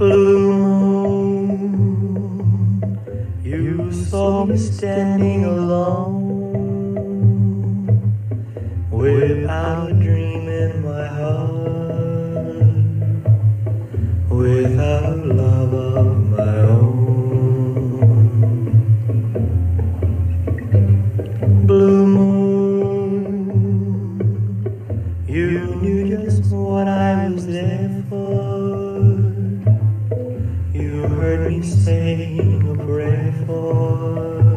Blue moon, you saw me standing alone, without a dream in my heart, without love of my own. Blue moon, you knew just what I was there for. You heard me saying a prayer for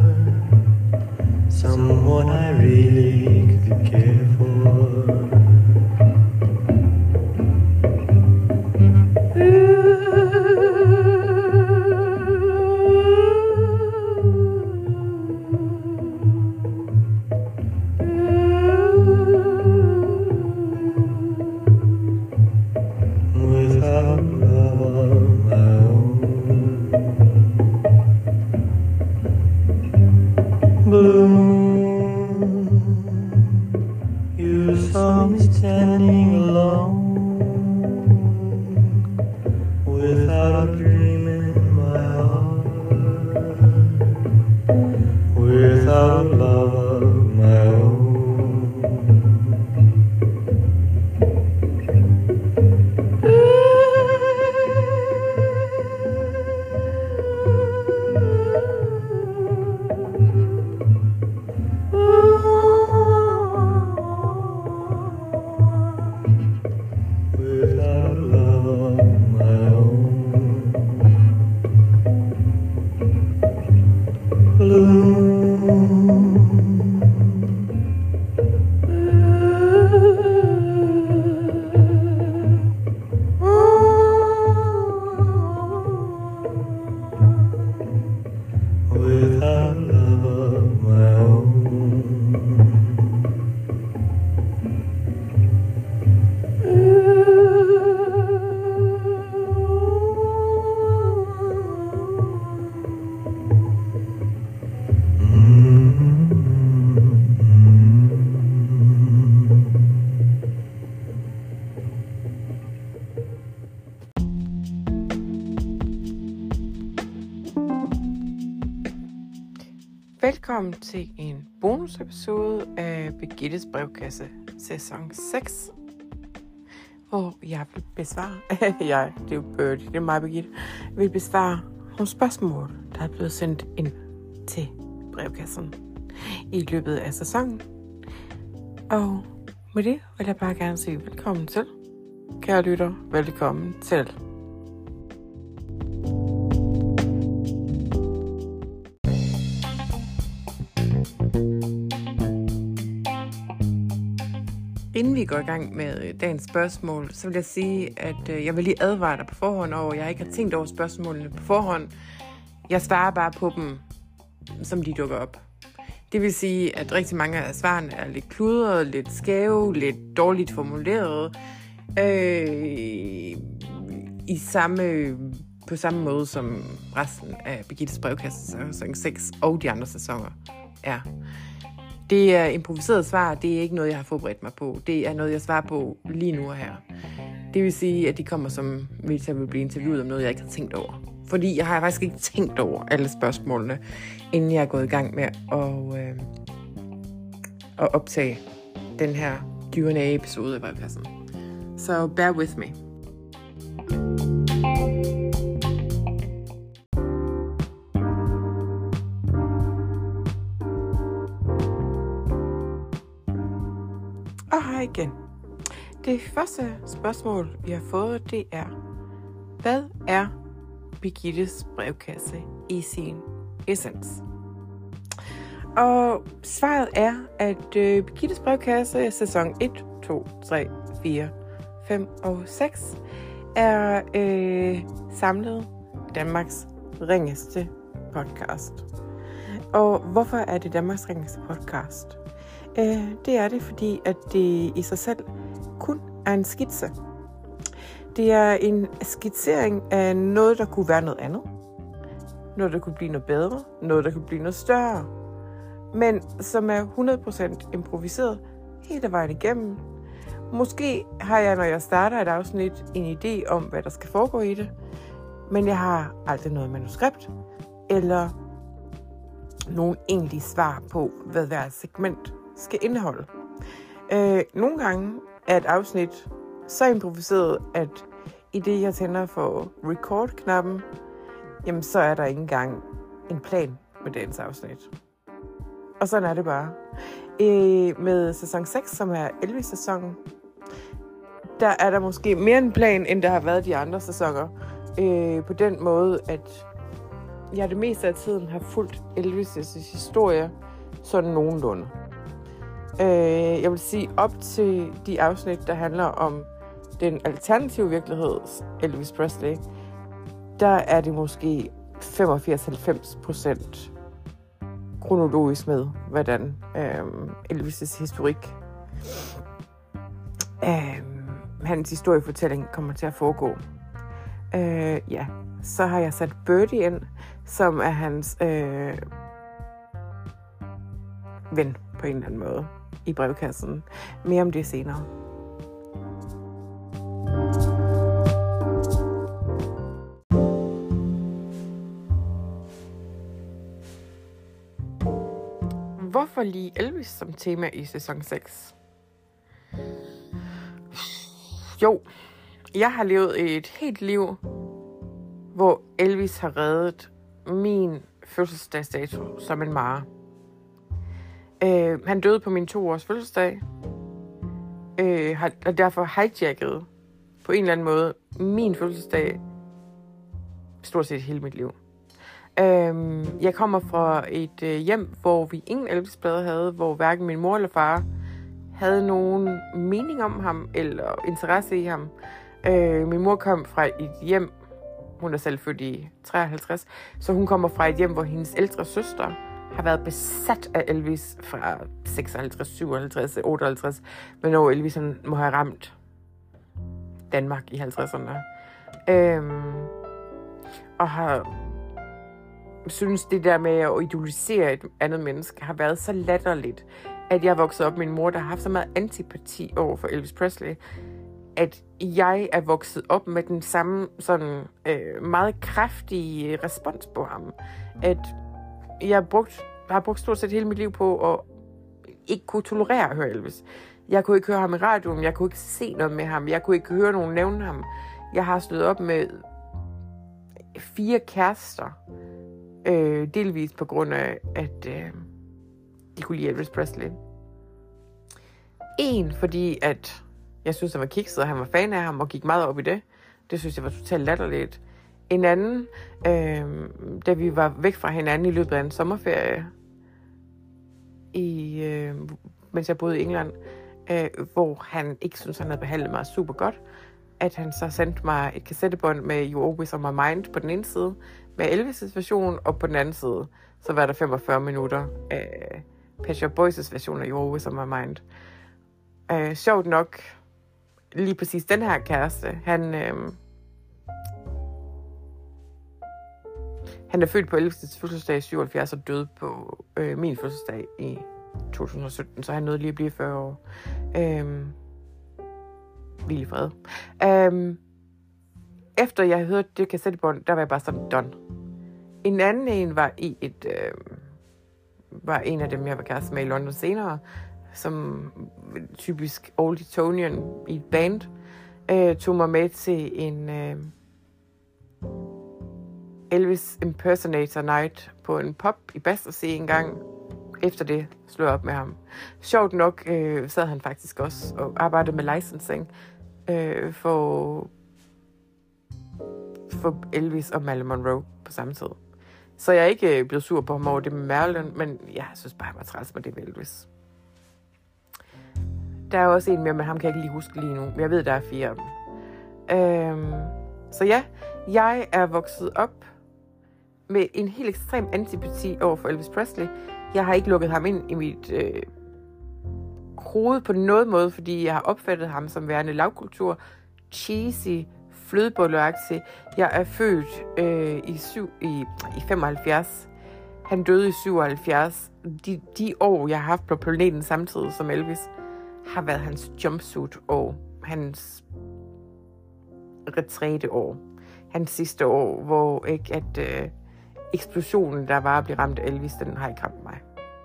someone I really could care for. Without love of my own. Blue moon, you saw me standing alone, without a dream in my heart, without love of my own. Without love of my own. Blue without love of my own. Velkommen til en bonusepisode af Birgittes brevkasse, sæson 6, hvor jeg vil besvare, det er jo Birdie, det er mig, Birgitte, vil besvare nogle spørgsmål, der er blevet sendt ind til brevkassen i løbet af sæsonen. Og med det vil jeg bare gerne sige velkommen til. Kære lytter, velkommen til. Inden vi går i gang med dagens spørgsmål, så vil jeg sige, at jeg vil lige advare dig på forhånd over, at jeg ikke har tænkt over spørgsmålene på forhånd. Jeg svarer bare på dem, som de dukker op. Det vil sige, at rigtig mange af svarene er lidt kludrede, lidt skæve, lidt dårligt formuleret. På samme måde som resten af Birgittes brevkasse, sæson 6 og de andre sæsoner er. Det er improviseret svar, det er ikke noget, jeg har forberedt mig på. Det er noget, jeg svarer på lige nu og her. Det vil sige, at de kommer som, hvis jeg vil blive interviewet om noget, jeg ikke har tænkt over. Fordi jeg har faktisk ikke tænkt over alle spørgsmålene, inden jeg er gået i gang med at optage den her Q&A-episode af brevkassen. Så bear with me. Og hej igen. Det første spørgsmål, vi har fået, det er: hvad er Birgittes brevkasse i sin essens? Og svaret er, at Birgittes brevkasse sæson 1, 2, 3, 4, 5 og 6 er samlet Danmarks ringeste podcast. Og hvorfor er det Danmarks ringeste podcast? Det er det, fordi at det i sig selv kun er en skitse. Det er en skitsering af noget, der kunne være noget andet. Noget, der kunne blive noget bedre. Noget, der kunne blive noget større. Men som er 100% improviseret hele vejen igennem. Måske har jeg, når jeg starter et afsnit, en idé om, hvad der skal foregå i det. men jeg har aldrig noget manuskript, eller nogen egentlige svar på, hvad hver segment skal indeholde. Nogle gange er et afsnit så improviseret, at i det, jeg tænder for record-knappen, jamen så er der ikke engang en plan med dagens afsnit. Og sådan er det bare. Med sæson 6, som er Elvis-sæsonen, der er der måske mere en plan, end der har været de andre sæsoner. På den måde, at jeg det meste af tiden har fulgt Elvis' historie sådan nogenlunde. Jeg vil sige, op til de afsnit, der handler om den alternative virkelighed, Elvis Presley, der er det måske 85-90% kronologisk med, hvordan Elvis' historik, hans historiefortælling kommer til at foregå. Så har jeg sat Birdie ind, som er hans ven på en eller anden måde i brevkassen. Mere om det senere. Hvorfor lige Elvis som tema i sæson 6? Jo, jeg har levet et helt liv, hvor Elvis har reddet min fødselsdagsdato som en mare. Han døde på min 2-års fødselsdag, og derfor hijacket på en eller anden måde min fødselsdag stort set hele mit liv. Jeg kommer fra et hjem, hvor vi ingen Elvis-plader havde, hvor hverken min mor eller far havde nogen mening om ham eller interesse i ham. Min mor kom fra et hjem, hun er selv født i 53, så hun kommer fra et hjem, hvor hendes ældre søster har været besat af Elvis fra 56, 57, 58, men når Elvis må have ramt Danmark i 50'erne. Og har synes det der med at idolisere et andet menneske har været så latterligt, at jeg er vokset op med en mor, der har haft så meget antipati over for Elvis Presley, at jeg er vokset op med den samme sådan meget kraftige respons på ham. At jeg har brugt stort set hele mit liv på at ikke kunne tolerere at høre Elvis. Jeg kunne ikke høre ham i radioen, jeg kunne ikke se noget med ham, jeg kunne ikke høre nogen nævne ham. Jeg har stået op med 4 kærester, delvis på grund af, at de kunne lide Elvis Presley. En, fordi at jeg synes, han var kikset, og han var fan af ham, og gik meget op i det. Det synes jeg var totalt latterligt. En anden, da vi var væk fra hinanden i løbet af en sommerferie, mens jeg boede i England, hvor han ikke synes han havde behandlet mig super godt, at han så sendte mig et kassettebånd med You Always On My Mind på den ene side, med Elvis' version, og på den anden side, så var der 45 minutter af Pet Shop Boys' version af You Always On My Mind. Sjovt nok, lige præcis den her kæreste, han er født på Elvis' fødselsdag i 77 og døde på min fødselsdag i 2017, så han nåede lige at blive 40 år. Hvil i fred. Efter jeg hørte det kassettebånd, der var jeg bare sådan done. En anden en var var en af dem, jeg var kæreste med i London senere, som typisk oldie Tonian i et band, tog mig med til en Elvis Impersonator Night på en pub i Battersea en gang. Efter det slog jeg op med ham. Sjovt nok sad han faktisk også og arbejdede med licensing for Elvis og Marilyn Monroe på samme tid. Så jeg er ikke blevet sur på ham over det med Marilyn, men jeg synes bare, han var træls med det med Elvis. Der er også en mere, men ham kan jeg ikke lige huske lige nu. Men jeg ved, der er 4 af dem. Så ja, jeg er vokset op med en helt ekstrem antipati over for Elvis Presley. Jeg har ikke lukket ham ind i mit hoved på noget måde, fordi jeg har opfattet ham som værende lavkultur, cheesy, flødebolleagtig. Jeg er født i 75. Han døde i 77. De år, jeg har haft på planeten samtidig som Elvis, har været hans jumpsuit-år. Hans retræte-år. hans sidste år, hvor ikke at eksplosionen, der var at blive ramt af Elvis, den har ikke ramt mig.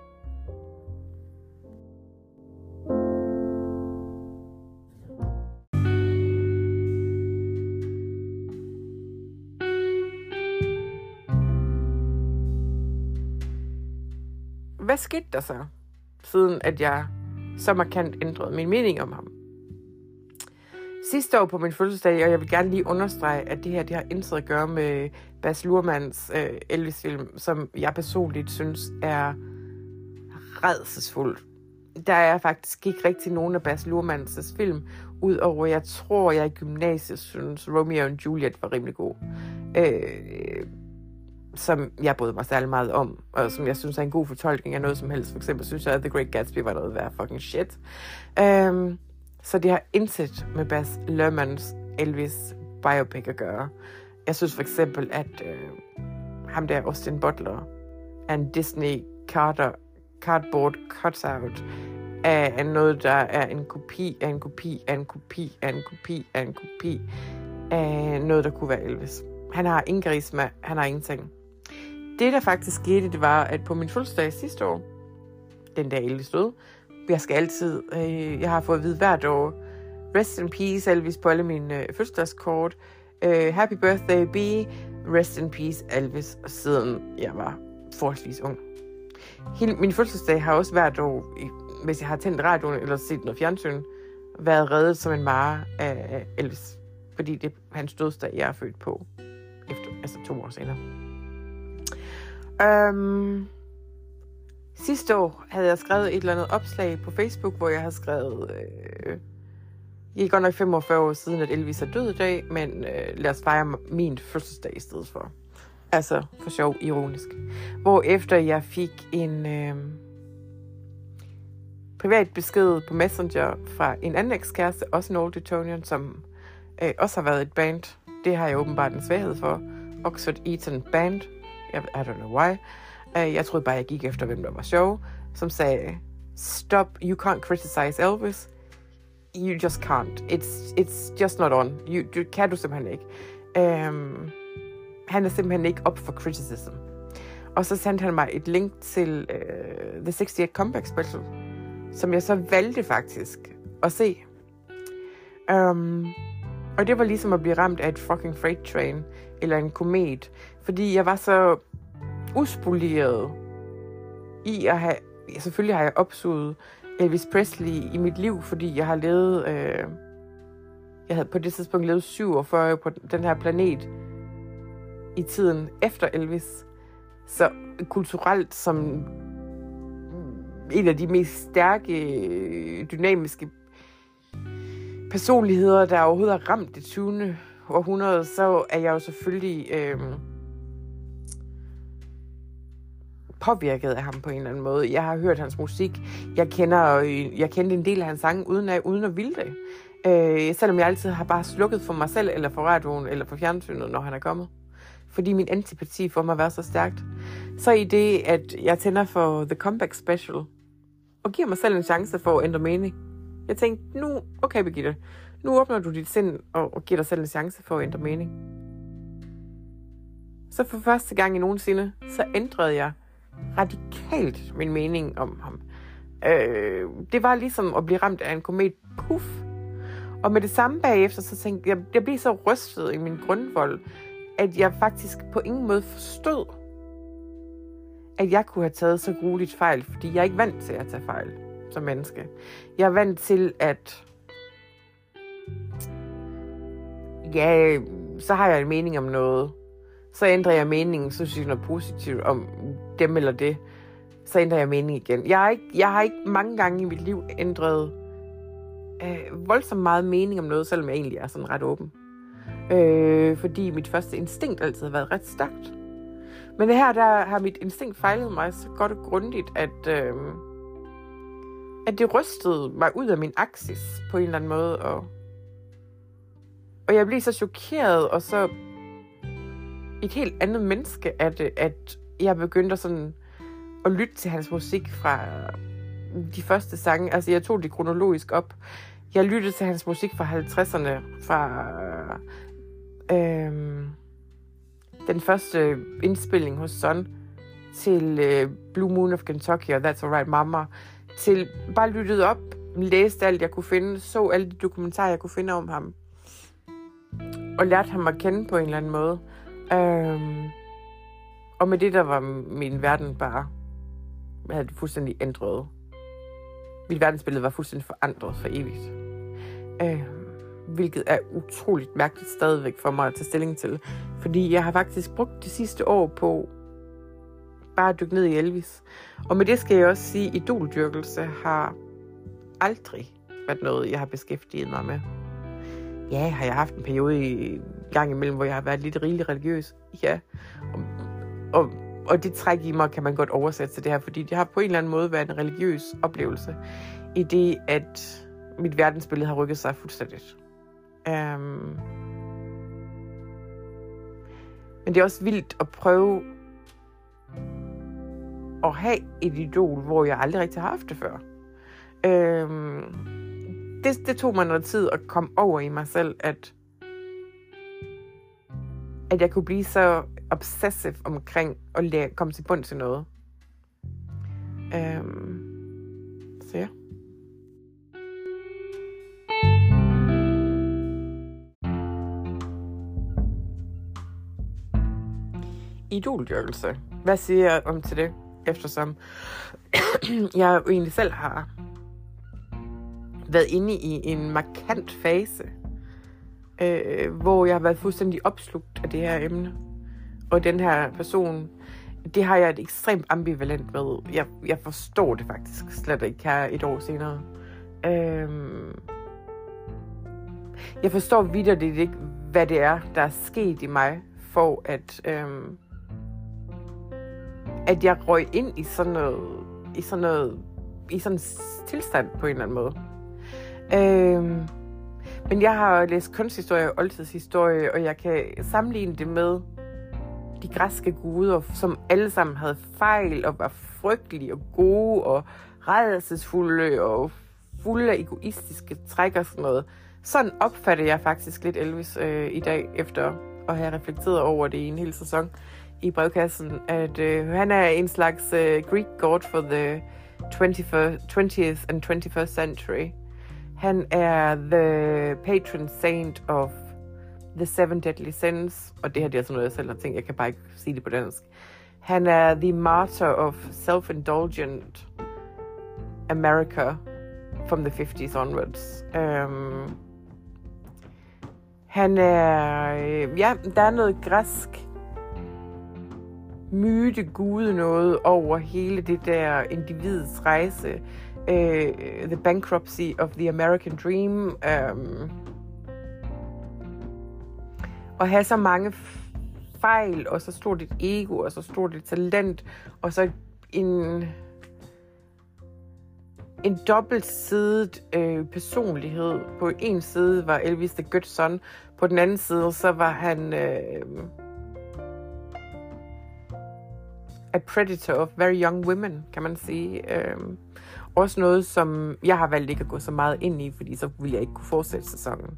Hvad skete der så, siden at jeg så markant ændrede min mening om ham? Sidste år på min fødselsdag, og jeg vil gerne lige understrege, at det har intet at gøre med Baz Luhrmanns Elvis-film, som jeg personligt synes er rædselsfuldt. Der er faktisk ikke rigtig nogen af Baz Luhrmanns film, udover jeg tror, jeg i gymnasiet synes Romeo and Juliet var rimelig god. Som jeg brød mig særlig meget om, og som jeg synes er en god fortolkning af noget som helst. For eksempel synes jeg, at The Great Gatsby var noget værd fucking shit. Så det har intet med Baz Luhrmanns Elvis biopic at gøre. Jeg synes for eksempel, at ham der Austin Butler er en Disney cardboard cutout af noget, der er en kopi af en kopi af en kopi af en kopi af en kopi af noget, der kunne være Elvis. Han har ingen karisma, han har ingenting. Det, der faktisk skete, det var, at på min fødselsdag sidste år, den dag Elvis døde, jeg har fået at vide hvert år, rest in peace Elvis på alle mine fødselsdagskort, happy birthday B, rest in peace Elvis, siden jeg var forholdsvis ung. Hele min fødselsdag har også hvert år, hvis jeg har tændt radioen eller set noget fjernsyn, været reddet som en mare af Elvis. Fordi det er hans dødsdag, jeg er født på, efter 2 år senere. Sidste år havde jeg skrevet et eller andet opslag på Facebook, hvor jeg havde skrevet, det er godt nok 45 år siden, at Elvis er død i dag, men lad os fejre min fødselsdag i stedet for. Altså for sjov, ironisk. Hvorefter jeg fik en privat besked på Messenger fra en anden ekskæreste, også en Old Etonian, som også har været et band. Det har jeg åbenbart en svaghed for. Oxford Eton Band. I don't know why. Jeg troede bare, jeg gik efter, hvem der var sjov. Som sagde, stop, you can't criticize Elvis. You just can't. It's just not on. Kan du simpelthen ikke. Han er simpelthen ikke op for criticism. Og så sendte han mig et link til The 68 Comeback Special, som jeg så valgte faktisk at se. Og det var ligesom at blive ramt af et fucking freight train, eller en komet, fordi jeg var så uspoleret i at have, selvfølgelig har jeg opsuget Elvis Presley i mit liv, fordi jeg har levet, jeg havde på det tidspunkt levet 47 år på den her planet i tiden efter Elvis. Så kulturelt som en af de mest stærke, dynamiske personligheder, der overhovedet har ramt det 20. århundrede, så er jeg jo selvfølgelig påvirket af ham på en eller anden måde. Jeg har hørt hans musik. Jeg kendte en del af hans sange uden at ville det. Selvom jeg altid har bare slukket for mig selv, eller for radioen, eller for fjernsynet, når han er kommet. Fordi min antipati for mig har været så stærkt. Så i det, at jeg tænder for The Comeback Special, og giver mig selv en chance for at ændre mening. Jeg tænkte, okay Birgitte, nu åbner du dit sind og giver dig selv en chance for at ændre mening. Så for første gang i nogensinde, så ændrede jeg radikalt min mening om ham. Det var ligesom at blive ramt af en komet. Puff. Og med det samme bagefter, så tænkte jeg blev så rystet i min grundvold, at jeg faktisk på ingen måde forstod, at jeg kunne have taget så grueligt fejl, fordi jeg er ikke vant til at tage fejl som menneske. Jeg er vant til, at så har jeg en mening om noget. Så ændrer jeg meningen, så synes jeg noget positivt om dem eller det. Så ændrer jeg mening igen. Jeg har ikke mange gange i mit liv ændret voldsomt meget mening om noget, selvom jeg egentlig er sådan ret åben. Fordi mit første instinkt altid har været ret stærkt. Men det her, der har mit instinkt fejlet mig så godt og grundigt, at det rystede mig ud af min aksis på en eller anden måde. Og jeg blev så chokeret, og så et helt andet menneske af det, at jeg begyndte sådan at lytte til hans musik fra de første sange. Altså, jeg tog det kronologisk op. Jeg lyttede til hans musik fra 50'erne, fra den første indspilning hos Sun, til Blue Moon of Kentucky og That's Alright Mama, til bare lyttede op, læste alt, jeg kunne finde, så alle de dokumentarer, jeg kunne finde om ham, og lærte ham at kende på en eller anden måde. Og med det, der var min verden bare, jeg havde det fuldstændig ændret. Mit verdensbillede var fuldstændig forandret for evigt. Hvilket er utroligt mærkeligt stadigvæk for mig at tage stilling til. Fordi jeg har faktisk brugt de sidste år på bare at dykke ned i Elvis. Og med det skal jeg også sige, at idoldyrkelse har aldrig været noget, jeg har beskæftiget mig med. Ja, har jeg haft en periode i gang imellem, hvor jeg har været lidt rigeligt religiøs? Ja. Og det træk i mig kan man godt oversætte til det her, fordi det har på en eller anden måde været en religiøs oplevelse, i det, at mit verdensbillede har rykket sig fuldstændigt. Men det er også vildt at prøve at have et idol, hvor jeg aldrig rigtig har haft det før. Det tog mig noget tid at komme over i mig selv, at jeg kunne blive så obsessive omkring at komme til bund til noget. Så ja. Idoldyrkelse. Hvad siger jeg om til det? Eftersom jeg jo egentlig selv har været inde i en markant fase, hvor jeg har været fuldstændig opslugt af det her emne. Og den her person, det har jeg et ekstremt ambivalent med. Jeg forstår det faktisk slet ikke her et år senere. Jeg forstår vitterligt ikke, hvad det er, der er sket i mig, for at jeg røg ind i sådan en tilstand på en eller anden måde. Men jeg har læst kunsthistorie og oldtidshistorie, og jeg kan sammenligne det med de græske guder, som alle sammen havde fejl og var frygtelige og gode og rædselsfulde og fulde af egoistiske træk og sådan noget. Sådan opfatter jeg faktisk lidt Elvis i dag, efter at have reflekteret over det i en hel sæson i brevkassen, at han er en slags Greek god for the 20th and 21st century. Han er the patron saint of the 7 deadly sins, og det her det er sådan noget, jeg selv har tænkt, jeg kan bare ikke sige det på dansk. Han er the martyr of self-indulgent America from the 50s onwards. Han er, der er noget græsk myte, gude noget over hele det der individets rejse. The bankruptcy of the American dream. Og have så mange fejl, og så stort et ego, og så stort et talent, og så en dobbeltsidet personlighed. På en side var Elvis the good son, på den anden side så var han a predator of very young women, kan man sige. Også noget, som jeg har valgt ikke at gå så meget ind i, fordi så ville jeg ikke kunne fortsætte sæsonen.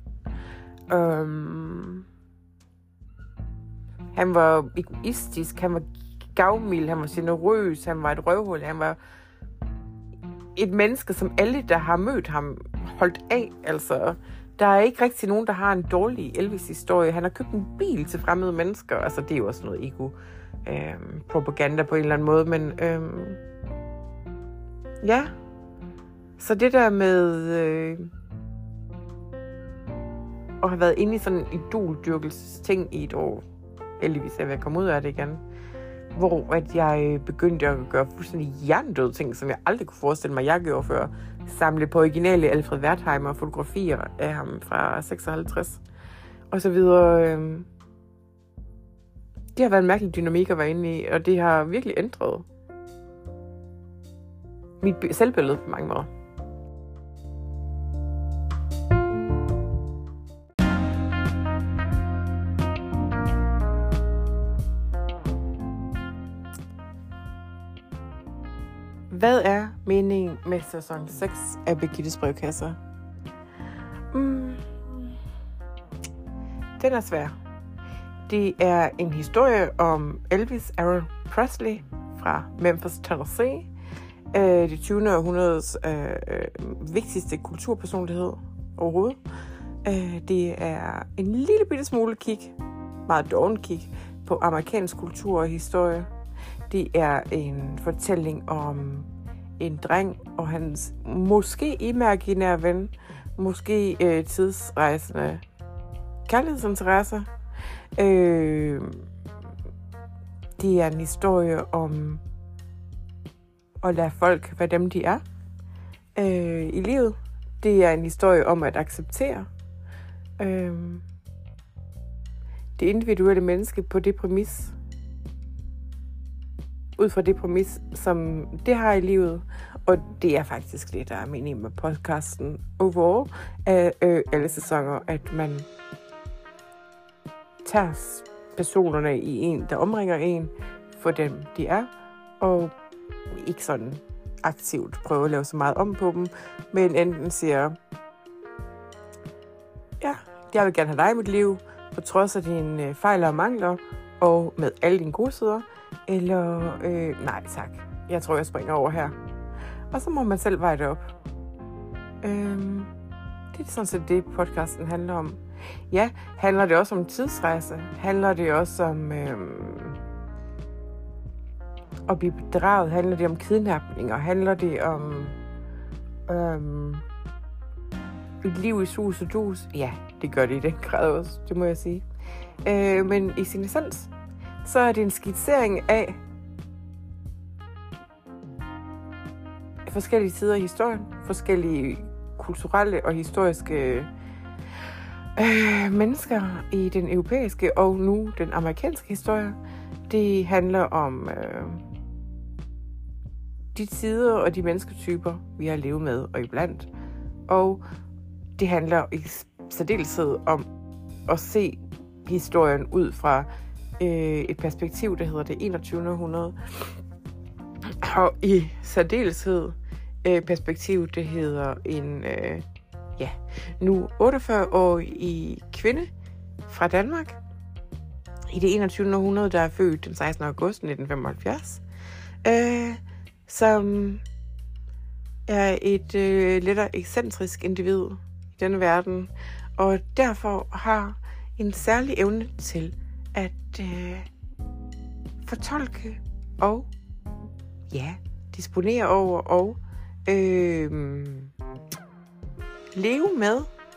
Han var egoistisk, han var gavmild, han var generøs, han var et røvhul, han var et menneske, som alle, der har mødt ham, holdt af. Altså, der er ikke rigtig nogen, der har en dårlig Elvis-historie. Han har købt en bil til fremmede mennesker. Altså, det er jo også noget ego-propaganda på en eller anden måde, men ja. Så det der med at have været inde i sådan en idoldyrkelsesting i et år, heldigvis er ved at komme ud af det igen, hvor at jeg begyndte at gøre fuldstændig hjernedøde ting, som jeg aldrig kunne forestille mig, jeg gjorde før. Samle på originale Alfred Wertheimer fotografier af ham fra 56 og så videre. Det har været en mærkelig dynamik at være inde i, og det har virkelig ændret mit selvbillede på mange måder. Hvad er meningen med sæson 6 af Birgittes brevkasser? Den er svær. Det er en historie om Elvis Aaron Presley fra Memphis, Tennessee. Det 20. århundredes vigtigste kulturpersonlighed overhovedet. Det er en lille bitte smule meget doven kig på amerikansk kultur og historie. Det er en fortælling om en dreng og hans måske imaginære ven, måske tidsrejsende kærlighedsinteresser. Det er en historie om at lade folk være dem, de er i livet. Det er en historie om at acceptere det individuelle menneske på det præmis, ud fra det præmis, som det har i livet. Og det er faktisk det, der er meningen med podcasten overall af alle sæsoner, at man tager personerne i en, der omringer en, for dem de er, og ikke sådan aktivt prøve at lave så meget om på dem, men enten siger, ja, jeg vil gerne have dig i mit liv, på trods af dine fejl og mangler, og med alle dine gode sider, eller nej tak, jeg tror, jeg springer over her. Og så må man selv veje det op. Det er sådan set det, podcasten handler om. Ja, handler det også om tidsrejse? Handler det også om at blive bedraget? Handler det om kidnapninger? Handler det om et liv i sus og dus? Ja, det gør det i den grad også, det må jeg sige. Men i sin essens, så er det en skitsering af forskellige tider i historien, forskellige kulturelle og historiske mennesker i den europæiske og nu den amerikanske historie. Det handler om de tider og de mennesketyper, vi har levet med og iblandt. Og det handler i særdeleshed om at se historien ud fra et perspektiv, der hedder det 21. århundrede. Og i særdeleshed perspektiv, det hedder en nu 48-årig kvinde fra Danmark i det 21. århundrede, der er født den 16. august 1975, som er et lettere ekscentrisk individ i denne verden, og derfor har en særlig evne til at fortolke og disponere over og leve med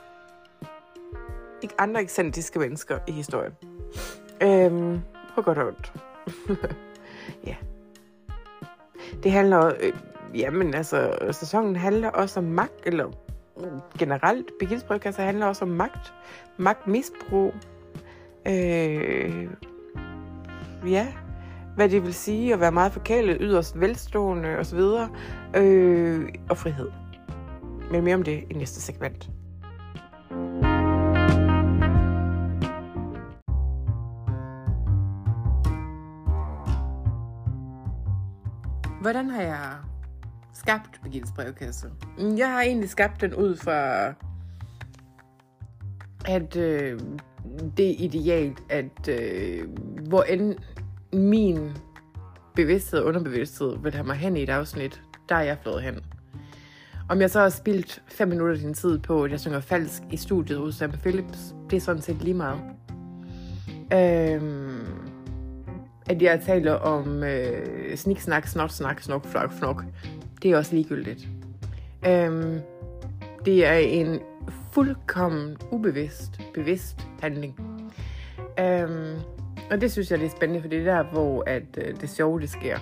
ikke andre ekscentriske mennesker i historien. På godt og ondt. Ja. Det handler sæsonen handler også om magt, eller generelt, Birgittes brevkasse handler også om magt. Magtmisbrug. Hvad det vil sige at være meget forkælet, yderst velstående osv. Og frihed. Men mere om det i næste segment. Hvordan har jeg skabt Birgittes brevkasse? Jeg har egentlig skabt den ud fra, at det er idealt, at hvor end min bevidsthed og underbevidsthed vil have mig hen i et afsnit, der er jeg flået hen. Om jeg så har spildt 5 minutter af din tid på, at jeg synger falsk i studiet hos Sam Phillips, det er sådan set lige meget. At jeg taler om sniksnak, snotsnak, snok, flok, fnok, det er også ligegyldigt. Det er en fuldkommen bevidst handling. Og det synes jeg, det er spændende, for det er der, hvor at, det sjove, det sker.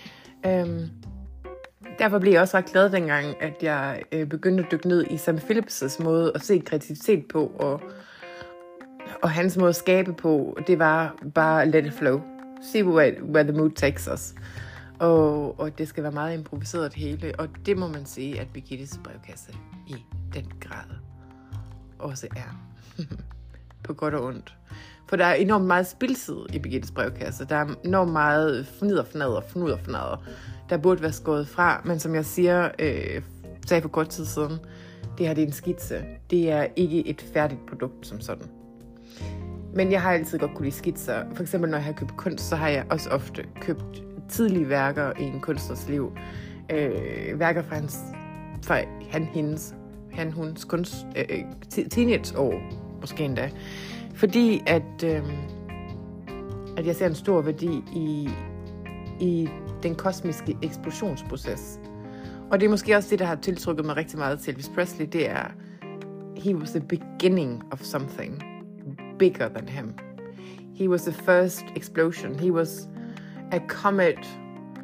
Derfor blev jeg også ret glad dengang, at jeg begyndte at dykke ned i Sam Phillips' måde at se kreativitet på, og hans måde at skabe på, det var bare let it flow. See where the mood takes us. Og det skal være meget improviseret det hele, og det må man sige, at Birgittes brevkasse i den grad også er. På godt og ondt. For der er enormt meget spildtid i Birgittes brevkasse. Der er enormt meget fnudder. Der burde være skåret fra, men som jeg sagde for kort tid siden, det her det er en skitse. Det er ikke et færdigt produkt som sådan. Men jeg har altid godt kunne lide skitser. For eksempel, når jeg har købt kunst, så har jeg også ofte købt tidlige værker i en kunstners liv. Værker fra hendes kunst, teenageår, måske endda. Fordi at jeg ser en stor værdi i den kosmiske eksplosionsproces. Og det er måske også det, der har tiltrykket mig rigtig meget til Elvis Presley. Det er, he was the beginning of something bigger than him. He was the first explosion. He was a comet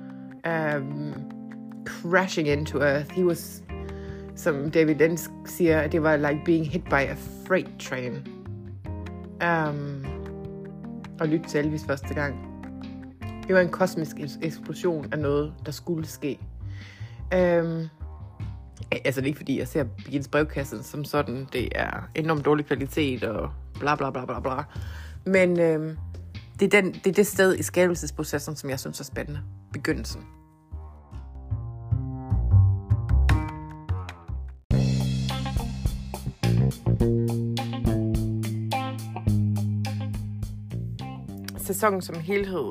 crashing into Earth. He was, som David Lynch siger, det var like being hit by a freight train. Og lytte til Elvis første gang. Det var en kosmisk eksplosion af noget, der skulle ske. Altså det er ikke fordi, jeg ser Birgittes brevkasse som sådan. Det er enormt dårlig kvalitet og bla bla bla bla bla. Men det er det sted i skabelsesprocessen, som jeg synes er spændende. Begyndelsen. Sæsonen som helhed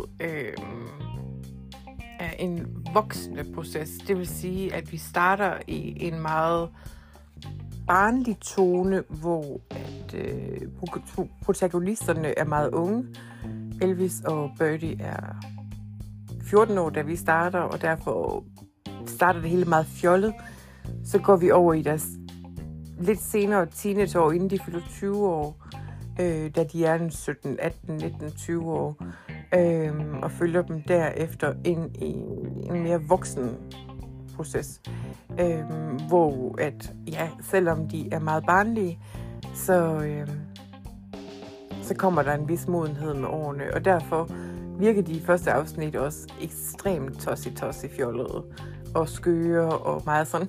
er en voksende proces. Det vil sige, at vi starter i en meget barnlig tone, hvor protagonisterne er meget unge. Elvis og Birdie er 14 år, da vi starter, og derfor starter det hele meget fjollet. Så går vi over i deres lidt senere teenageår, inden de fylder 20 år, da de er 17, 18, 19, 20 år, og følger dem derefter ind i en mere voksen proces, hvor at, ja, selvom de er meget barnlige, så kommer der en vis modenhed med årene, og derfor virker de første afsnit også ekstremt tossi fjollede og skøre og meget sådan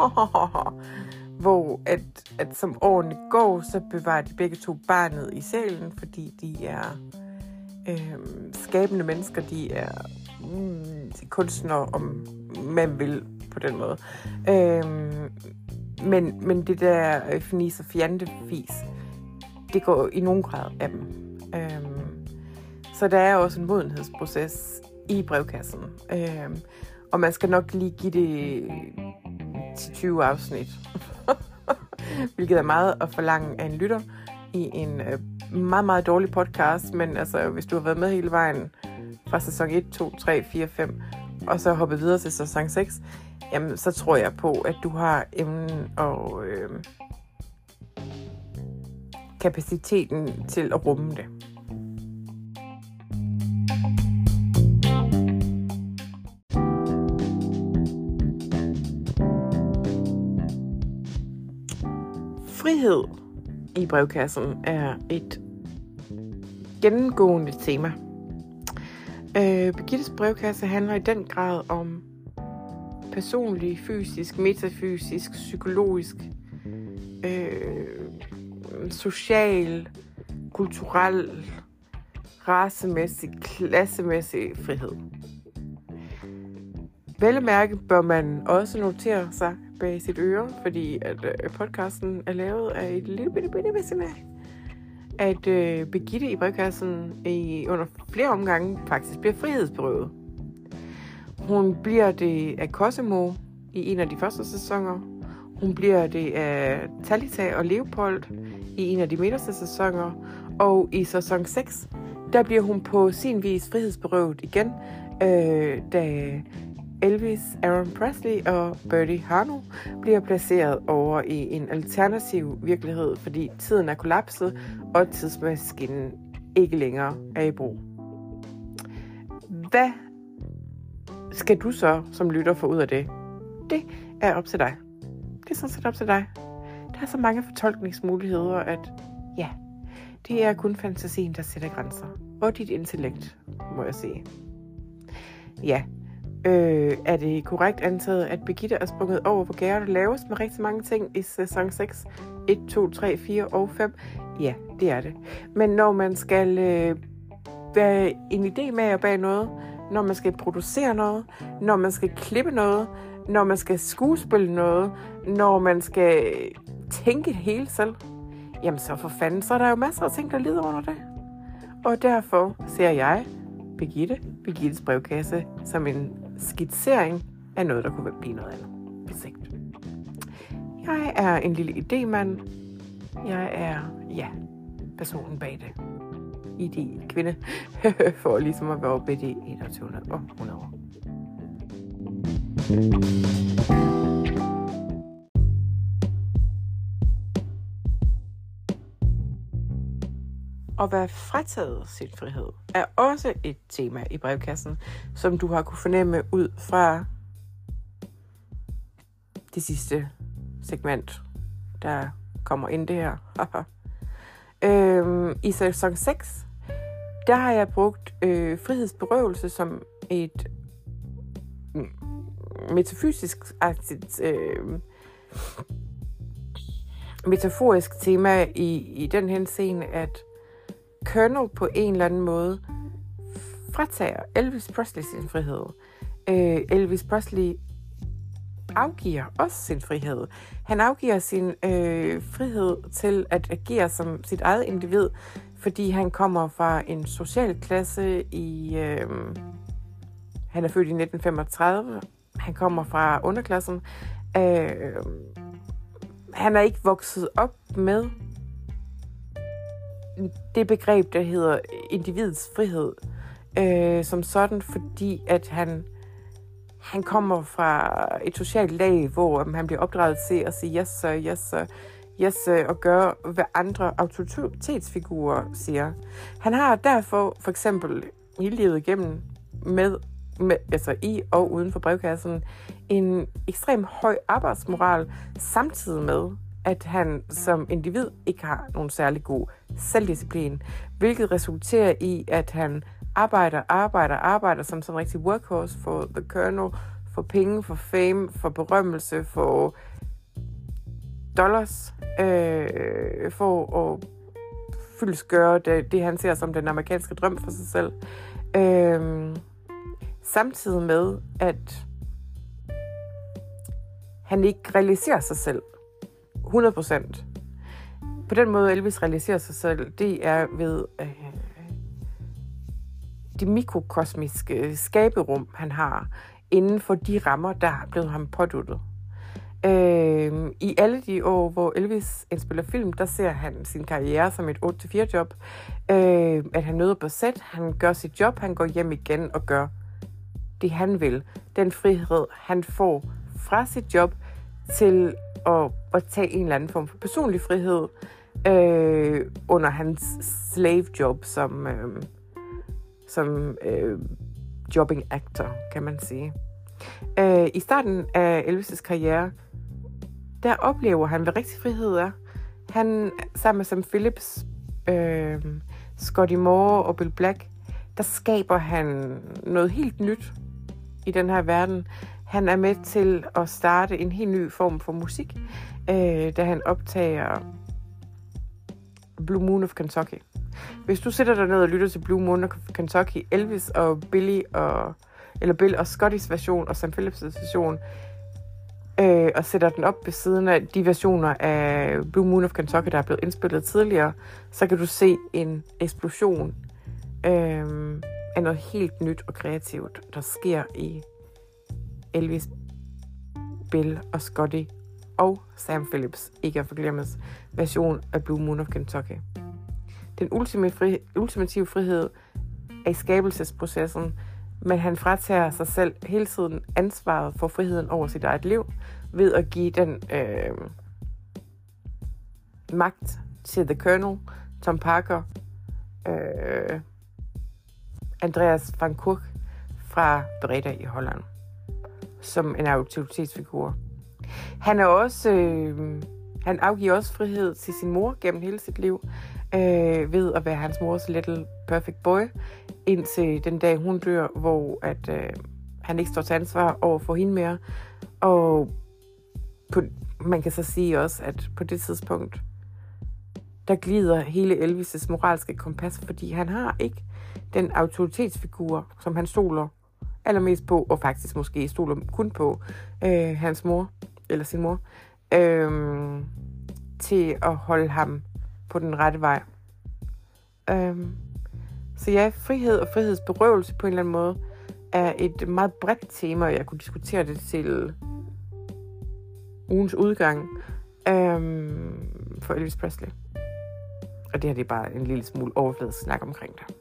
hvor at som årene går, så bevarer de begge to barnet i sjælen, fordi de er skabende mennesker, de er kunstnere, om man vil på den måde. Men det der fnis og fjantefis, det går i nogen grad af dem. Så der er også en modenhedsproces i brevkassen. Og man skal nok lige give det til 20 afsnit. Hvilket er meget at forlange af en lytter i en meget, meget dårlig podcast. Men altså, hvis du har været med hele vejen fra sæson 1, 2, 3, 4, 5, og så hoppet videre til sæson 6, jamen, så tror jeg på, at du har evnen og kapaciteten til at rumme det. Frihed i brevkassen er et gennemgående tema. Birgittes brevkasse handler i den grad om personlig, fysisk, metafysisk, psykologisk, social, kulturel, racemæssig, klassemæssig frihed. Vel at mærke bør man også notere sig bag sit øre, fordi at podcasten er lavet af et lille bitte væsenet. At Birgitte i brevkassen under flere omgange faktisk bliver frihedsberøvet. Hun bliver det af Cosimo i en af de første sæsoner. Hun bliver det af Talita og Leopold i en af de midterste sæsoner. Og i sæson 6, der bliver hun på sin vis frihedsberøvet igen, da Elvis, Aaron Presley og Birdie Harno bliver placeret over i en alternativ virkelighed, fordi tiden er kollapset, og tidsmaskinen ikke længere er i brug. Hvad skal du så som lytter få ud af det? Det er op til dig. Det er sådan set op til dig. Der er så mange fortolkningsmuligheder, at ja, det er kun fantasien, der sætter grænser. Og dit intellekt, må jeg sige. Ja. Er det korrekt antaget, at Birgitte er sprunget over, hvor gære der laves med rigtig mange ting i sæson 6, 1, 2, 3, 4 og 5? Ja, det er det. Men når man skal være en idé med at bag noget, når man skal producere noget, når man skal klippe noget, når man skal skuespille noget, når man skal tænke det hele selv, jamen så for fanden, så er der jo masser af ting, der lider under det. Og derfor ser jeg Birgittes brevkasse, som en skitsering af noget, der kunne blive noget andet på sigt. Jeg er en lille idémand. Jeg er, personen bag det. Idé-kvinde. For ligesom at være oppe i det 21. og 100 år. At være frataget sin frihed er også et tema i brevkassen, som du har kunne fornemme ud fra det sidste segment, der kommer ind det her. I sæson 6, der har jeg brugt frihedsberøvelse som et metaforisk tema i den henseende, at Colonel på en eller anden måde fratager Elvis Presley sin frihed. Elvis Presley afgiver også sin frihed. Han afgiver sin frihed til at agere som sit eget individ, fordi han kommer fra en social klasse i... han er født i 1935. Han kommer fra underklassen. Han er ikke vokset op med det begreb, der hedder individets frihed, som sådan, fordi at han kommer fra et socialt lag, hvor han bliver opdraget til at sige yes sir, yes sir, yes sir, og gøre, hvad andre autoritetsfigurer siger. Han har derfor for eksempel hele livet igennem altså i og uden for brevkassen en ekstrem høj arbejdsmoral, samtidig med, at han som individ ikke har nogen særlig god selvdisciplin, hvilket resulterer i, at han arbejder som sådan en rigtig workhorse for The Colonel, for penge, for fame, for berømmelse, for dollars, for at fyldestgøre det, han ser som den amerikanske drøm for sig selv. Samtidig med, at han ikke realiserer sig selv 100%. På den måde, Elvis realiserer sig selv, det er ved de mikrokosmiske skaberum, han har inden for de rammer, der er blevet ham påduttet. I alle de år, hvor Elvis indspiller film, der ser han sin karriere som et 8-4 job. At han møder på set, han gør sit job, han går hjem igen og gør det, han vil. Den frihed, han får fra sit job til at tage en eller anden form for personlig frihed under hans slave job som jobbing actor, kan man sige. I starten af Elvis' karriere, der oplever han, hvad rigtig frihed er. Han, sammen med Sam Phillips, Scotty Moore og Bill Black, der skaber han noget helt nyt i den her verden. Han er med til at starte en helt ny form for musik, da han optager Blue Moon of Kentucky. Hvis du sætter dig ned og lytter til Blue Moon of Kentucky, Elvis og Bill og Scottys version og Sam Phillips' version, og sætter den op ved siden af de versioner af Blue Moon of Kentucky, der er blevet indspillet tidligere, så kan du se en eksplosion af noget helt nyt og kreativt, der sker i Elvis, Bill og Scotty og Sam Phillips, ikke at forglemmes, version af Blue Moon of Kentucky. Den ultimative frihed er i skabelsesprocessen, men han fratager sig selv hele tiden ansvaret for friheden over sit eget liv, ved at give den magt til The Colonel, Tom Parker, Andreas van Koch fra Breda i Holland, som en autoritetsfigur. Han er også, han afgiver også frihed til sin mor gennem hele sit liv, ved at være hans mors little perfect boy, indtil den dag hun dør, hvor at, han ikke står til ansvar over for hende mere. Og man kan så sige også, at på det tidspunkt, der glider hele Elvis' moralske kompas, fordi han har ikke den autoritetsfigur, som han stoler allermest på, og faktisk måske stoler kun på hans mor, eller sin mor, til at holde ham på den rette vej. Så ja, frihed og frihedsberøvelse på en eller anden måde er et meget bredt tema, og jeg kunne diskutere det til ugens udgang for Elvis Presley. Og det her, det er bare en lille smule overfladisk snak omkring det.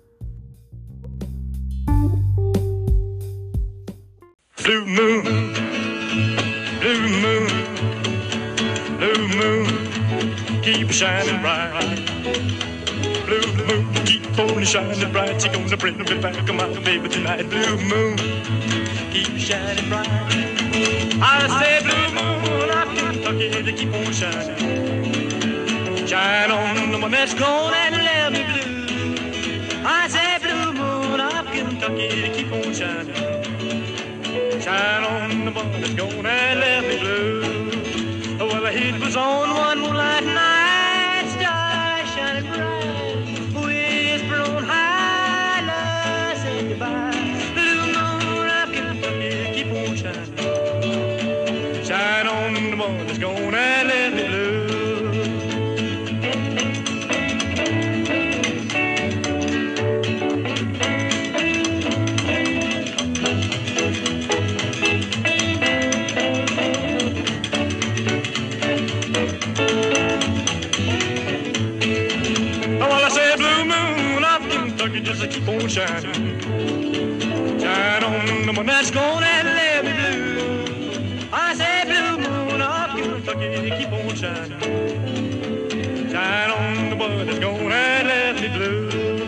Blue moon, blue moon, blue moon, keep shining bright. Blue moon, keep on shining bright. You're gonna bring me back, my baby, tonight. Blue moon, keep shining bright. I say blue moon, up Kentucky, to keep on shining. Shine on the one that's gone and let me blue. I say blue moon, up Kentucky, to keep on shining. Shine on the one that's gone and left me blue. Well, it was on one moonlight night, star shining bright, whisper on high, love said goodbye. Blue moon of Kentucky, keep on shining. Shine on the one that's gone and left me blue. Just keep on shining. Shine on the one that's gone and left me blue. I say blue moon of Kentucky, keep on shining. Shine on the one that's gone and left me blue.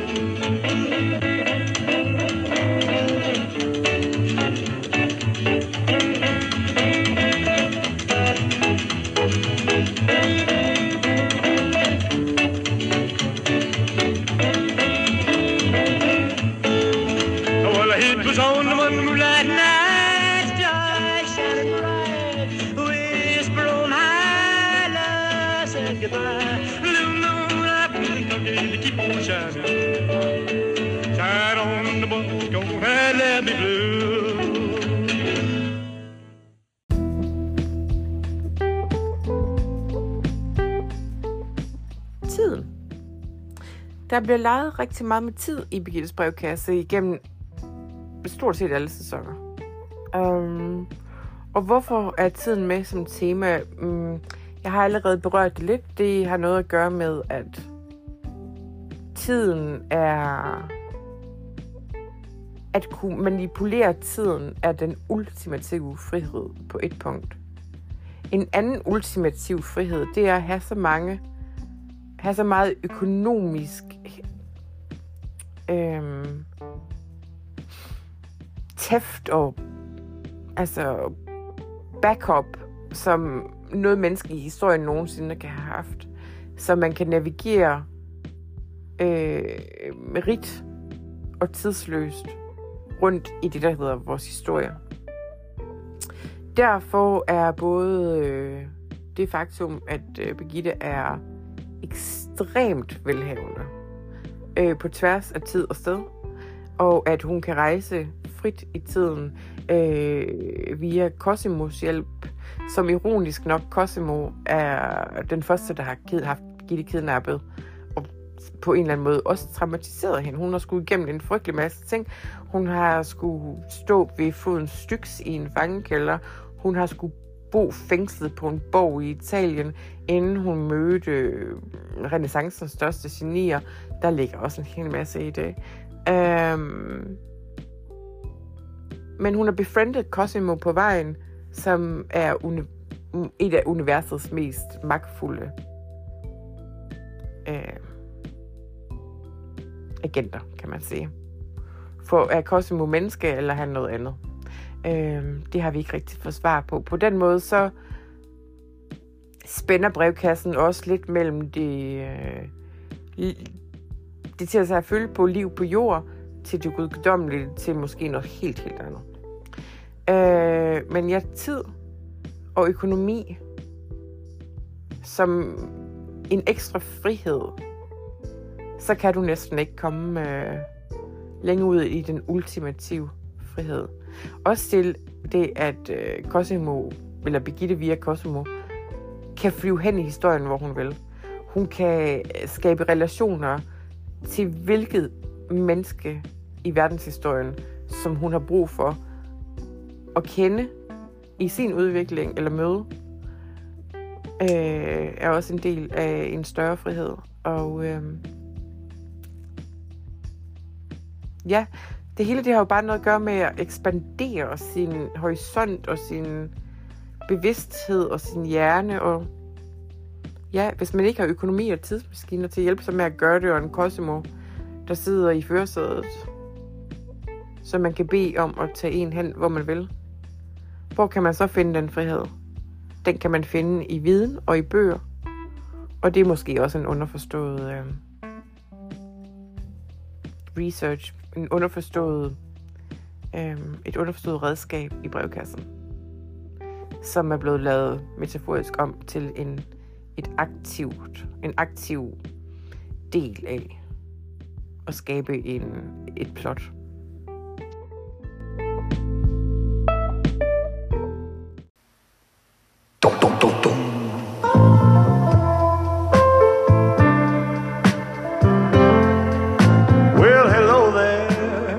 Tiden. Der bliver leget rigtig meget med tid i Birgittes brevkasse igennem stort set alle sæsoner. Og hvorfor er tiden med som tema? Jeg har allerede berørt det lidt. Det har noget at gøre med, at tiden er... At kunne manipulere tiden er den ultimative frihed på et punkt. En anden ultimativ frihed, det er at have så meget økonomisk tæft og altså backup, som noget menneske i historien nogensinde kan have haft, så man kan navigere rigt og tidsløst rundt i det, der hedder vores historie. Derfor er både det faktum, at Birgitte er ekstremt velhavende på tværs af tid og sted, og at hun kan rejse frit i tiden via Cosimos hjælp, som ironisk nok Cosimo er den første, der har haft Birgitte kidnappet, og på en eller anden måde også traumatiseret hende. Hun har skulle igennem en frygtelig masse ting. Hun har skulle stå ved foden Styx i en fangekælder. Hun har skulle bo fængslet på en borg i Italien, inden hun mødte renæssancens største genier. Der ligger også en hel masse i det. Men hun har befriendet Cosimo på vejen, som er et af universets mest magtfulde agenter, kan man sige. For er Cosimo menneske, eller er han noget andet? Det har vi ikke rigtig fået svar på. På den måde, så spænder brevkassen også lidt mellem det til at have følge på liv på jord, til det guddommelige, til måske noget helt, helt andet. Men ja, tid og økonomi som en ekstra frihed, så kan du næsten ikke komme længere ud i den ultimative frihed. Også til det, at Cosimo, eller Birgitte via Cosimo, kan flyve hen i historien, hvor hun vil. Hun kan skabe relationer til hvilket menneske i verdenshistorien, som hun har brug for at kende i sin udvikling eller møde, er også en del af en større frihed. Og det hele det har jo bare noget at gøre med at ekspandere sin horisont og sin bevidsthed og sin hjerne. Og hvis man ikke har økonomi og tidsmaskiner til at hjælpe sig med at gøre det, og en Cosimo, der sidder i førersædet, så man kan bede om at tage en hen, hvor man vil. Hvor kan man så finde den frihed? Den kan man finde i viden og i bøger. Og det er måske også en underforstået research, et underforstået redskab i brevkassen, som er blevet lavet metaforisk om til en aktiv del af at skabe et plot. Well, hello there.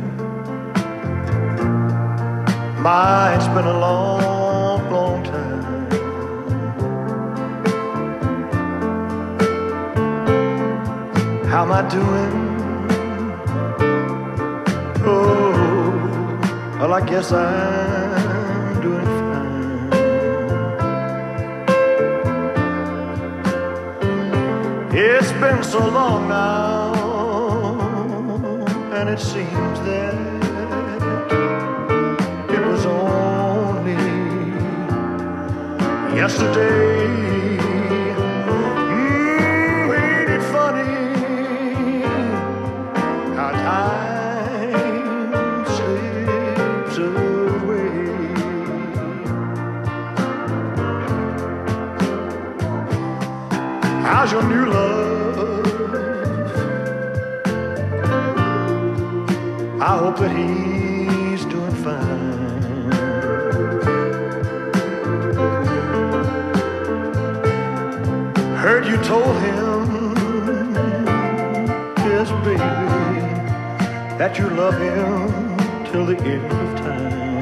It's been a long, long time. How am I doing? Oh, well, I guess I'm doing fine. It's been so long now, and it seems that it was only yesterday. Ain't it funny how time slips away? How's your new love? I hope that he's doing fine. Heard you told him, yes, baby, that you love him till the end of time.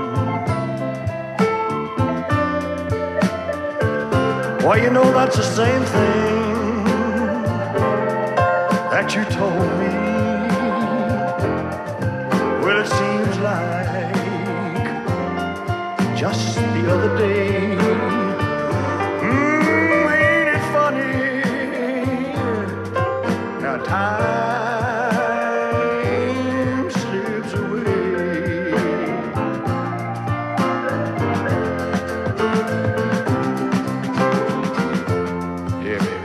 Well, you know that's the same thing that you told me. Well, it seems like just the other day. Ain't it funny how time slips away? Yeah, baby.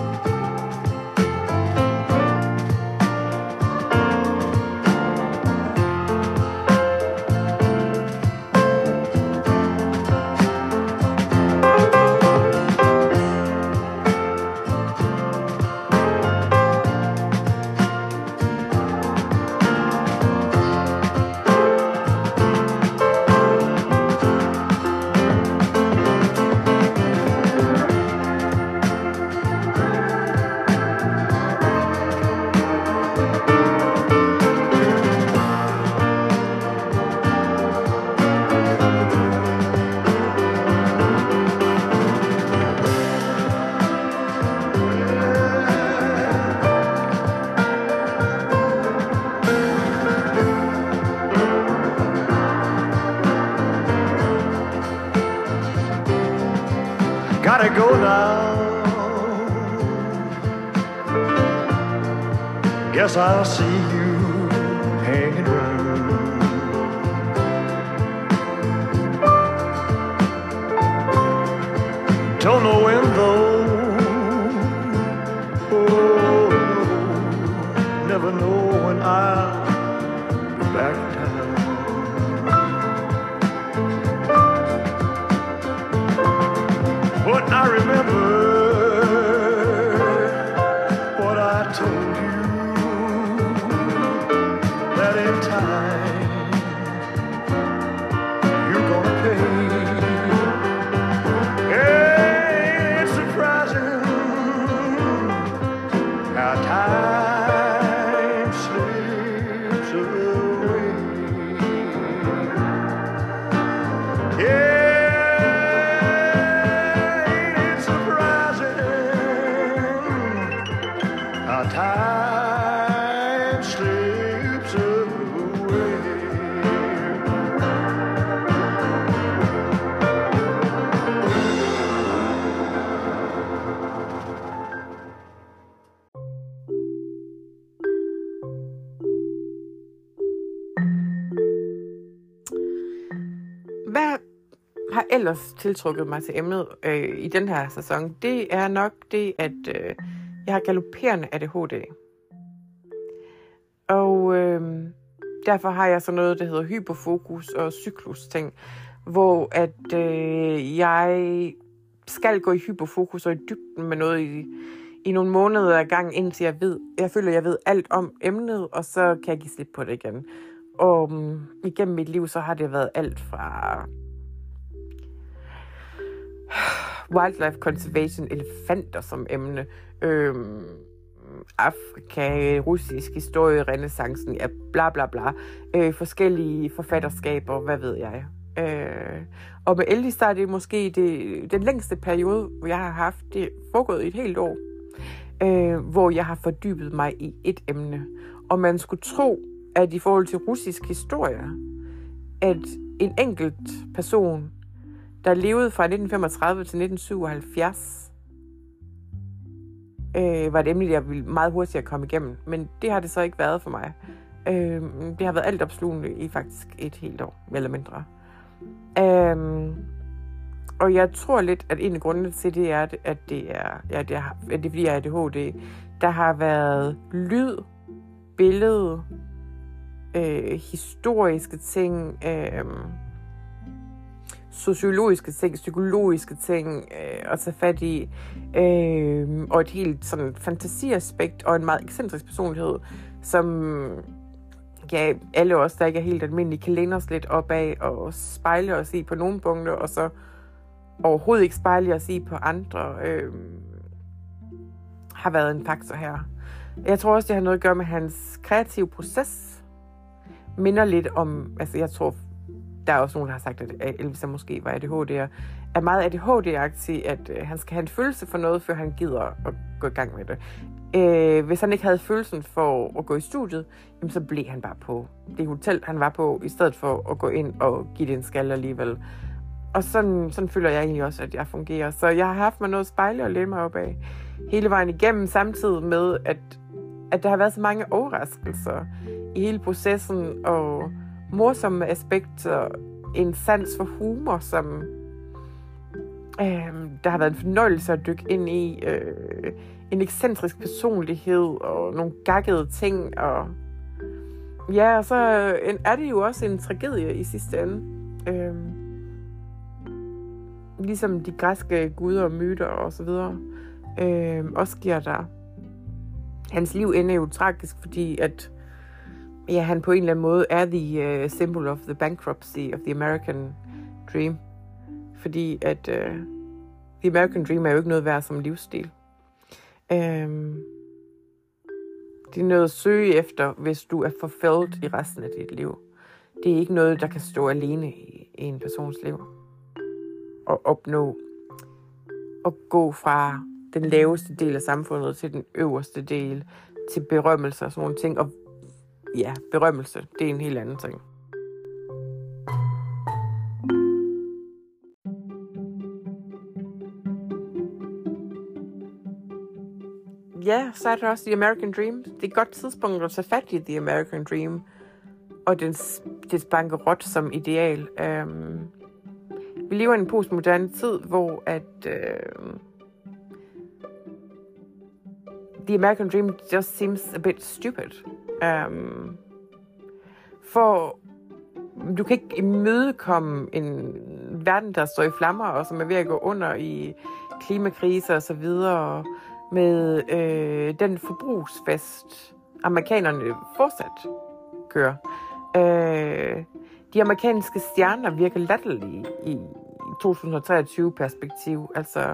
Gotta go now. Guess I'll see you hanging around. Don't know when though. Oh, never know when I'll be back in town. But I remember what I told you, that in time you're gonna pay. It's surprising how time har ellers tiltrukket mig til emnet i den her sæson, det er nok det, at jeg har galopperende ADHD. Og derfor har jeg så noget, der hedder hyperfokus og cyklus-ting, hvor at jeg skal gå i hyperfokus og i dybden med noget i nogle måneder ad gang, indtil jeg føler, jeg ved alt om emnet, og så kan jeg give slip på det igen. Og igennem mit liv, så har det været alt fra wildlife conservation, elefanter som emne, Afrika, russisk historie, renæssancen, ja, bla bla bla, forskellige forfatterskaber, hvad ved jeg. Og med Eldis, der er det måske den længste periode, jeg har haft, det foregået i et helt år, hvor jeg har fordybet mig i et emne. Og man skulle tro, at i forhold til russisk historie, at en enkelt person, der levede fra 1935 til 1977, var et emne, jeg ville meget hurtigt komme igennem. Men det har det så ikke været for mig. Det har været altopslugende i faktisk et helt år, mere eller mindre. Og jeg tror lidt, at en af grundene til det er, at det er fordi jeg er ADHD. Der har været lyd, billede, historiske ting, sociologiske ting, psykologiske ting at tage fat i, og et helt sådan fantasiaspekt og en meget ekscentrisk personlighed, som ja, alle os, der ikke er helt almindelige, kan læne os lidt op af og spejle os i på nogle punkter, og så overhovedet ikke spejle os i på andre, har været en faktor her. Jeg tror også, det har noget at gøre med hans kreative proces. Minder lidt om, altså jeg tror, der er også nogen, der har sagt, at Elvis måske var ADHD'er, er meget ADHD-agtig, at han skal have en følelse for noget, før han gider at gå i gang med det. Hvis han ikke havde følelsen for at gå i studiet, jamen, så blev han bare på det hotel, han var på, i stedet for at gå ind og give det en skal alligevel. Og sådan føler jeg egentlig også, at jeg fungerer. Så jeg har haft mig noget at spejle og læne mig op af hele vejen igennem, samtidig med, at der har været så mange overraskelser i hele processen, og morsomme aspekter, en sans for humor, som der har været en fornøjelse at dykke ind i, en ekscentrisk personlighed og nogle gakkede ting, og ja, og så er det jo også en tragedie i sidste ende. Ligesom de græske guder og myter og så videre også sker der. Hans liv ender jo tragisk, fordi at ja, han på en eller anden måde er the symbol of the bankruptcy of the American dream. Fordi at the American dream er jo ikke noget værd som livsstil. Det er noget at søge efter, hvis du er fulfilled i resten af dit liv. Det er ikke noget, der kan stå alene i en persons liv. Og opnå og gå fra den laveste del af samfundet til den øverste del, til berømmelse og sådan nogle ting. Og ja, berømmelse, det er en helt anden ting. Ja, så er der også The American Dream. Det er et godt tidspunkt at tage fat i The American Dream og dets bankerot som ideal. Vi lever i en postmoderne tid, hvor at The American Dream just seems a bit stupid. For du kan ikke imødekomme en verden, der står i flammer, og som er ved at gå under i klimakriser og så videre, med den forbrugsfest, amerikanerne fortsat kører. De amerikanske stjerner virker latterlige i 2023-perspektiv. Altså,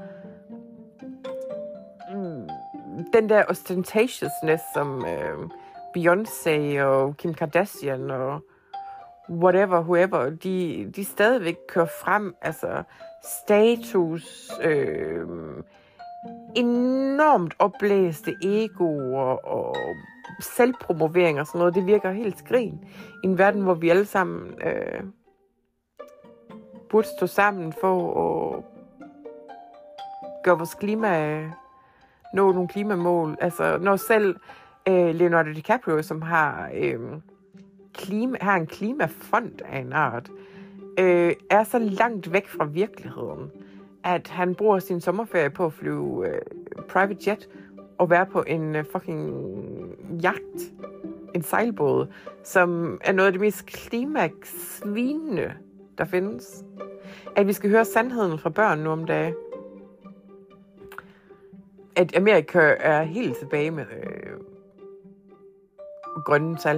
den der ostentatiousness, som Beyoncé og Kim Kardashian og whoever, de stadigvæk kører frem. Altså, status, enormt opblæste egoer og selvpromovering og sådan noget, det virker helt skrin. I en verden, hvor vi alle sammen burde stå sammen for at gøre vores nå nogle klimamål. Altså, når selv Leonardo DiCaprio, som har en klimafond af en art, er så langt væk fra virkeligheden, at han bruger sin sommerferie på at flyve private jet og være på en fucking jagt, en sejlbåd, som er noget af det mest klimaksvinende, der findes. At vi skal høre sandheden fra børn nu om dagen. At Amerika er helt tilbage med grønne tal.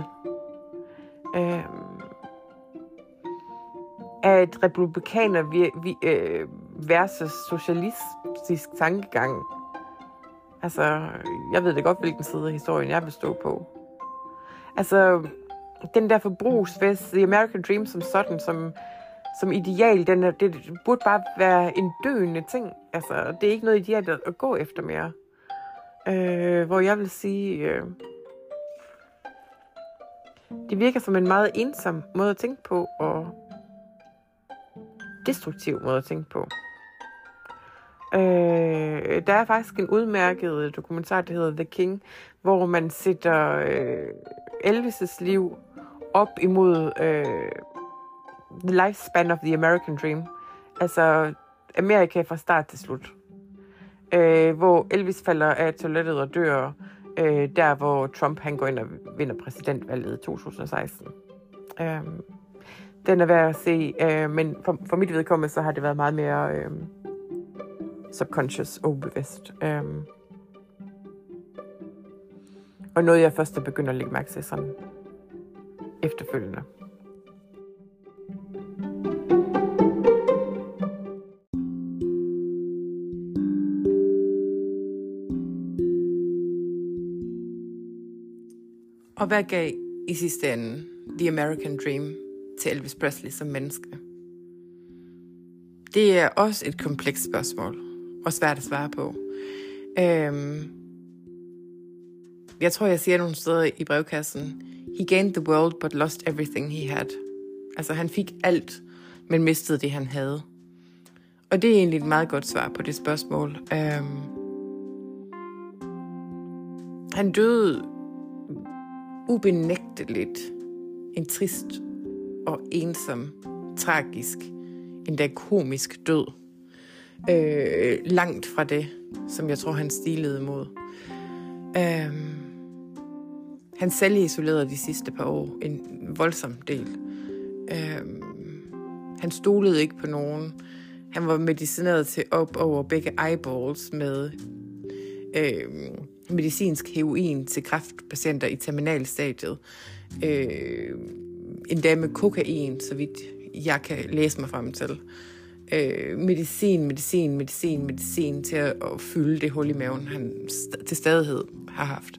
At republikaner versus socialistisk tankegang. Altså, jeg ved da godt, hvilken side af historien jeg vil stå på. Altså, den der forbrugsfest, the American Dream som sådan, som ideal, det burde bare være en døende ting. Altså, det er ikke noget ideal at gå efter mere. Hvor jeg vil sige, det virker som en meget ensom måde at tænke på, og destruktiv måde at tænke på. Der er faktisk en udmærket dokumentar, der hedder The King, hvor man sætter Elvis' liv op imod the lifespan of the American Dream. Altså Amerika fra start til slut. Hvor Elvis falder af toilettet og dør, der hvor Trump han går ind og vinder præsidentvalget i 2016. Den er værd at se, men for mit vedkommende, så har det været meget mere subconscious, ubevidst. Og noget, jeg først er begyndt at lægge mærke til sådan efterfølgende. Og hvad gav i sidste ende The American Dream til Elvis Presley som menneske? Det er også et komplekst spørgsmål, og svært at svare på. Jeg tror, jeg siger nogle steder i brevkassen, he gained the world, but lost everything he had. Altså, han fik alt, men mistede det, han havde. Og det er egentlig et meget godt svar på det spørgsmål. Han døde ubenægteligt en trist og ensom, tragisk, endda komisk død. Langt fra det, som jeg tror, han stilede mod. Han selvisolerede de sidste par år en voldsom del. Han stolede ikke på nogen. Han var medicineret til op over begge eyeballs med medicinsk heroin til kræftpatienter i terminalstadiet. Endda med kokain, så vidt jeg kan læse mig frem til. Medicin til at fylde det hul i maven, han til stadighed har haft.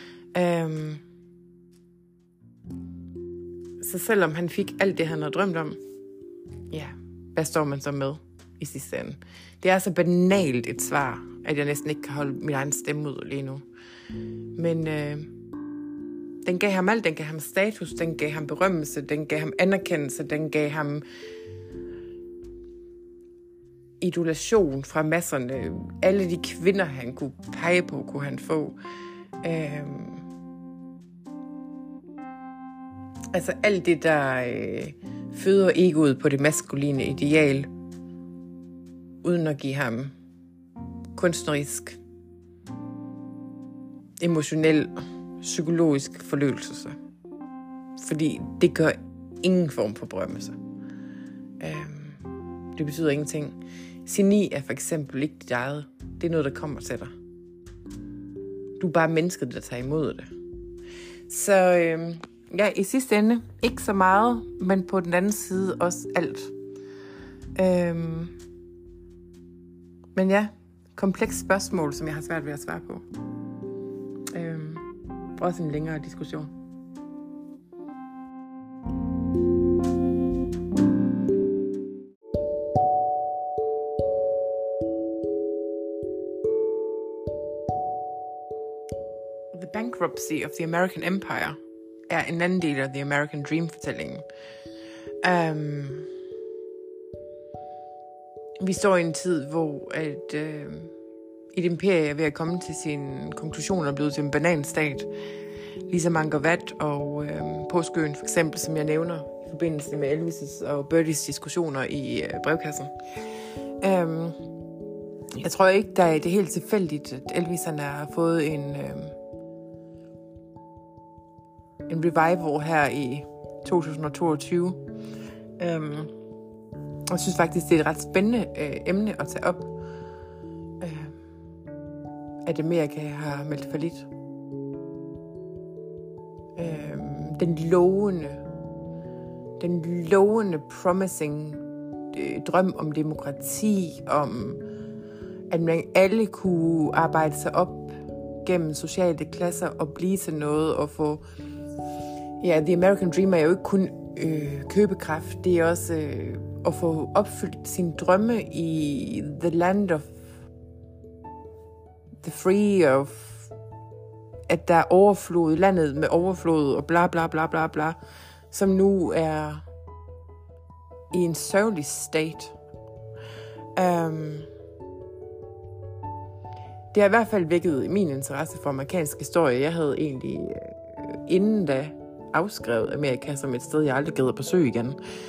Så selvom han fik alt det, han havde drømt om, ja, hvad står man så med i sidste ende? Det er så banalt et svar, at jeg næsten ikke kan holde min egen stemme ud lige nu. Men den gav ham alt. Den gav ham status, den gav ham berømmelse, den gav ham anerkendelse, den gav ham idolation fra masserne. Alle de kvinder, han kunne pege på, kunne han få. Altså alt det, der føder egoet på det maskuline ideal, uden at give ham kunstnerisk, emotionel, psykologisk forløselse. Fordi det gør ingen form for berømmelse. Det betyder ingenting. Geni er for eksempel ikke dit eget. Det er noget, der kommer til dig. Du er bare mennesket, der tager imod det. Så ja, i sidste ende ikke så meget, men på den anden side også alt. Men ja, komplekst spørgsmål, som jeg har svært ved at svare på. Også en længere diskussion. The bankruptcy of the American Empire er en anden del af The American Dream-fortællingen. Vi står i en tid, hvor et imperie er ved at komme til sin konklusion og blevet til en bananstat. Ligesom Angkor Wat og Påskeøen for eksempel, som jeg nævner forbindelse med Elvis' og Birdies diskussioner i brevkassen. Jeg tror ikke, det er helt tilfældigt, at Elvis har fået en revival her i 2022. Jeg synes faktisk, det er et ret spændende emne at tage op. At Amerika har meldt fallit. Den lovende promising drøm om demokrati, om at man alle kunne arbejde sig op gennem sociale klasser og blive til noget og få... Ja, The American Dream er jo ikke kun købekraft, det er også at få opfyldt sine drømme i the land of the free, of at der er overflod, landet med overflod og bla bla bla bla bla, som nu er i en sørgelig state. Det har i hvert fald vækket min interesse for amerikansk historie. Jeg havde egentlig inden da afskrevet Amerika som et sted, jeg aldrig gad at besøge igen.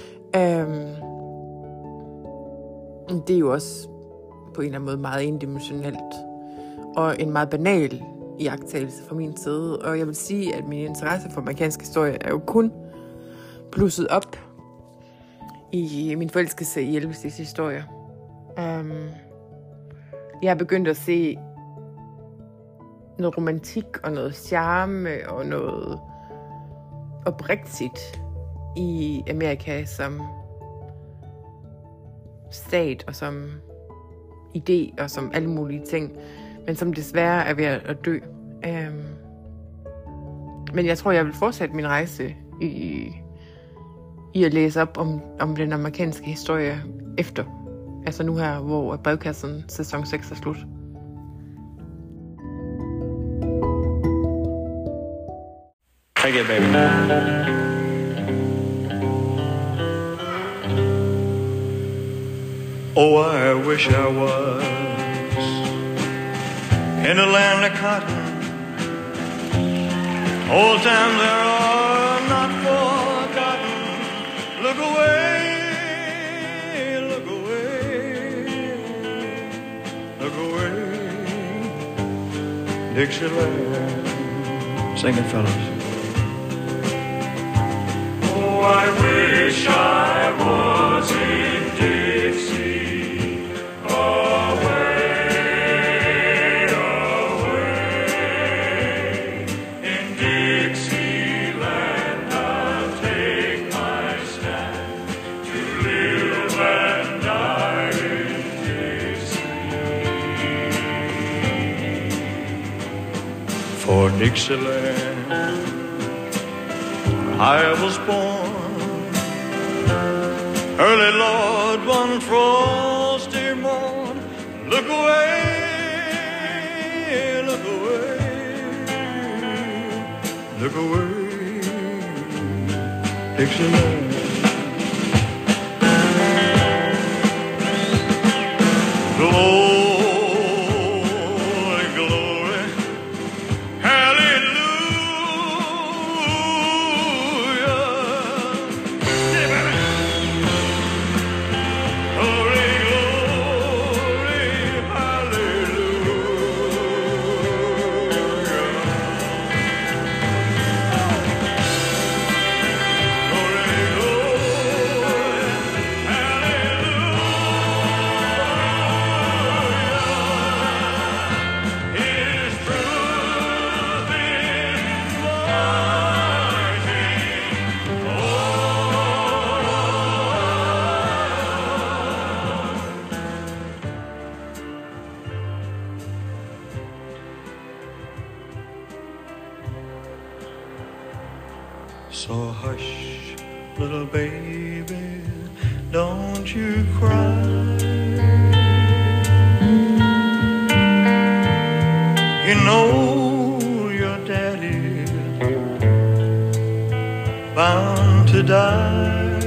Det er jo også på en eller anden måde meget endimensionelt og en meget banal iagttagelse fra min side. Og jeg vil sige, at min interesse for amerikansk historie er jo kun blusset op i min forelskelse i Elvis' historie. Jeg har begyndt at se noget romantik og noget charme og noget oprigtigt i Amerika som stat og som idé og som alle mulige ting, men som desværre er ved at dø. Men jeg tror, jeg vil fortsætte min rejse i at læse op om den amerikanske historie efter. Altså nu her, hvor brevkassen sæson 6 er slut. Take it, baby. Oh, I wish I was in a land of cotton. Old times there are not forgotten. Look away, look away, look away, Dixieland. Sing it, fellas. Oh, I wish I was in Dixie, away, away. In Dixieland I'll take my stand to live and die in Dixie. For Dixieland I was born early, Lord, one frosty morn. Look away, look away, look away, Dixieland. Glory, glory, hallelujah. So hush, little baby, don't you cry. You know your daddy's bound to die.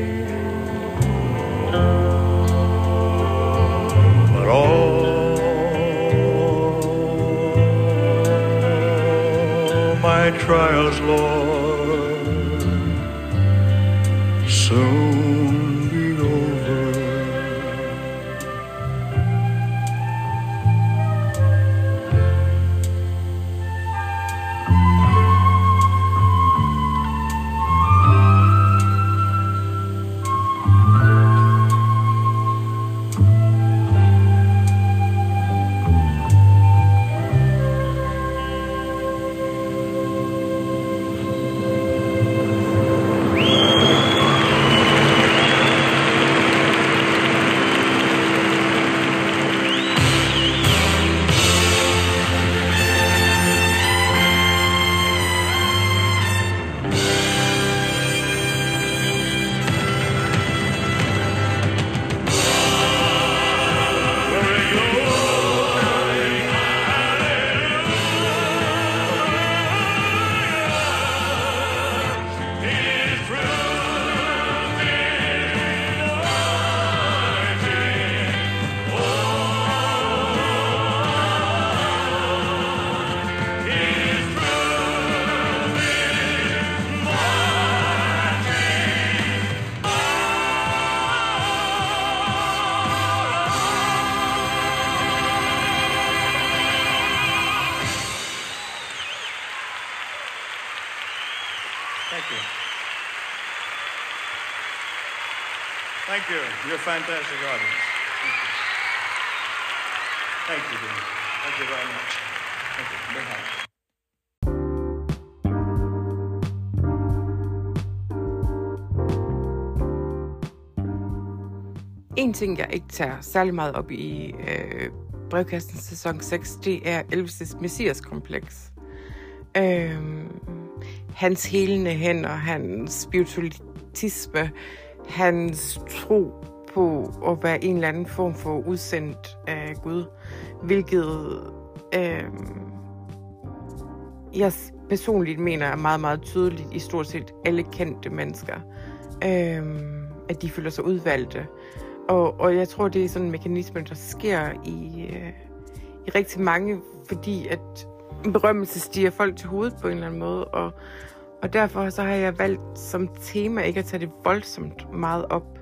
But all my trials, Lord, soon be over. Thank you. Thank you. You're a fantastic audience. Thank you. Thank you, dear. Thank you very much. Thank you. Big hug. En ting, jeg ikke tager særlig meget op i Brevkassen sæson 6, det er Elvis' Messias-kompleks. Hans helende hænder, hans spiritualitisme, hans tro på at være en eller anden form for udsendt af Gud, hvilket jeg personligt mener er meget, meget tydeligt i stort set alle kendte mennesker, at de føler sig udvalgte. Og jeg tror, det er sådan en mekanisme, der sker i rigtig mange, fordi at berømmelse stiger folk til hovedet på en eller anden måde, og derfor så har jeg valgt som tema ikke at tage det voldsomt meget op.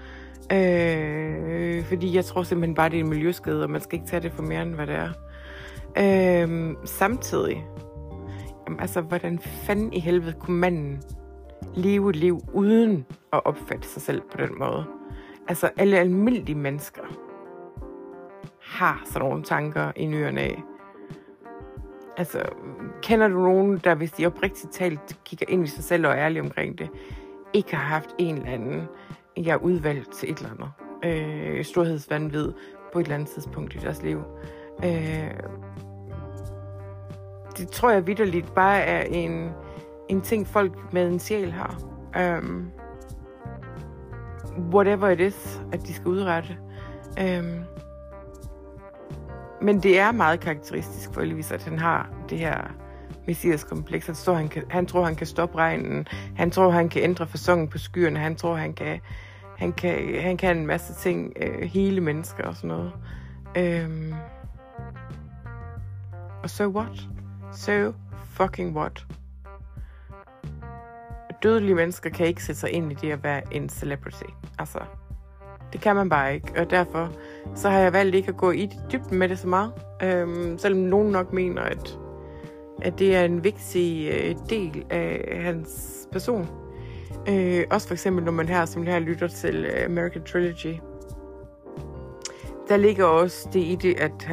Fordi jeg tror simpelthen bare, det er en miljøskade, og man skal ikke tage det for mere, end hvad det er. Samtidig, altså, hvordan fanden i helvede kunne manden leve et liv uden at opfatte sig selv på den måde? Altså, alle almindelige mennesker har sådan nogle tanker i nyerne af. Altså, kender du nogen, der, hvis de oprigtigt talt kigger ind i sig selv og er ærlige omkring det, ikke har haft en eller anden, jeg er udvalgt til et eller andet storhedsvanvid på et eller andet tidspunkt i deres liv? Det tror jeg vitterligt bare er en ting, folk med en sjæl har. Whatever it is, at de skal udrette. Men det er meget karakteristisk for Elvis, at han har det her messias-kompleks. Han tror, han kan stoppe regnen. Han tror, han kan ændre facon på skyerne. Han tror, han kan en masse ting, hele mennesker og sådan noget. Og so what? So fucking what? Dødelige mennesker kan ikke sætte sig ind i det at være en celebrity. Altså, det kan man bare ikke. Og derfor så har jeg valgt ikke at gå i dybden med det så meget. Selvom nogen nok mener, at det er en vigtig del af hans person. Også for eksempel, når man her lytter til American Trilogy. Der ligger også det i det, at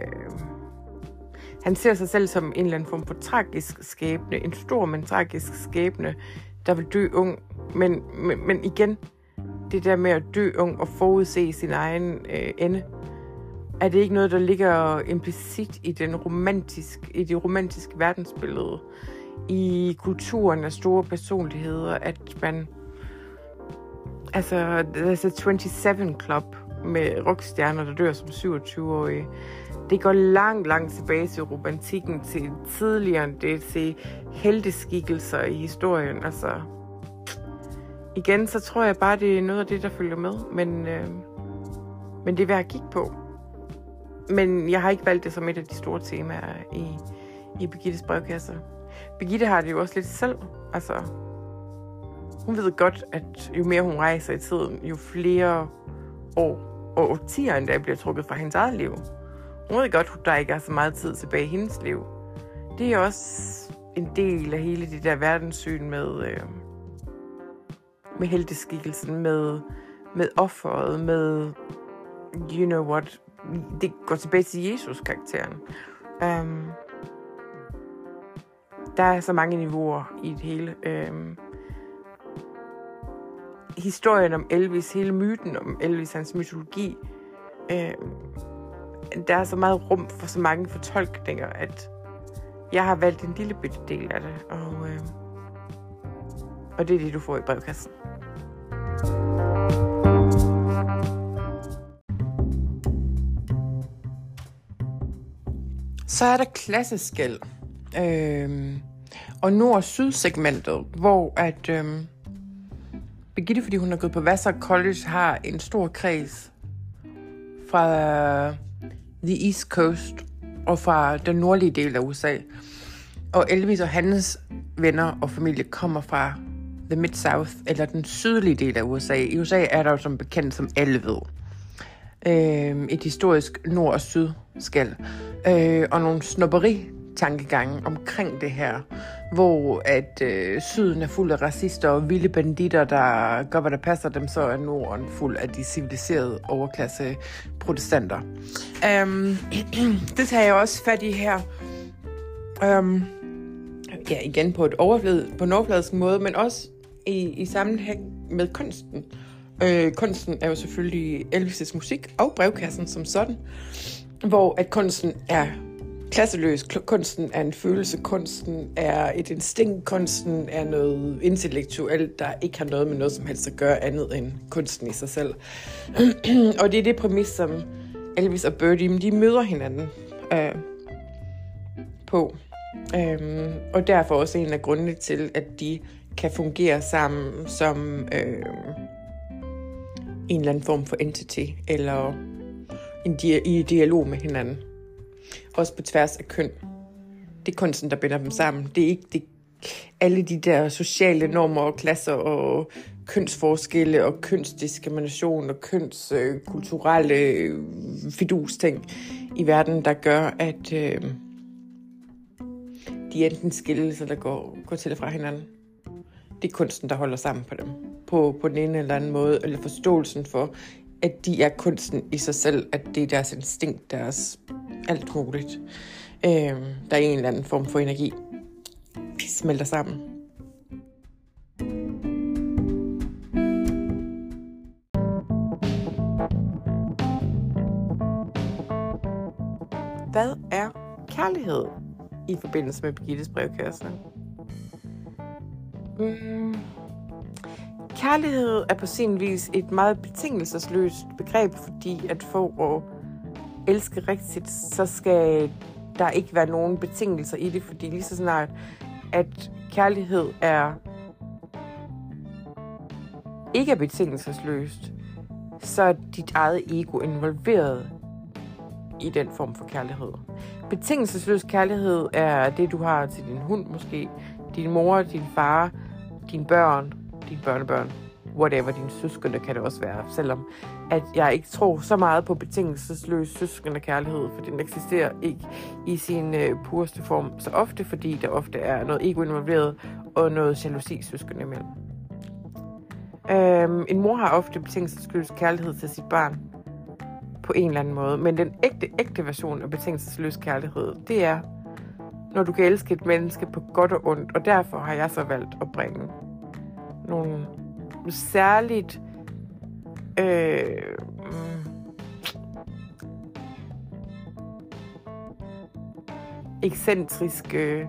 han ser sig selv som en eller anden form for tragisk skæbne. En stor, men tragisk skæbne, der vil dø ung. Men igen, det der med at dø ung og forudse sin egen ende, er det ikke noget, der ligger implicit i det romantiske verdensbillede, i kulturen af store personligheder, at man, altså, there's a 27 Club med rockstjerner, der dør som 27-årige. Det går langt tilbage til romantikken, til tidligere det, til helteskikkelser i historien. Altså, igen, så tror jeg bare, det er noget af det, der følger med. Men det er værd at kigge på. Men jeg har ikke valgt det som et af de store temaer i Birgittes brevkasse. Birgitte har det jo også lidt selv. Altså, Hun ved godt, at jo mere hun rejser i tiden, jo flere år og årtier endda bliver trukket fra hendes eget liv. Hun ved godt, at der ikke er så meget tid tilbage i hendes liv. Det er også en del af hele det der verdenssyn med helteskikkelsen, med offeret, med you know what. Det går tilbage til Jesus-karakteren. Der er så mange niveauer i det hele. Historien om Elvis, hele myten om Elvis, hans mytologi, der er så meget rum for så mange fortolkninger, at jeg har valgt en lille bitte del af det, og det er det, du får i brevkassen. Så er der klasseskel, og nord- og sydsegmentet, hvor at Birgitte, fordi hun er gået på Vassar College, har en stor kreds fra the East Coast og fra den nordlige del af USA. Og Elvis og hans venner og familie kommer fra the Mid-South, eller den sydlige del af USA. I USA er der jo som bekendt, som alle ved, et historisk nord- og sydskal. Og nogle snobberi-tankegange omkring det her, hvor at syden er fuld af racister og vilde banditter, der gør, hvad der passer dem, så er norden fuld af de civiliserede overklasse protestanter. Det tager jeg også fat i her. Igen på en overfladisk måde, men også i sammenhæng med kunsten. Kunsten er jo selvfølgelig Elvis' musik og brevkassen som sådan, hvor at kunsten er klasseløs. Kunsten er en følelse, kunsten er et instinkt, kunsten er noget intellektuelt, der ikke har noget med noget som helst at gøre andet end kunsten i sig selv. Og det er det præmis, som Elvis og Birdie, de møder hinanden på. Og derfor også en af grundene til, at de kan fungere sammen som en eller anden form for entity, eller i dialog med hinanden. Også på tværs af køn. Det er kunsten, der binder dem sammen. Det er ikke alle de der sociale normer og klasser og kønsforskelle og kønsdiskrimination og kønskulturelle fidus-ting i verden, der gør, at de enten skilles eller går til og fra hinanden. Det er kunsten, der holder sammen på dem. På den ene eller anden måde, eller forståelsen for, at de er kunsten i sig selv, at det er deres instinkt, deres alt muligt. Der er en eller anden form for energi, de smelter sammen. Hvad er kærlighed i forbindelse med Birgittes brevkasse? Kærlighed er på sin vis et meget betingelsesløst begreb, fordi at for at elske rigtigt, så skal der ikke være nogen betingelser i det, fordi lige så snart, at kærlighed ikke er betingelsesløst, så er dit eget ego involveret i den form for kærlighed. Betingelsesløs kærlighed er det, du har til din hund måske, din mor, din far, dine børn, dine børnebørn, whatever, dine søskende kan det også være, selvom at jeg ikke tror så meget på betingelsesløs søskende kærlighed, for den eksisterer ikke i sin pureste form så ofte, fordi der ofte er noget ego involveret og noget jalousi søskende imellem. En mor har ofte betingelsesløs kærlighed til sit barn på en eller anden måde, men den ægte version af betingelsesløs kærlighed, det er, når du kan elske et menneske på godt og ondt, og derfor har jeg så valgt at bringe nogle særligt ekscentriske,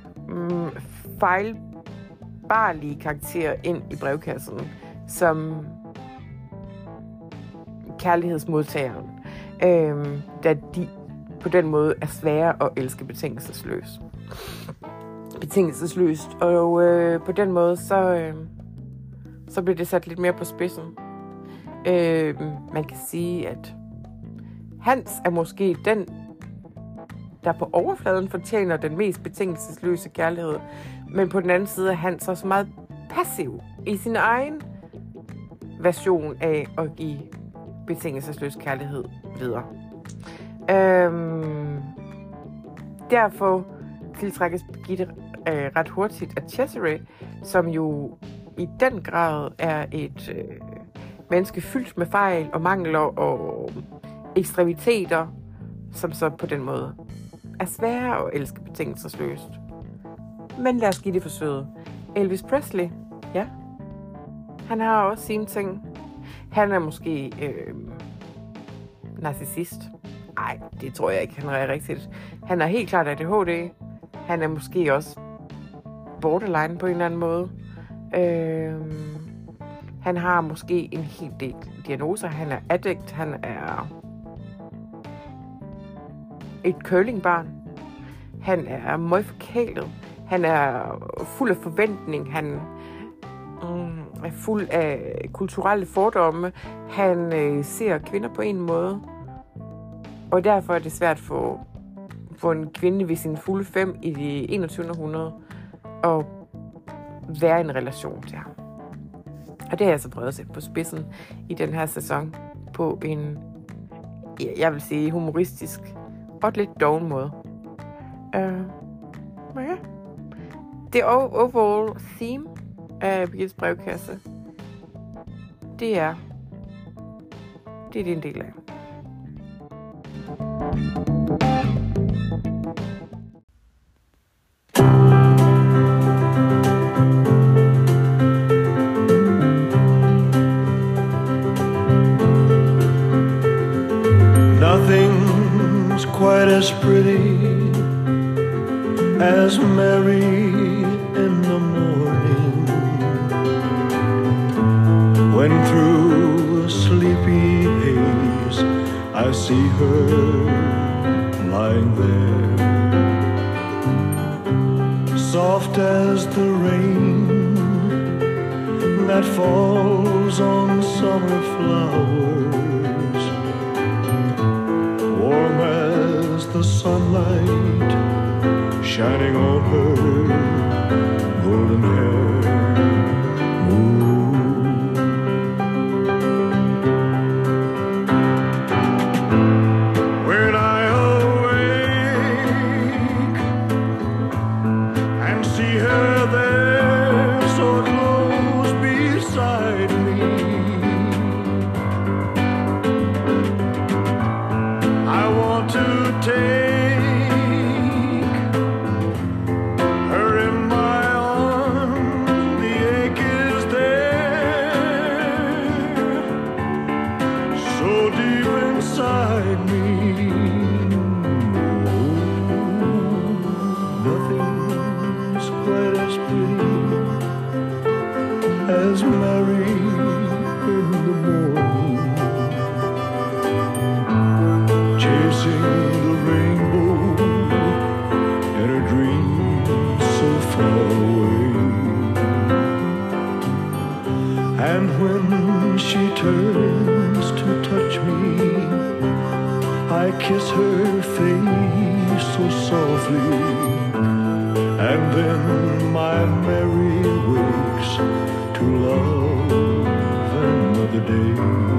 fejlbarlige karakterer ind i brevkassen, som kærlighedsmodtageren, da de på den måde er svære at elske betingelsesløst. Og på den måde, så bliver det sat lidt mere på spidsen. Man kan sige, at Hans er måske den, der på overfladen fortjener den mest betingelsesløse kærlighed. Men på den anden side er Hans også meget passiv i sin egen version af at give betingelsesløs kærlighed videre. Derfor tiltrækkes Birgitte ret hurtigt af Cesare, som jo i den grad er et menneske fyldt med fejl og mangler og ekstremiteter, som så på den måde er svære at elske betingelsesløst. Men lad os give det forsøget. Elvis Presley, ja, han har også sine ting. Han er måske narcissist. Nej, det tror jeg ikke, han er rigtigt. Han er helt klart ADHD. Han er måske også borderline på en eller anden måde. Han har måske en hel del diagnoser. Han er addict. Han er et curlingbarn. Han er meget forkælet. Han er fuld af forventning. Han er fuld af kulturelle fordomme. Han ser kvinder på en måde. Og derfor er det svært for en kvinde ved sin fulde 5 i det 21. århundrede at være i en relation til ham. Og det har jeg så prøvet at sætte på spidsen i den her sæson på en, jeg vil sige, humoristisk og lidt doven måde. Ja. Det overall theme af Birgittes brevkasse, det er en del af. Nothing's quite as pretty as Mary in the morning, when through a sleepy haze I see her lying there, soft as the rain that falls on summer flowers, warm as the sunlight shining on her golden hair. Ooh. When I awake and see her there so close beside me, I want to take as Mary in the morning, chasing the rainbow in a dream so far away. And when she turns to touch me, I kiss her face so softly, and then my Mary wakes to love another day.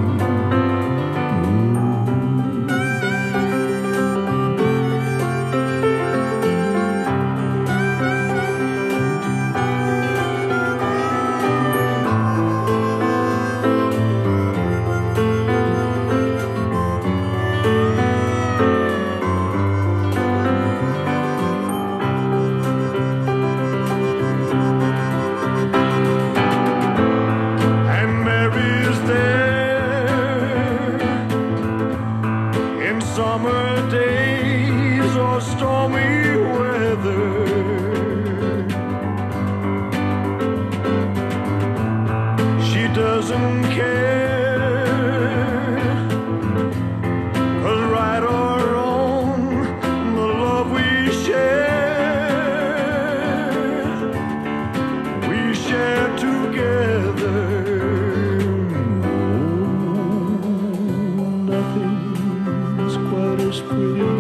Summer days or stormy weather, she doesn't care, 'cause right or wrong, the love we share together. Nothing's quite as pretty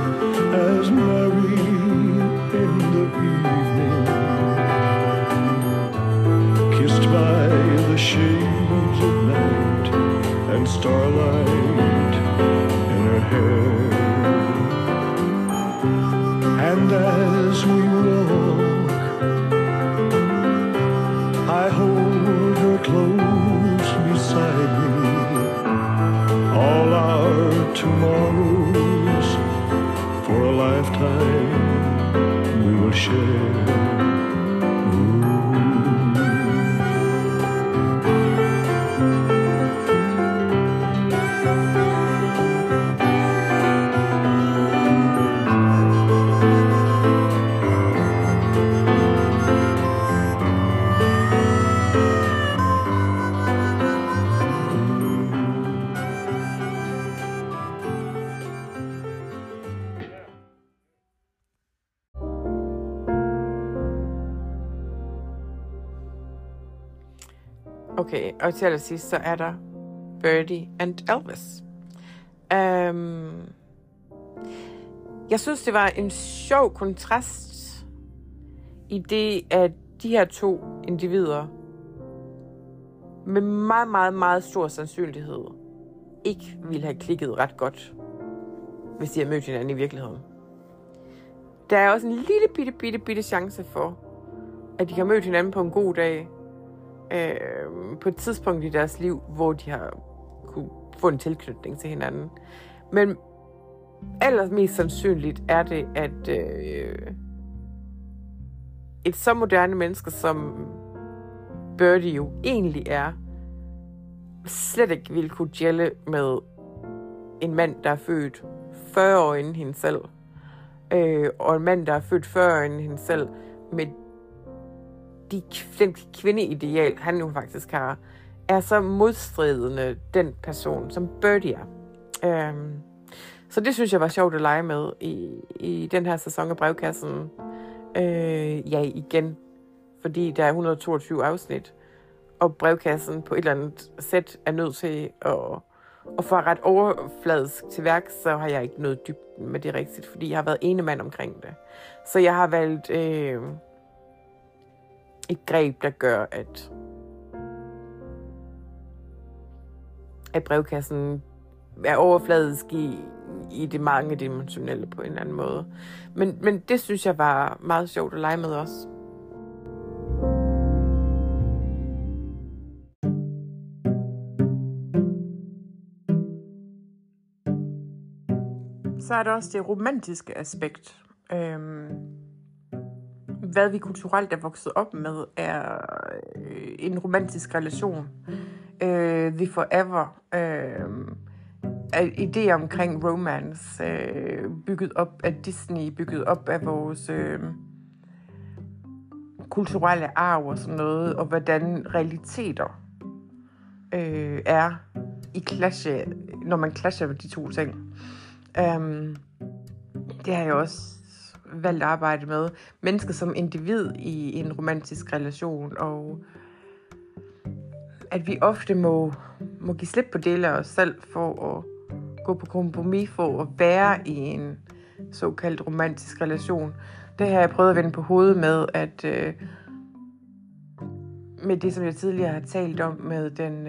as Mary in the evening, by the shades of night and starlight in her hair. And as we walk, I hold her close beside me. All our tomorrows for a lifetime we will share. Okay, og til allersidst, så er der Birdie and Elvis. Jeg synes, det var en sjov kontrast i det, at de her to individer med meget, meget, meget stor sandsynlighed ikke ville have klikket ret godt, hvis de havde mødt hinanden i virkeligheden. Der er også en lille bitte chance for, at de har mødt hinanden på en god dag, på et tidspunkt i deres liv, hvor de har kunne få en tilknytning til hinanden. Men allermest sandsynligt er det, at et så moderne menneske, som Birdie jo egentlig er, slet ikke ville kunne gælde med en mand, der er født 40 år inden hende selv, og en mand, der er født 40 år inden hende selv, med den kvindeideal, han jo faktisk har, er så modstridende den person, som Birdie er. Så det synes jeg var sjovt at lege med i den her sæson af Brevkassen. Ja, igen, fordi der er 122 afsnit, og Brevkassen på et eller andet sæt er nødt til at få ret overfladisk til værk, så har jeg ikke noget dybden med det rigtigt, fordi jeg har været ene mand omkring det. Så jeg har valgt et greb, der gør, at Brevkassen er overfladisk i det mangedimensionelle på en eller anden måde. Men det synes jeg var meget sjovt at lege med også. Så er der også det romantiske aspekt. Hvad vi kulturelt er vokset op med, er en romantisk relation. The Forever. Idéer omkring romance, bygget op af Disney, bygget op af vores kulturelle arv og sådan noget, og hvordan realiteter er i clash, når man clasher med de to ting. Det har jeg også valgt at arbejde med. Mennesker som individ i en romantisk relation, og at vi ofte må give slip på dele af os selv for at gå på kompromis for at være i en såkaldt romantisk relation. Det har jeg prøvet at vende på hovedet med, at med det, som jeg tidligere har talt om, med den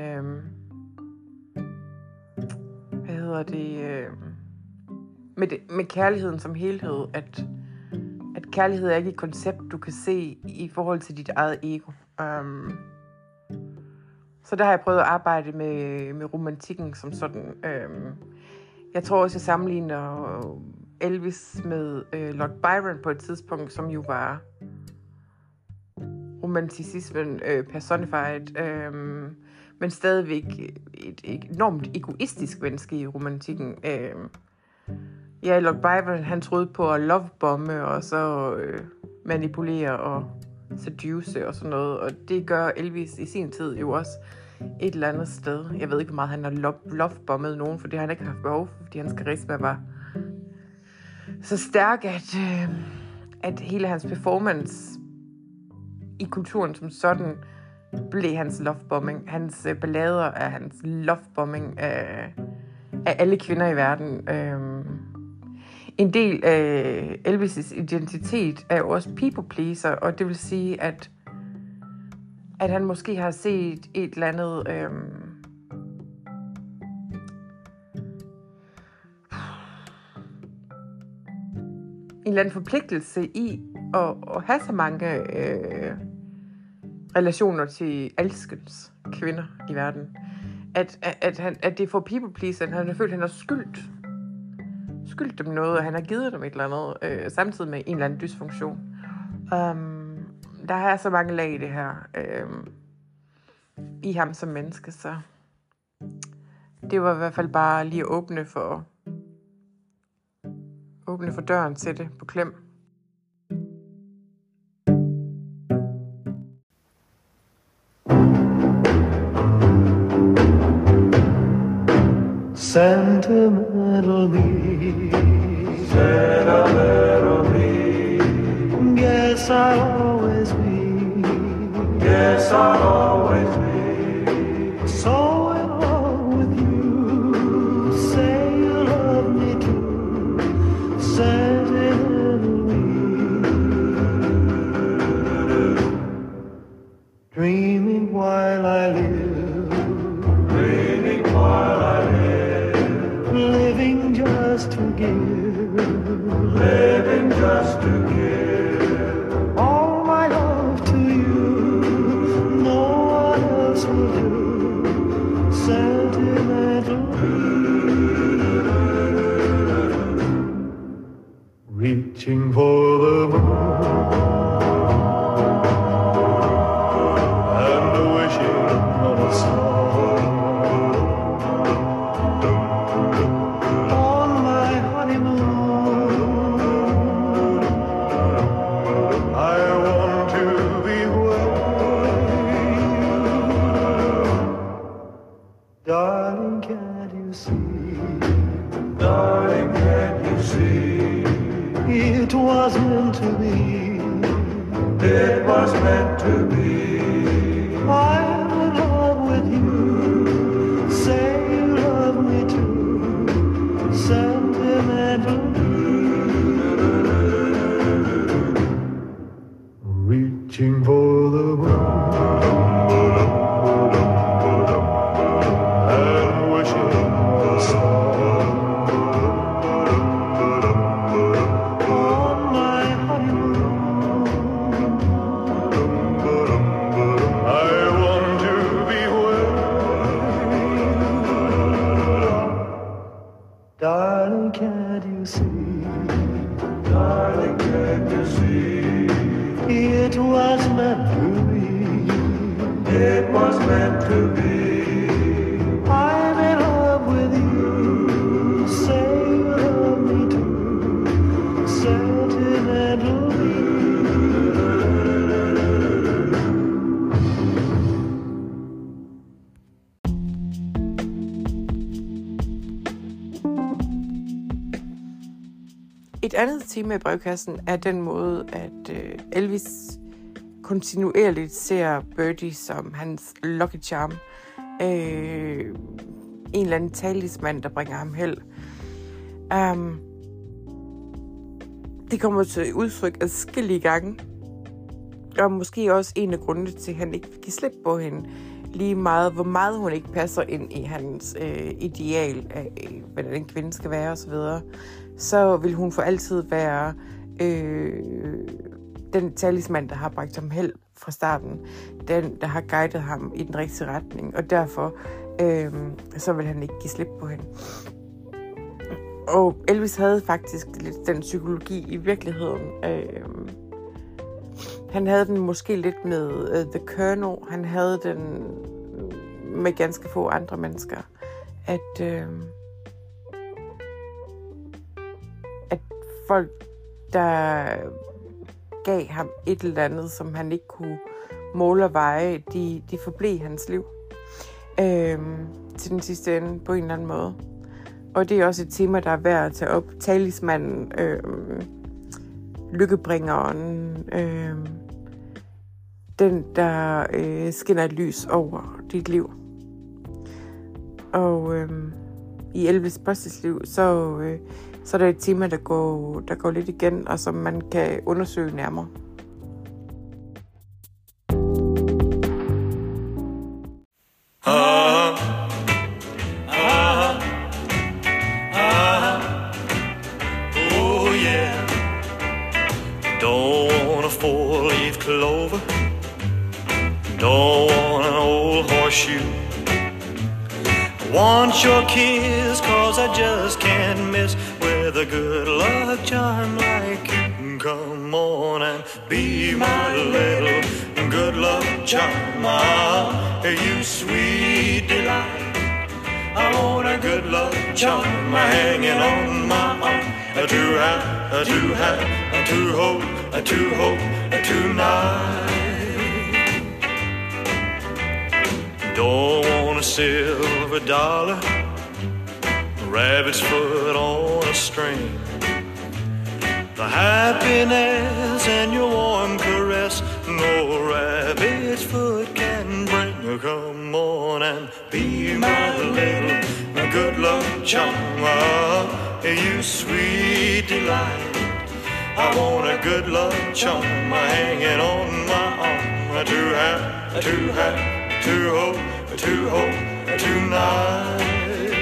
med kærligheden som helhed, at kærlighed er ikke et koncept, du kan se i forhold til dit eget ego. Så der har jeg prøvet at arbejde med romantikken som sådan. Jeg tror også, jeg sammenligner Elvis med Lord Byron på et tidspunkt, som jo var romanticismen personified, men stadigvæk et enormt egoistisk menneske i romantikken. Ja, Lord Byron, han troede på at lovebombe og så manipulere og seduce og sådan noget, og det gør Elvis i sin tid jo også et eller andet sted. Jeg ved ikke, hvor meget han har lovebommet nogen, for det har han ikke haft behov for, fordi hans karisma var så stærk, at hele hans performance i kulturen som sådan blev hans lovebombing. Hans ballader er hans lovebombing af alle kvinder i verden. En del af Elvis' identitet er jo også people pleaser, og det vil sige, at at han måske har set et eller andet en eller anden forpligtelse i at have så mange relationer til alskens kvinder i verden. At det er for people please, at han har følt, at han har skyldt dem noget, og han har givet dem et eller andet, samtidig med en eller anden dysfunktion. Der er så mange lag i det her, i ham som menneske, så det var i hvert fald bare lige at åbne for døren til det på klem. Sentimental me, sentimental me. Guess I'll always be, guess I'll always be. So in love with you, say you love me too. Sentimental me, dreaming while I live, dreaming while I live. Living just to give, living just to give all my love to you. No one else will do. Sentimental, reaching for the moon and wishing on a star. Darling, can't you see? Darling, can't you see? It was meant to be. It was meant to be. I'm in love with you. Say you love me too. Sentimental. Reaching for the moon. Darling, can't you see? Darling, can't you see? It was meant to be. It was meant to be. I'm in love with you. Say you love me too. Sentimental. Et andet tema i brevkassen er den måde, at Elvis kontinuerligt ser Birdie som hans lucky charm. En eller anden talisman, der bringer ham held. Det kommer til udtryk adskillige gange. Og måske også en af grundene til, at han ikke kan slippe på hende. Lige meget, hvor meget hun ikke passer ind i hans ideal af, hvordan en kvinde skal være osv., så vil hun for altid være den talisman, der har bragt ham held fra starten. Den, der har guidet ham i den rigtige retning. Og derfor så vil han ikke give slip på hende. Og Elvis havde faktisk lidt den psykologi i virkeligheden. Han havde den måske lidt med The Colonel. Han havde den med ganske få andre mennesker. At folk, der gav ham et eller andet, som han ikke kunne måle og veje, de forblev hans liv. Til den sidste ende på en eller anden måde. Og det er også et tema, der er værd at tage op. Talismanden, lykkebringeren, den, der skinner et lys over dit liv. Og i Elvis Presleys liv, så er der et tema, der går lidt igen, og som man kan undersøge nærmere. Oh yeah. Don't want a four-leaf clover. Don't want an old horseshoe. Want your kiss, 'cause I just can't miss with a good luck charm like you. Come on and be my little good luck charm. You sweet delight. I want a good luck charm hanging on my arm. To hold tonight. Don't want a silver dollar, rabbit's foot on a string. The happiness and your warm caress, no rabbit's foot can bring. Come on and be my little good luck charm. You sweet delight. I want a good luck charm hanging on my arm. To hold tonight.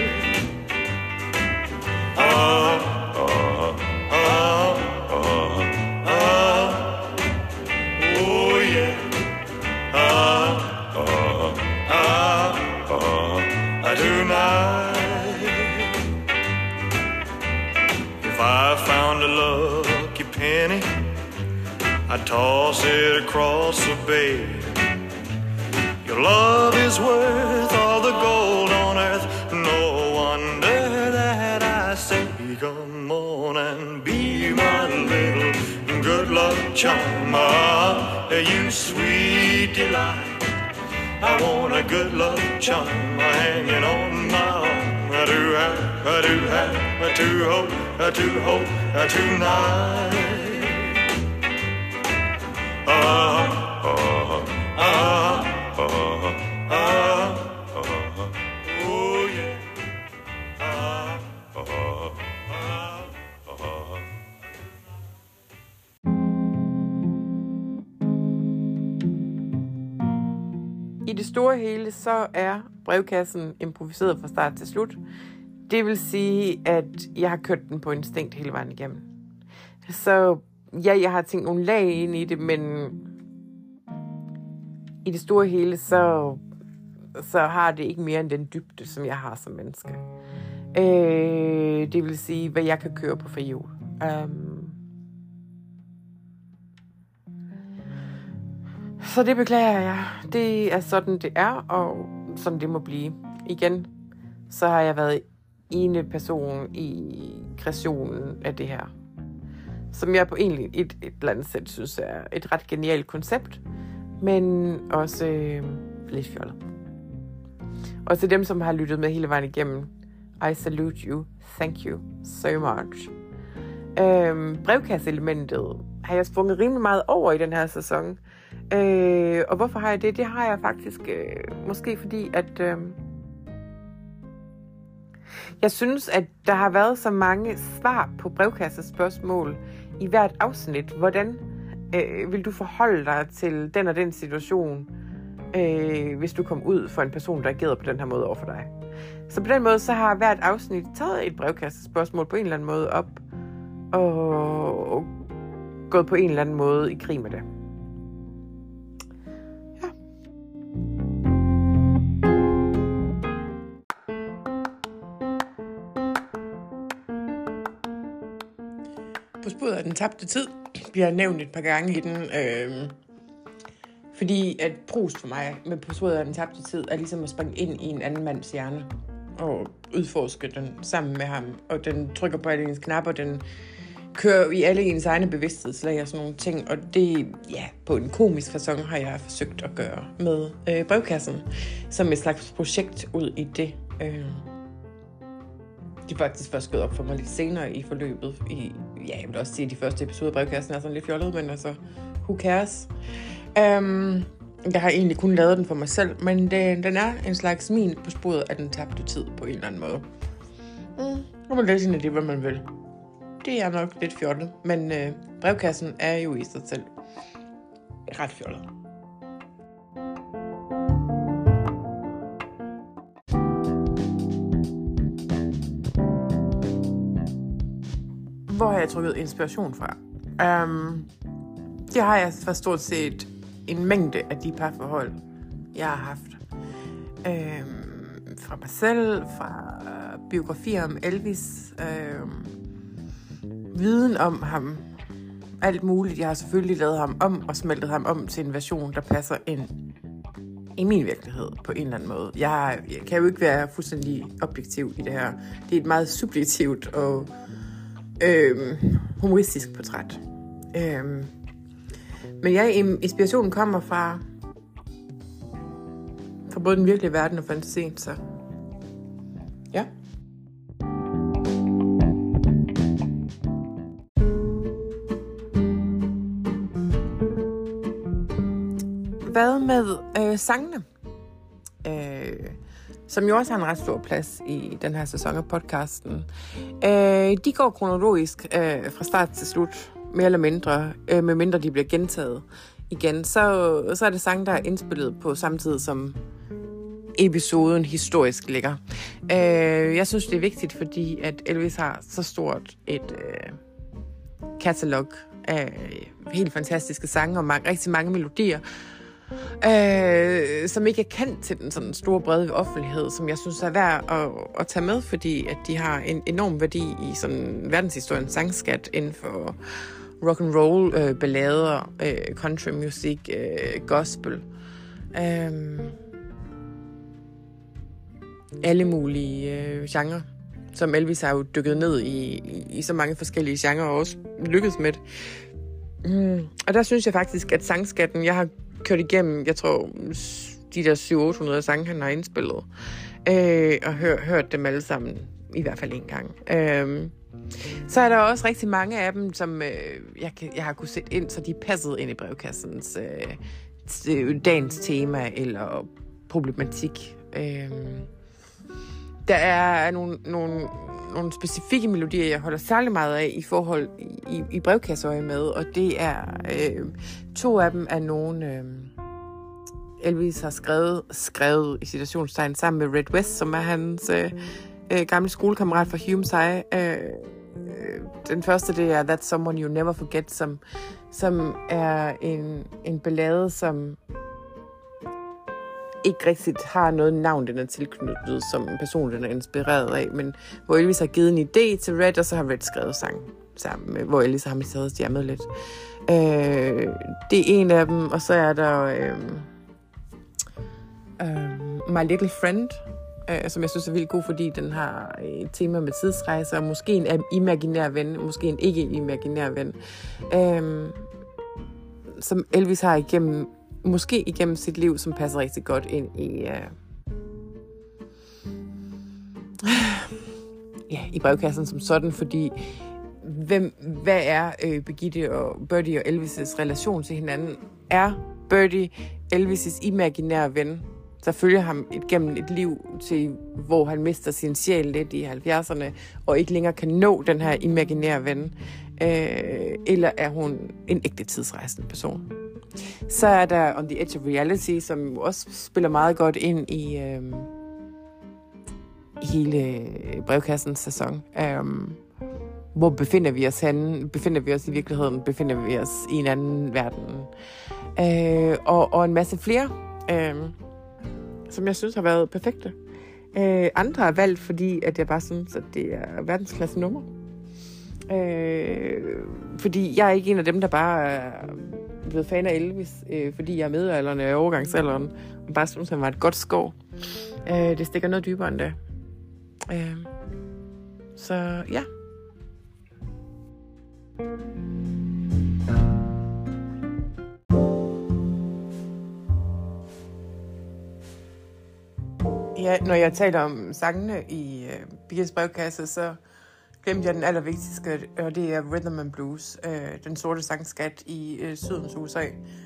Oh yeah. Tonight. If I found a lucky penny, I'd toss it across the bay. Your love is worth all the gold on earth. No wonder that I say, come on and be my little good luck charm. You sweet delight. I want a good luck charm hanging on my arm. To hold tonight. Oh yeah. I det store hele, så er brevkassen improviseret fra start til slut. Det vil sige, at jeg har kørt den på instinkt hele vejen igennem. Så ja, jeg har tænkt nogle lag ind i det, men i det store hele, så har det ikke mere end den dybde, som jeg har som menneske. Det vil sige, hvad jeg kan køre på frihjul. Så det beklager jeg. Det er sådan, det er, og som det må blive. Igen, så har jeg været ene person i kreationen af det her. Som jeg på egentlig et eller andet sæt synes er et ret genialt koncept, men også lidt fjollet. Og til dem, som har lyttet med hele vejen igennem, I salute you. Thank you so much. Brevkasseelementet har jeg sprunget rimelig meget over i den her sæson. Og hvorfor har jeg det? Det har jeg faktisk måske fordi, at jeg synes, at der har været så mange svar på brevkassespørgsmål i hvert afsnit. Hvordan vil du forholde dig til den og den situation, hvis du kom ud for en person, der agerede på den her måde over for dig? Så på den måde, så har hvert afsnit taget et brevkassespørgsmål på en eller anden måde op, og gået på en eller anden måde i krig med det. På sporet af den tabte tid bliver nævnt et par gange i den, fordi at Proust for mig med på sporet af den tabte tid er ligesom at springe ind i en anden mands hjerne og udforske den sammen med ham, og den trykker på alle ens knapper, den kører i alle ens egne bevidsthedslag og sådan nogle ting, og det, ja, på en komisk facon har jeg forsøgt at gøre med brevkassen, som et slags projekt ud i det. Det er faktisk først gået op for mig lidt senere i forløbet. Jeg vil også sige, at de første episoder af brevkassen er sådan lidt fjollet, men altså, who cares? Jeg har egentlig kun lavet den for mig selv, men den er en slags min på sporet af den tabte tid på en eller anden måde. Nu må læse det, hvad man vil. Det er nok lidt fjollet, men brevkassen er jo i sig selv ret fjollet. hvor har jeg trykket inspiration fra? Det har jeg fra stort set en mængde af de parforhold, jeg har haft. Fra mig selv, fra biografier om Elvis, viden om ham, alt muligt. Jeg har selvfølgelig lavet ham om og smeltet ham om til en version, der passer ind i min virkelighed på en eller anden måde. Jeg kan jo ikke være fuldstændig objektiv i det her. Det er et meget subjektivt og humoristisk portræt. Men inspirationen kommer fra både den virkelige verden og fantasien, så ja. Hvad med sangene? Som jo også har en ret stor plads i den her sæson af podcasten. De går kronologisk fra start til slut, mere eller mindre, medmindre de bliver gentaget igen. Så er det sange, der er indspillet på samme tid, som episoden historisk ligger. Jeg synes, det er vigtigt, fordi at Elvis har så stort et katalog af helt fantastiske sange og rigtig mange melodier, som ikke er kendt til den sådan store brede offentlighed, som jeg synes er værd at tage med, fordi at de har en enorm værdi i sådan verdenshistoriens sangskat inden for rock and roll, ballader, country musik, gospel, alle mulige genrer, som Elvis har jo dykket ned i så mange forskellige genrer og også lykkedes med det. Og der synes jeg faktisk, at sangskatten, jeg har kørt igennem, jeg tror, de der 700-800 sange, han har indspillet, og hørt dem alle sammen, i hvert fald en gang. Så er der også rigtig mange af dem, som jeg har kunne sætte ind, så de passede ind i brevkassens dagens tema eller problematik. Der er nogle specifikke melodier, jeg holder særlig meget af i brevkasseøje med, og det er 2 af dem er nogle Elvis har skrevet i citationstegn sammen med Red West, som er hans gamle skolekammerat fra Hume's High. Den første, det er That's Someone You Never Forget, som er en ballade, som ikke rigtigt har noget navn, den er tilknyttet, som en person, den er inspireret af, men hvor Elvis har givet en idé til Red, og så har Red skrevet sang sammen med, hvor Elvis har mistet stjermet lidt. Det er en af dem, og så er der My Little Friend, som jeg synes er vildt god, fordi den har et tema med tidsrejser, måske en imaginær ven, måske en ikke-imaginær ven, som Elvis har igennem sit liv, som passer rigtig godt ind i brevkassen som sådan, fordi hvad er Birgitte og Birdie og Elvis' relation til hinanden? Er Birdie Elvis' imaginære ven, der følger ham gennem et liv til, hvor han mister sin sjæl lidt i 70'erne, og ikke længere kan nå den her imaginære ven? Eller er hun en ægte tidsrejsende person? Så er der On the Edge of Reality, som også spiller meget godt ind i hele brevkassens sæson. Hvor befinder vi os henne? Befinder vi os i virkeligheden? Befinder vi os i en anden verden? Og en masse flere, som jeg synes har været perfekte. Andre er valgt, fordi at jeg bare synes, at det er verdensklasse nummer. Fordi jeg er ikke en af dem, der bare er blevet fan af Elvis, fordi jeg er middelalderen og overgangsalderen, og bare synes, han var et godt skår. Det stikker noget dybere end det. Så ja. Ja, når jeg taler om sangene i Birgittes brevkasse, så glemte jeg den allervigtigste, og det er Rhythm and Blues, den sorte sangskat i Sydens USA.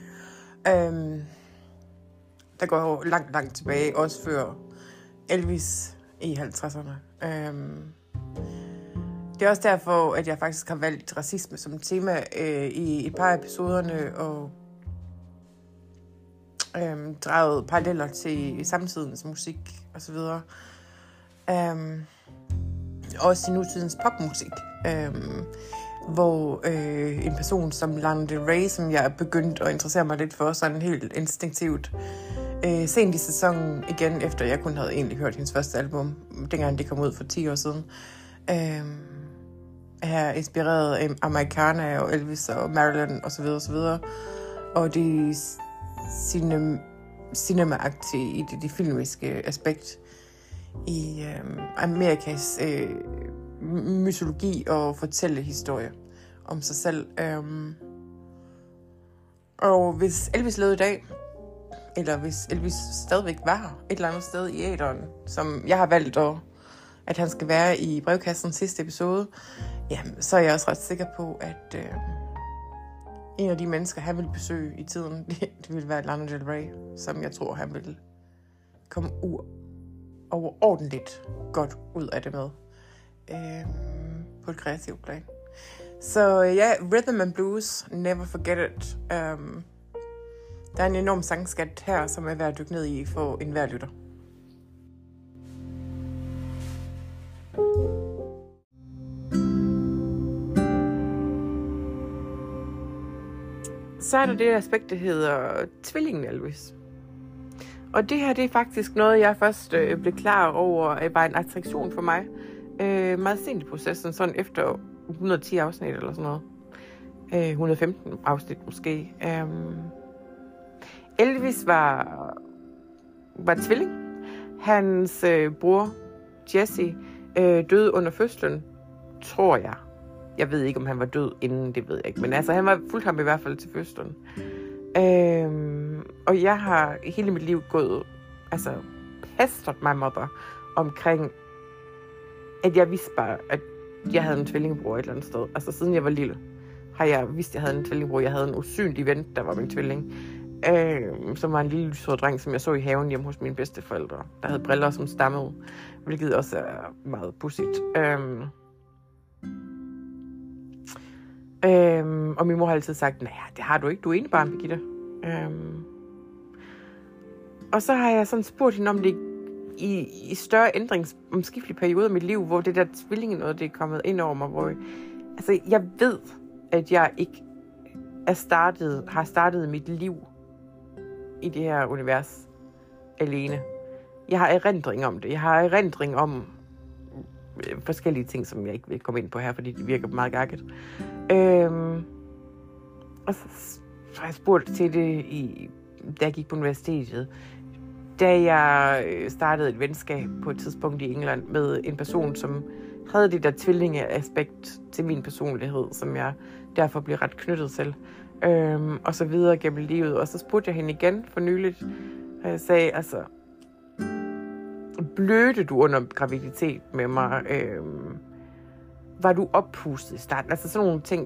Der går jo langt tilbage, også før Elvis i 50'erne. Det er også derfor, at jeg faktisk har valgt racisme som tema i et par af episoderne, og draget paralleller til samtidens musik osv. Også i nutidens popmusik. hvor en person som Lana Del Rey, som jeg er begyndt at interessere mig lidt for, sådan helt instinktivt, sent i sæsonen igen, efter jeg kun havde egentlig hørt hendes første album, dengang det kom ud for 10 år siden, er inspireret af Americana og Elvis og Marilyn osv. osv. Og det cinema-agtige i det filmiske aspekt i Amerikas mytologi og fortællehistorie om sig selv. Og hvis Elvis levede i dag, eller hvis Elvis stadigvæk var et eller andet sted i æteren, som jeg har valgt, at han skal være i brevkassen sidste episode, jamen, så er jeg også ret sikker på, at en af de mennesker, han vil besøge i tiden, det vil være Lana Del Rey, som jeg tror, han vil komme overordentligt godt ud af det med. På et kreativt plan. Så ja, Rhythm and Blues, Never Forget It. Der er en enorm sangskat her, som er værd at dykke ned i for enhver lytter. Så er der det aspekt, der hedder tvillingen Elvis. Og det her, det er faktisk noget, jeg først blev klar over, var en attraktion for mig. Meget sent i processen, sådan efter 110 afsnit eller sådan noget. 115 afsnit måske. Elvis var tvilling. Hans bror, Jesse, døde under fødslen, tror jeg. Jeg ved ikke, om han var død inden, det ved jeg ikke. Men altså, han var fuldt ham i hvert fald til fødslen. Og jeg har hele mit liv gået, pestered my mother omkring, at jeg vidste bare, at jeg havde en tvillingebror et eller andet sted. Altså, siden jeg var lille, har jeg vidst, at jeg havde en tvillingebror. Jeg havde en usynlig ven, der var min tvilling. Som var en lille lysrød dreng, som jeg så i haven hjemme hos mine bedsteforældre. Der havde briller, som stammede, hvilket også er meget pudsigt. Og min mor har altid sagt, nej, det har du ikke. Du er enebarn, Birgitte. Og så har jeg sådan spurgt hende om det i større ændringsomskiftelige perioder i mit liv, hvor det der tvillinge noget, det er kommet ind over mig, hvor jeg ved, at jeg ikke har startet mit liv i det her univers alene. Jeg har erindring om det. Jeg har erindring om forskellige ting, som jeg ikke vil komme ind på her, fordi de virker meget gakket. Og så har jeg spurgt til det, da jeg gik på universitetet. Da jeg startede et venskab på et tidspunkt i England med en person, som havde det der tvillingeaspekt til min personlighed, som jeg derfor blev ret knyttet til. Og så videre gennem livet. Og så spurgte jeg hende igen for nyligt, og jeg sagde, blødte du under graviditet med mig? Var du oppustet i starten? Altså sådan nogle ting,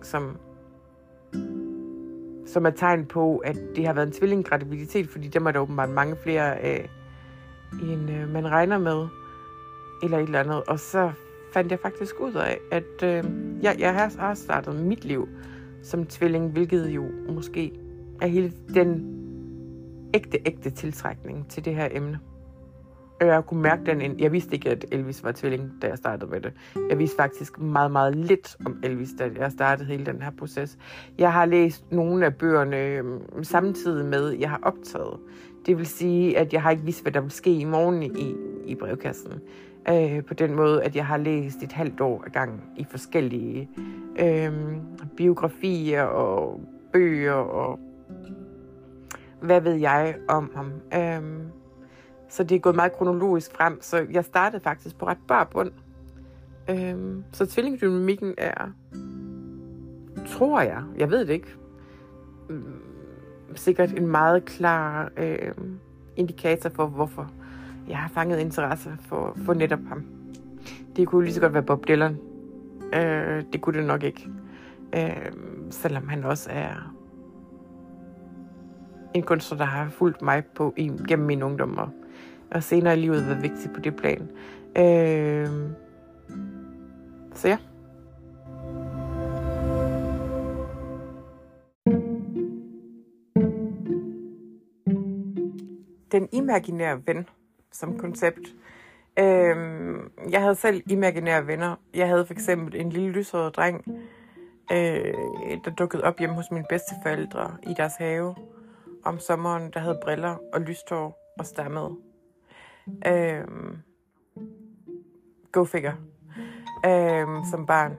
som er tegn på, at det har været en tvillinggraviditet, fordi dem er der åbenbart mange flere af, end man regner med, eller et eller andet. Og så fandt jeg faktisk ud af, at jeg har startet mit liv som tvilling, hvilket jo måske er hele den ægte tiltrækning til det her emne. Og jeg kunne mærke den. Jeg vidste ikke, at Elvis var tvilling, da jeg startede med det. Jeg vidste faktisk meget, meget lidt om Elvis, da jeg startede hele den her proces. Jeg har læst nogle af bøgerne samtidig med, jeg har optaget. Det vil sige, at jeg har ikke vidst, hvad der vil ske i morgen i brevkassen. På den måde, at jeg har læst et halvt år ad gangen i forskellige biografier og bøger og hvad ved jeg om ham. Så det er gået meget kronologisk frem, så jeg startede faktisk på ret bar bund. Så tvillingedynamikken er, tror jeg ved det ikke, sikkert en meget klar indikator for, hvorfor jeg har fanget interesse for netop ham. Det kunne lige så godt være Bob Dylan. Det kunne det nok ikke. Selvom han også er en kunstner, der har fulgt mig gennem min ungdom og senere i livet været vigtig på det plan. Så ja. Den imaginære ven som koncept. Jeg havde selv imaginære venner. Jeg havde for eksempel en lille lyshåret dreng, der dukkede op hjemme hos mine bedsteforældre i deres have om sommeren, der havde briller og lystår og stammede. Go figure. Som barn.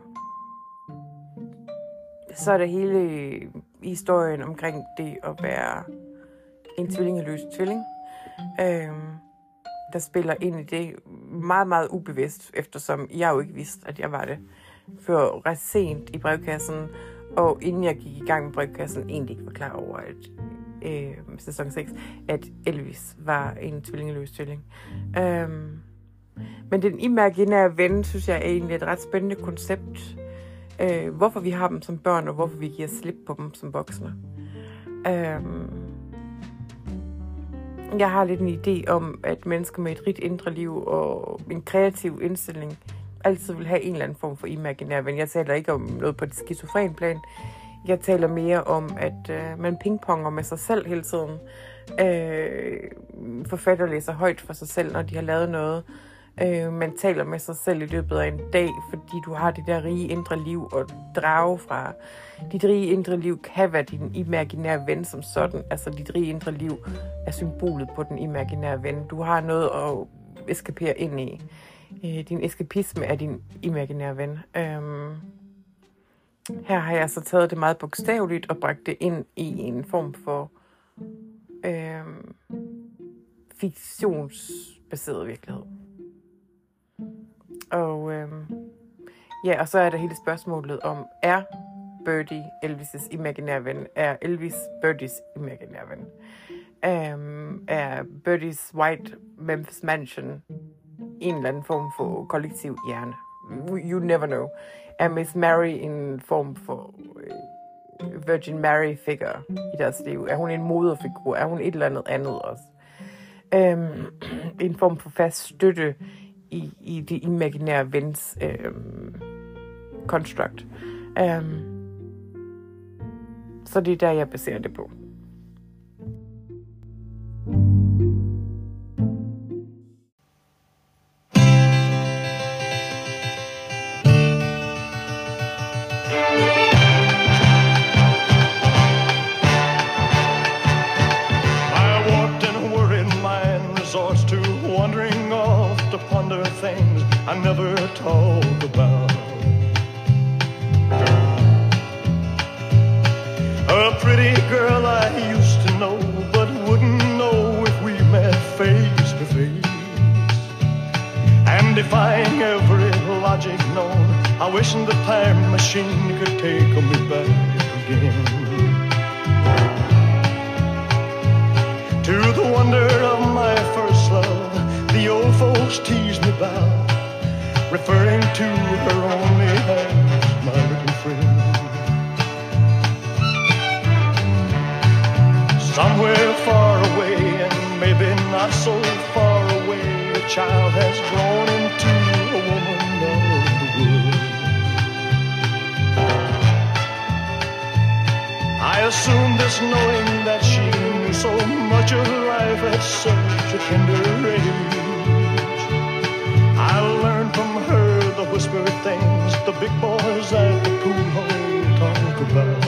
Så er det hele historien omkring det at være en tvillingeløs tvilling, der spiller ind i det meget, meget ubevidst, eftersom jeg jo ikke vidste, at jeg var det, før ret sent i brevkassen, og inden jeg gik i gang med brevkassen, egentlig ikke var klar over, at sæson 6, at Elvis var en tvillingeløs tvilling. Men den imaginære ven, synes jeg er egentlig et ret spændende koncept. Hvorfor vi har dem som børn, og hvorfor vi giver slip på dem som voksne. Jeg har lidt en idé om, at mennesker med et rigt indre liv og en kreativ indstilling altid vil have en eller anden form for imaginær ven. Jeg taler ikke om noget på et skizofren plan. Jeg taler mere om, at man pingponger med sig selv hele tiden. Forfatter læser højt for sig selv, når de har lavet noget. Man taler med sig selv i løbet af en dag, fordi du har det der rige indre liv at drage fra. Dit rige indre liv kan være din imaginære ven som sådan. Altså dit rige indre liv er symbolet på den imaginære ven. Du har noget at eskapere ind i. Din eskapisme er din imaginære ven. Her har jeg så taget det meget bogstaveligt og bragt det ind i en form for fiktionsbaseret virkelighed. Og og så er der hele spørgsmålet om, er Birdie Elvis' imaginære ven? Er Elvis Birdies imaginære ven? Er Birdies White Memphis Mansion en eller anden form for kollektiv hjerne? You never know. Er Miss Mary en form for Virgin Mary-figur i deres liv? Er hun en moderfigur? Er hun et eller andet også? En form for fast støtte i det imaginære vens construct. Så det er der, jeg baserer det på. Things I never talk about. A pretty girl I used to know, but wouldn't know if we met face to face. And defying every logic known, I wish the time machine could take me back again to the wonder of my first love. The old folks tease me about, referring to her only as my little friend. Somewhere far away, and maybe not so far away, a child has grown into a woman of the world. I assumed this knowing that she knew so much of life at such a tender age. I learned from her the whispered things the big boys at the pool hall talk about.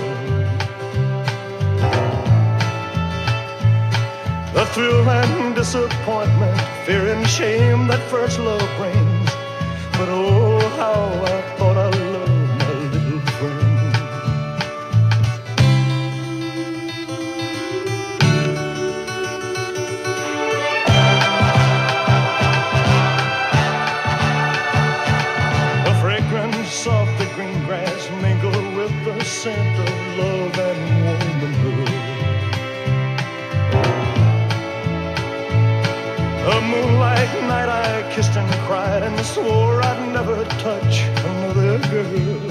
The thrill and disappointment, fear and shame that first love brings. But oh, how I thought I loved my little friend. Scent of love and womanhood. A moonlight night I kissed and cried and swore I'd never touch another girl.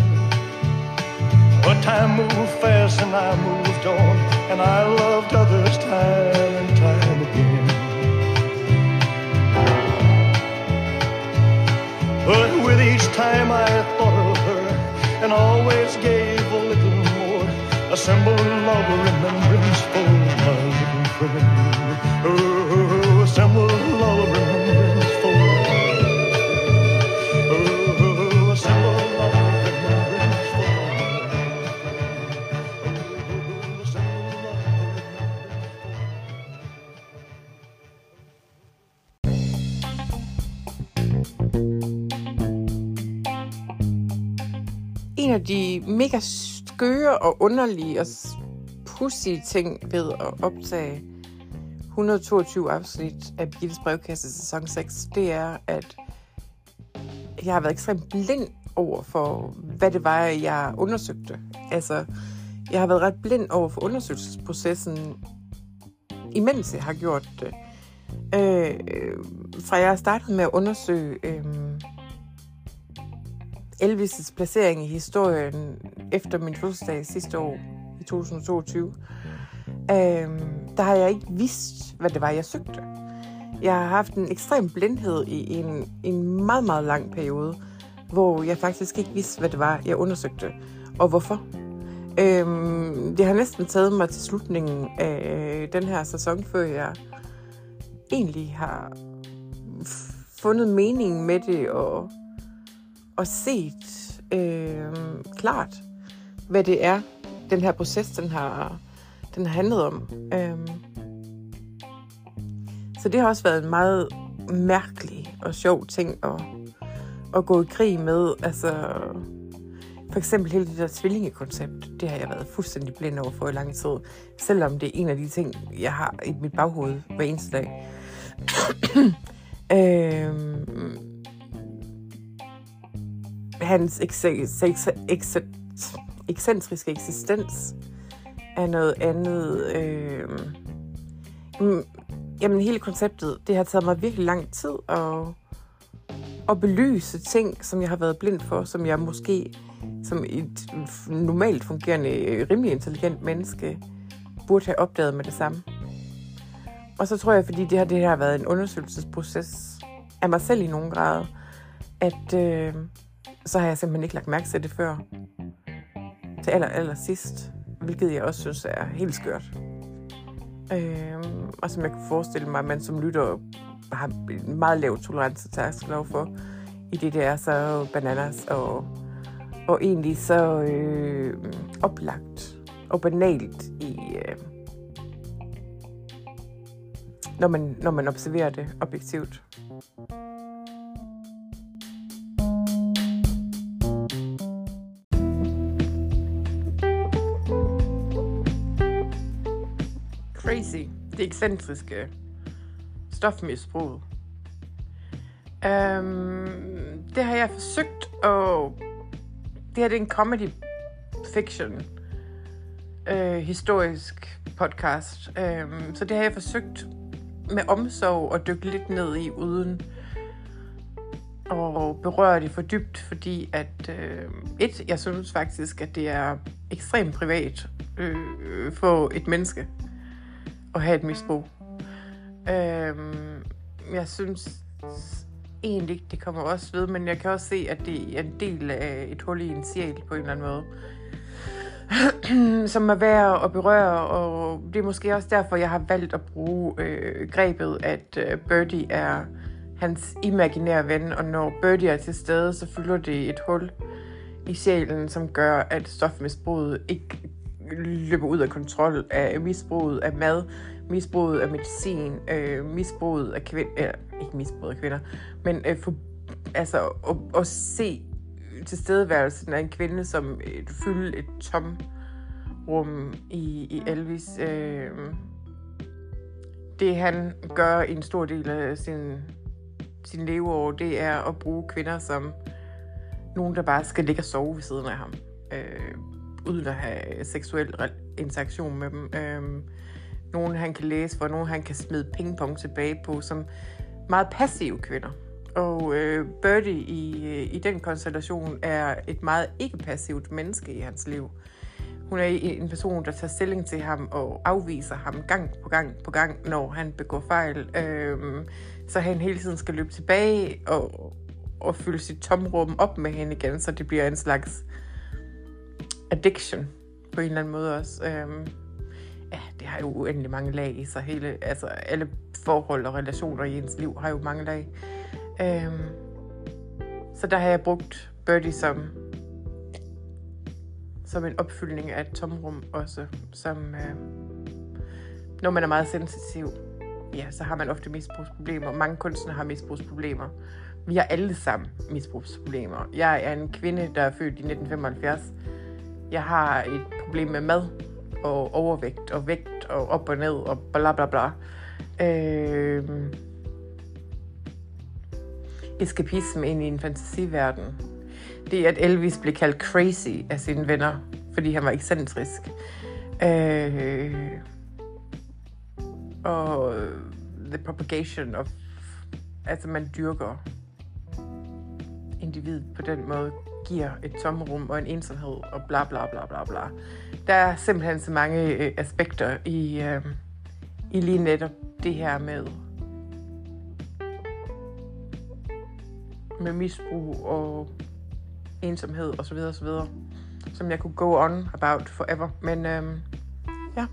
But time moved fast and I moved on, and I loved others time and time again. But with each time I thought of her and always gave a little more, a symbol of remembrance for my little friend. Oh, a symbol of remembrance for my little friend. Oh, a symbol of remembrance for my little friend. en af de mega skøre og underlige og pudsige ting ved at optage 122 afsnit af Birgittes brevkasse sæson 6, det er, at jeg har været ekstremt blind over for, hvad det var, jeg undersøgte. Altså, jeg har været ret blind over for undersøgelsesprocessen, imens jeg har gjort det. Fra jeg startede med at undersøge Elvis' placering i historien efter min fødselsdag sidste år i 2022, der har jeg ikke vidst, hvad det var, jeg søgte. Jeg har haft en ekstrem blindhed i en meget, meget lang periode, hvor jeg faktisk ikke vidste, hvad det var, jeg undersøgte, og hvorfor. Det har næsten taget mig til slutningen af den her sæson, før jeg egentlig har fundet mening med det og set klart, hvad det er, den her proces, den har handlet om. Så det har også været en meget mærkelig og sjov ting at gå i krig med. Altså, for eksempel hele det der tvillingekoncept, det har jeg været fuldstændig blind over for i lang tid. Selvom det er en af de ting, jeg har i mit baghoved hver eneste dag. Hans ekscentriske eksistens er noget andet. Jamen hele konceptet, det har taget mig virkelig lang tid at belyse ting, som jeg har været blind for, som jeg måske som et normalt fungerende, rimelig intelligent menneske burde have opdaget med det samme. Og så tror jeg, fordi det her har været en undersøgelsesproces af mig selv i nogen grad, at så har jeg simpelthen ikke lagt mærke til det før. Til aller sidst, hvilket jeg også synes er helt skørt. Og som jeg kan forestille mig, at man som lytter har en meget lav tolerance til at lov for, i det er så bananas og egentlig så oplagt og banalt i når man observerer det objektivt. Crazy. Det ekscentriske stofmisbrug. Det har jeg forsøgt, og det her det er en comedy fiction historisk podcast. Så det har jeg forsøgt med omsorg at dykke lidt ned i, uden at berøre det for dybt, fordi at jeg synes faktisk, at det er ekstremt privat for et menneske at have et misbrug. Jeg synes egentlig ikke, det kommer også ved, men jeg kan også se, at det er en del af et hul i en sjæl på en eller anden måde, som er værd at berøre, og det er måske også derfor, jeg har valgt at bruge grebet, at Birdie er hans imaginære ven, og når Birdie er til stede, så fylder det et hul i sjælen, som gør, at stofmisbruget ikke løber ud af kontrol, af misbruget af mad, misbruget af medicin, misbruget af kvinder, ikke misbruget af kvinder, men at se tilstedeværelsen af en kvinde som fylde et tomrum i Elvis. Det han gør i en stor del af sin leveår, det er at bruge kvinder som nogen, der bare skal ligge og sove ved siden af ham, uden at have seksuel interaktion med dem. Nogen han kan læse for, nogen han kan smide pingpong tilbage på, som meget passive kvinder. Og Birdie i den konstellation er et meget ikke-passivt menneske i hans liv. Hun er en person, der tager stilling til ham og afviser ham gang på gang, når han begår fejl. Så han hele tiden skal løbe tilbage og fylde sit tomrum op med hende igen, så det bliver en slags addiction på en eller anden måde også. Det har jo uendelig mange lag i sig. Alle forhold og relationer i ens liv har jo mange lag. Så der har jeg brugt Birdie som en opfyldning af et tomrum også, som når man er meget sensitiv, ja, så har man ofte misbrugsproblemer. Mange kunstnere har misbrugsproblemer. Vi har alle sammen misbrugsproblemer. Jeg er en kvinde, der er født i 1975. Jeg har et problem med mad og overvægt og vægt og op og ned og bla bla bla. Eskapisme ind i en fantasiverden. Det at Elvis blev kaldt crazy af sine venner, fordi han var ekscentrisk. Og the propagation of, altså man dyrker individ på den måde, giver et tomrum og en ensomhed og bla bla bla bla bla. Der er simpelthen så mange aspekter i lige netop det her med misbrug og ensomhed og så videre, som jeg kunne go on about forever. Men ja.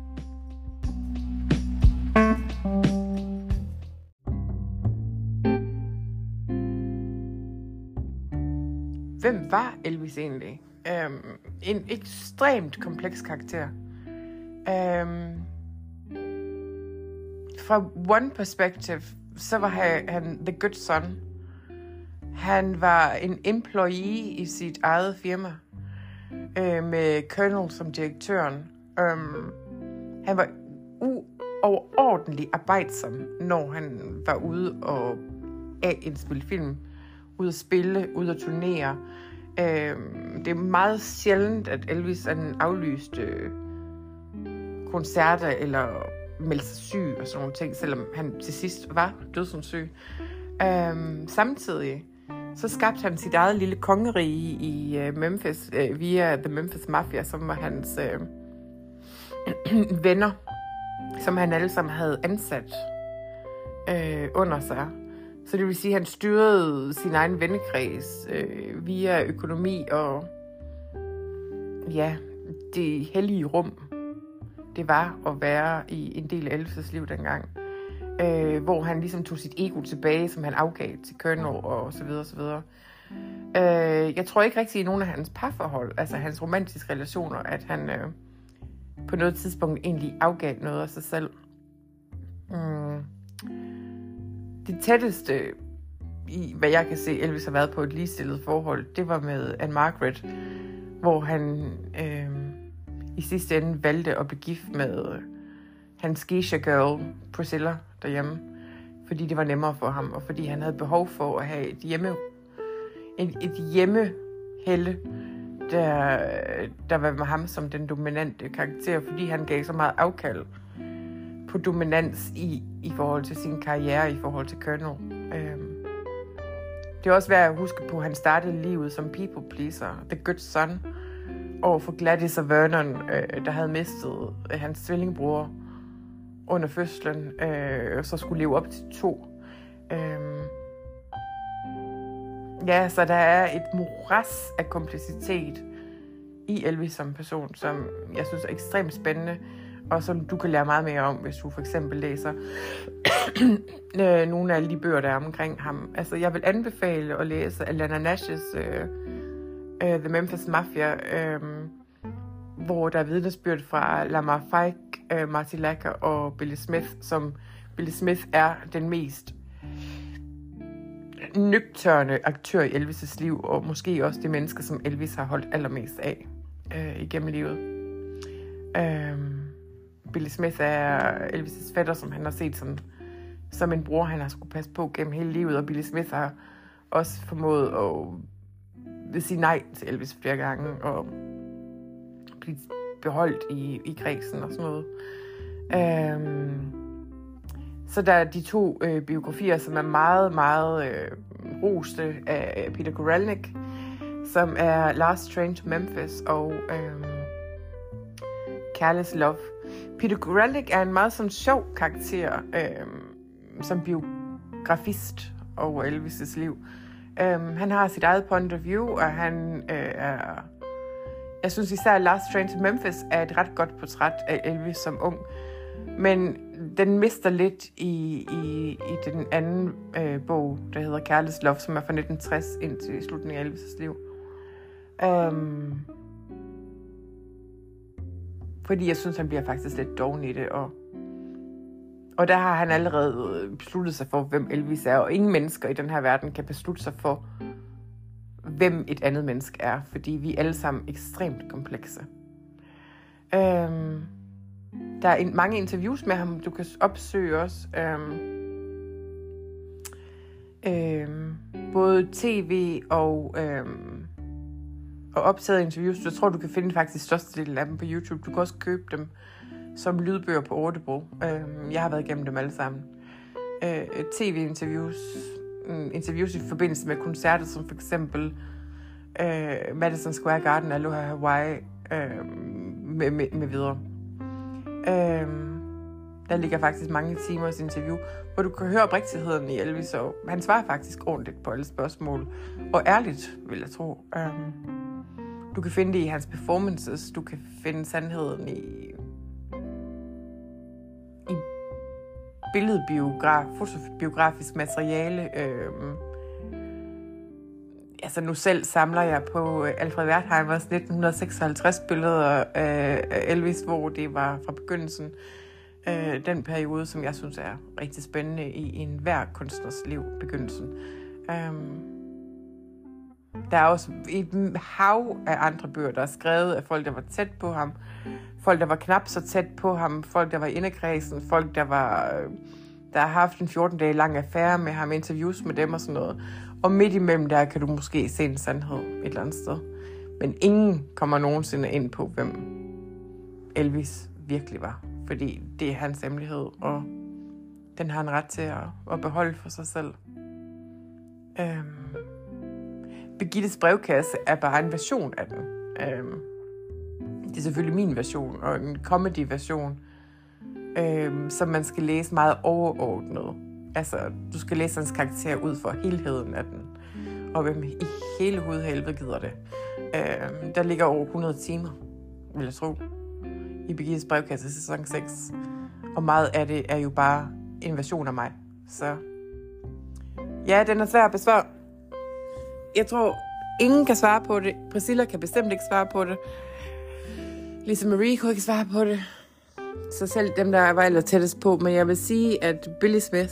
Hvem var Elvis egentlig? En ekstremt kompleks karakter. Fra one perspective, så var han the good son. Han var en employee i sit eget firma, med Colonel som direktøren. Han var uoverordentlig arbejdsom, når han var ude og indspille film, ude at spille, ude at turnere. Det er meget sjældent, at Elvis han aflyste koncerter eller meldte sig syg og sådan nogle ting, selvom han til sidst var dødssyg. Samtidig så skabte han sit eget lille kongerige i Memphis via The Memphis Mafia, som var hans venner, som han alle sammen havde ansat under sig. Så det vil sige, at han styrede sin egen vennekreds via økonomi og ja, det hellige rum, det var at være i en del af Elvis' liv dengang. Hvor han ligesom tog sit ego tilbage, som han afgav til Colonel og så videre, så videre. Jeg tror ikke rigtig i nogen af hans parforhold, altså hans romantiske relationer, at han på noget tidspunkt egentlig afgav noget af sig selv. Det tætteste, i hvad jeg kan se, Elvis har været på et ligestillet forhold, det var med Anne Margaret, hvor han i sidste ende valgte at blive gift med hans geisha girl, Priscilla, derhjemme, fordi det var nemmere for ham, og fordi han havde behov for at have et hjemmehelle, der var med ham som den dominante karakter, fordi han gav så meget afkald på dominans i forhold til sin karriere, i forhold til Colonel. Det er også værd at huske på, at han startede livet som people pleaser, the good son, over for Gladys og Vernon, der havde mistet hans tvillingbror under fødslen, og så skulle leve op til 2. Ja, så der er et moras af komplicitet i Elvis som person, som jeg synes er ekstremt spændende, og som du kan lære meget mere om, hvis du for eksempel læser nogle af alle de bøger, der er omkring ham. Altså, jeg vil anbefale at læse Alana Nash's The Memphis Mafia, hvor der er vidnesbyrd fra Lamar Fike, Marty Lacker og Billy Smith, som Billy Smith er den mest nøgtørne aktør i Elvis' liv, og måske også det menneske, som Elvis har holdt allermest af igennem livet. Billy Smith er Elvis' fætter, som han har set som en bror, han har skulle passe på gennem hele livet, og Billy Smith har også formået at sige nej til Elvis flere gange, og blive beholdt i kredsen og sådan noget. Så der er de 2 biografier, som er meget, meget roste af Peter Guralnick, som er Last Train to Memphis og Careless Love. Peter Guralnick er en meget sådan sjov karakter som biografist over Elvis' liv. Han har sit eget point of view, og han er... Jeg synes især Last Train to Memphis er et ret godt portræt af Elvis som ung. Men den mister lidt i den anden bog, der hedder Careless Love, som er fra 1960 indtil slutningen af Elvis' liv. Fordi jeg synes, han bliver faktisk lidt doven i det, Og der har han allerede besluttet sig for, hvem Elvis er. Og ingen mennesker i den her verden kan beslutte sig for, hvem et andet menneske er. Fordi vi er alle sammen ekstremt komplekse. Der er mange interviews med ham, du kan opsøge også. Både tv og optaget interviews. Jeg tror, du kan finde faktisk størstedelen af dem på YouTube. Du kan også købe dem som lydbøger på Audible. Jeg har været igennem dem alle sammen. TV-interviews, interviews i forbindelse med koncerter, som for eksempel Madison Square Garden, Aloha Hawaii, med videre. Der ligger faktisk mange timers interview, hvor du kan høre oprigtigheden i Elvis, og han svarer faktisk ordentligt på alle spørgsmål. Og ærligt, vil jeg tro. Du kan finde det i hans performances, du kan finde sandheden i fotobiografisk materiale. Altså nu selv samler jeg på Alfred Wertheimers 1956 billeder af Elvis, hvor det var fra begyndelsen. Den periode, som jeg synes er rigtig spændende i enhver kunstners liv, begyndelsen. Der er også et hav af andre bøger, der er skrevet af folk, der var tæt på ham, folk, der var knap så tæt på ham, folk, der var indekredsen, folk, der har haft en 14 dage lang affære med ham, interviews med dem og sådan noget. Og midt imellem der kan du måske se en sandhed et eller andet sted. Men ingen kommer nogensinde ind på, hvem Elvis virkelig var. Fordi det er hans hemmelighed, og den har han ret til at beholde for sig selv. Birgittes brevkasse er bare en version af den. Det er selvfølgelig min version, og en comedy-version, som man skal læse meget overordnet. Altså, du skal læse hans karakter ud for helheden af den. Og hvem i hele hovedhelvede gider det. Der ligger over 100 timer, vil jeg tro, i Birgittes brevkasse sæson 6. Og meget af det er jo bare en version af mig. Så ja, den er svær at besvare. Jeg tror, ingen kan svare på det. Priscilla kan bestemt ikke svare på det. Lisa Marie kunne ikke svare på det. Så selv dem, der var aller tættest på. Men jeg vil sige, at Billy Smith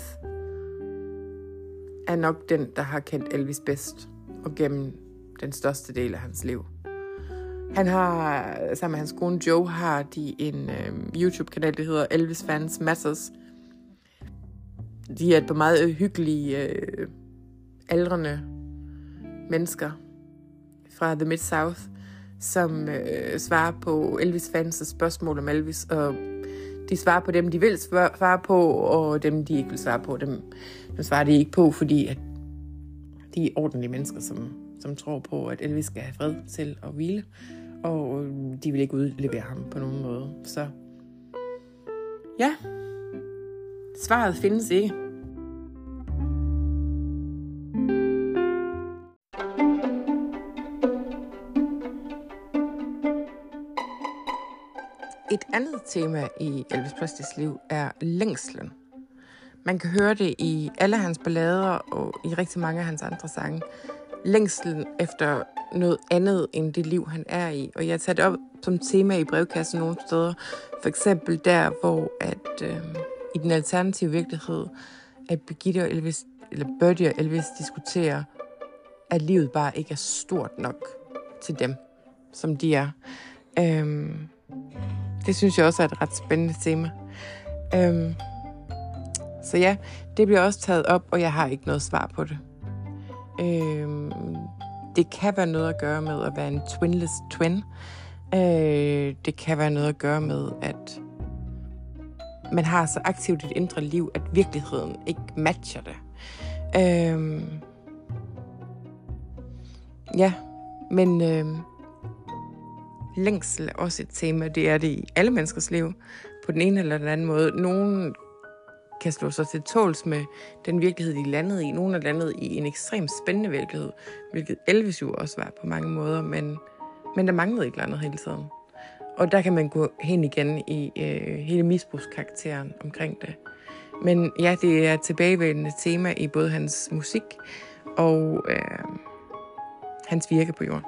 er nok den, der har kendt Elvis bedst. Og gennem den største del af hans liv. Han har, sammen med hans kone Joe, har de en YouTube-kanal, der hedder Elvis Fans Matters. De er et par meget hyggelige, aldrende mennesker fra The Mid-South, som svarer på Elvis-fans' spørgsmål om Elvis, og de svarer på dem, de vil svare på, og dem, de ikke vil svare på, dem svarer de ikke på, fordi at de er ordentlige mennesker, som tror på, at Elvis skal have fred til at hvile, og de vil ikke udlevere ham på nogen måde. Så ja, svaret findes ikke. Et andet tema i Elvis Presleys liv er længslen. Man kan høre det i alle hans ballader og i rigtig mange af hans andre sange. Længslen efter noget andet end det liv, han er i. Og jeg har taget det op som tema i brevkassen nogle steder. For eksempel der, hvor i den alternative virkelighed, at Birgitte og Elvis, eller Birdie og Elvis diskuterer, at livet bare ikke er stort nok til dem, som de er. Det synes jeg også er et ret spændende tema. Så ja, det bliver også taget op, og jeg har ikke noget svar på det. Det kan være noget at gøre med at være en twinless twin. Det kan være noget at gøre med, at man har så aktivt et indre liv, at virkeligheden ikke matcher det. Ja, men længsel er også et tema. Det er det i alle menneskers liv, på den ene eller den anden måde. Nogen kan slå sig til tåls med den virkelighed, de landede i. Nogle er landet i en ekstremt spændende virkelighed, hvilket Elvis jo også var på mange måder, men der manglede ikke andet hele tiden. Og der kan man gå hen igen i hele misbrugskarakteren omkring det. Men ja, det er et tilbagevendende tema i både hans musik og hans virke på jorden.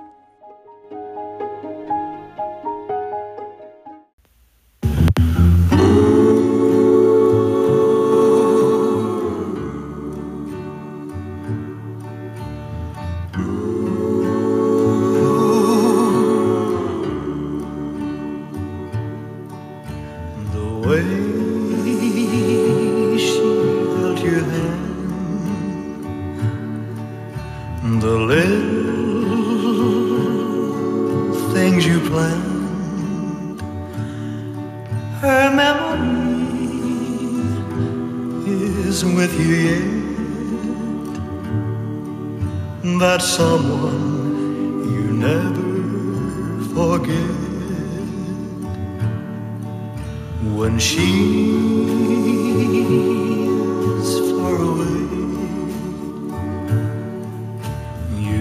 The little things you planned, her memory is with you yet. That someone you never forget. When she's far away, you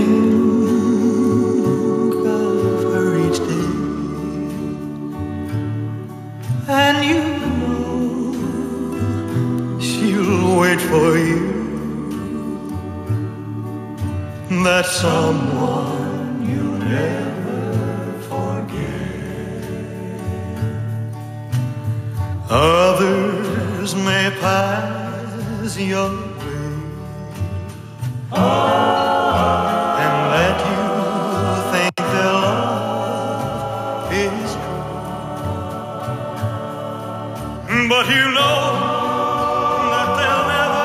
think of her each day, and you know she'll wait for you. That someone you'll never forget. Others may pass your way and let you think their love is true, but you know that they'll never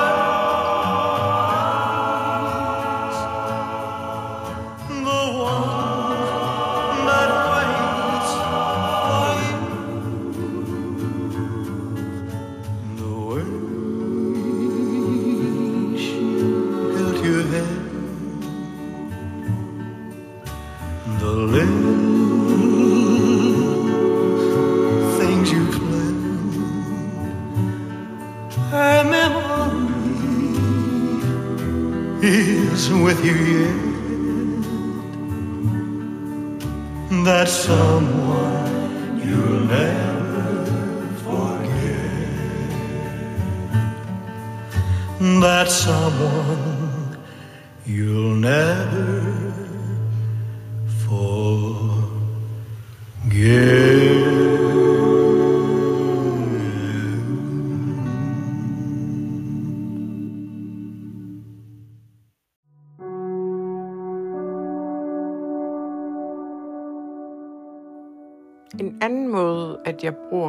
the one that waits for you. The way she held your hand, the little things you planned, her memory is with you yet. That someone you'll never forget. That someone you'll never forget. En anden måde, at jeg bruger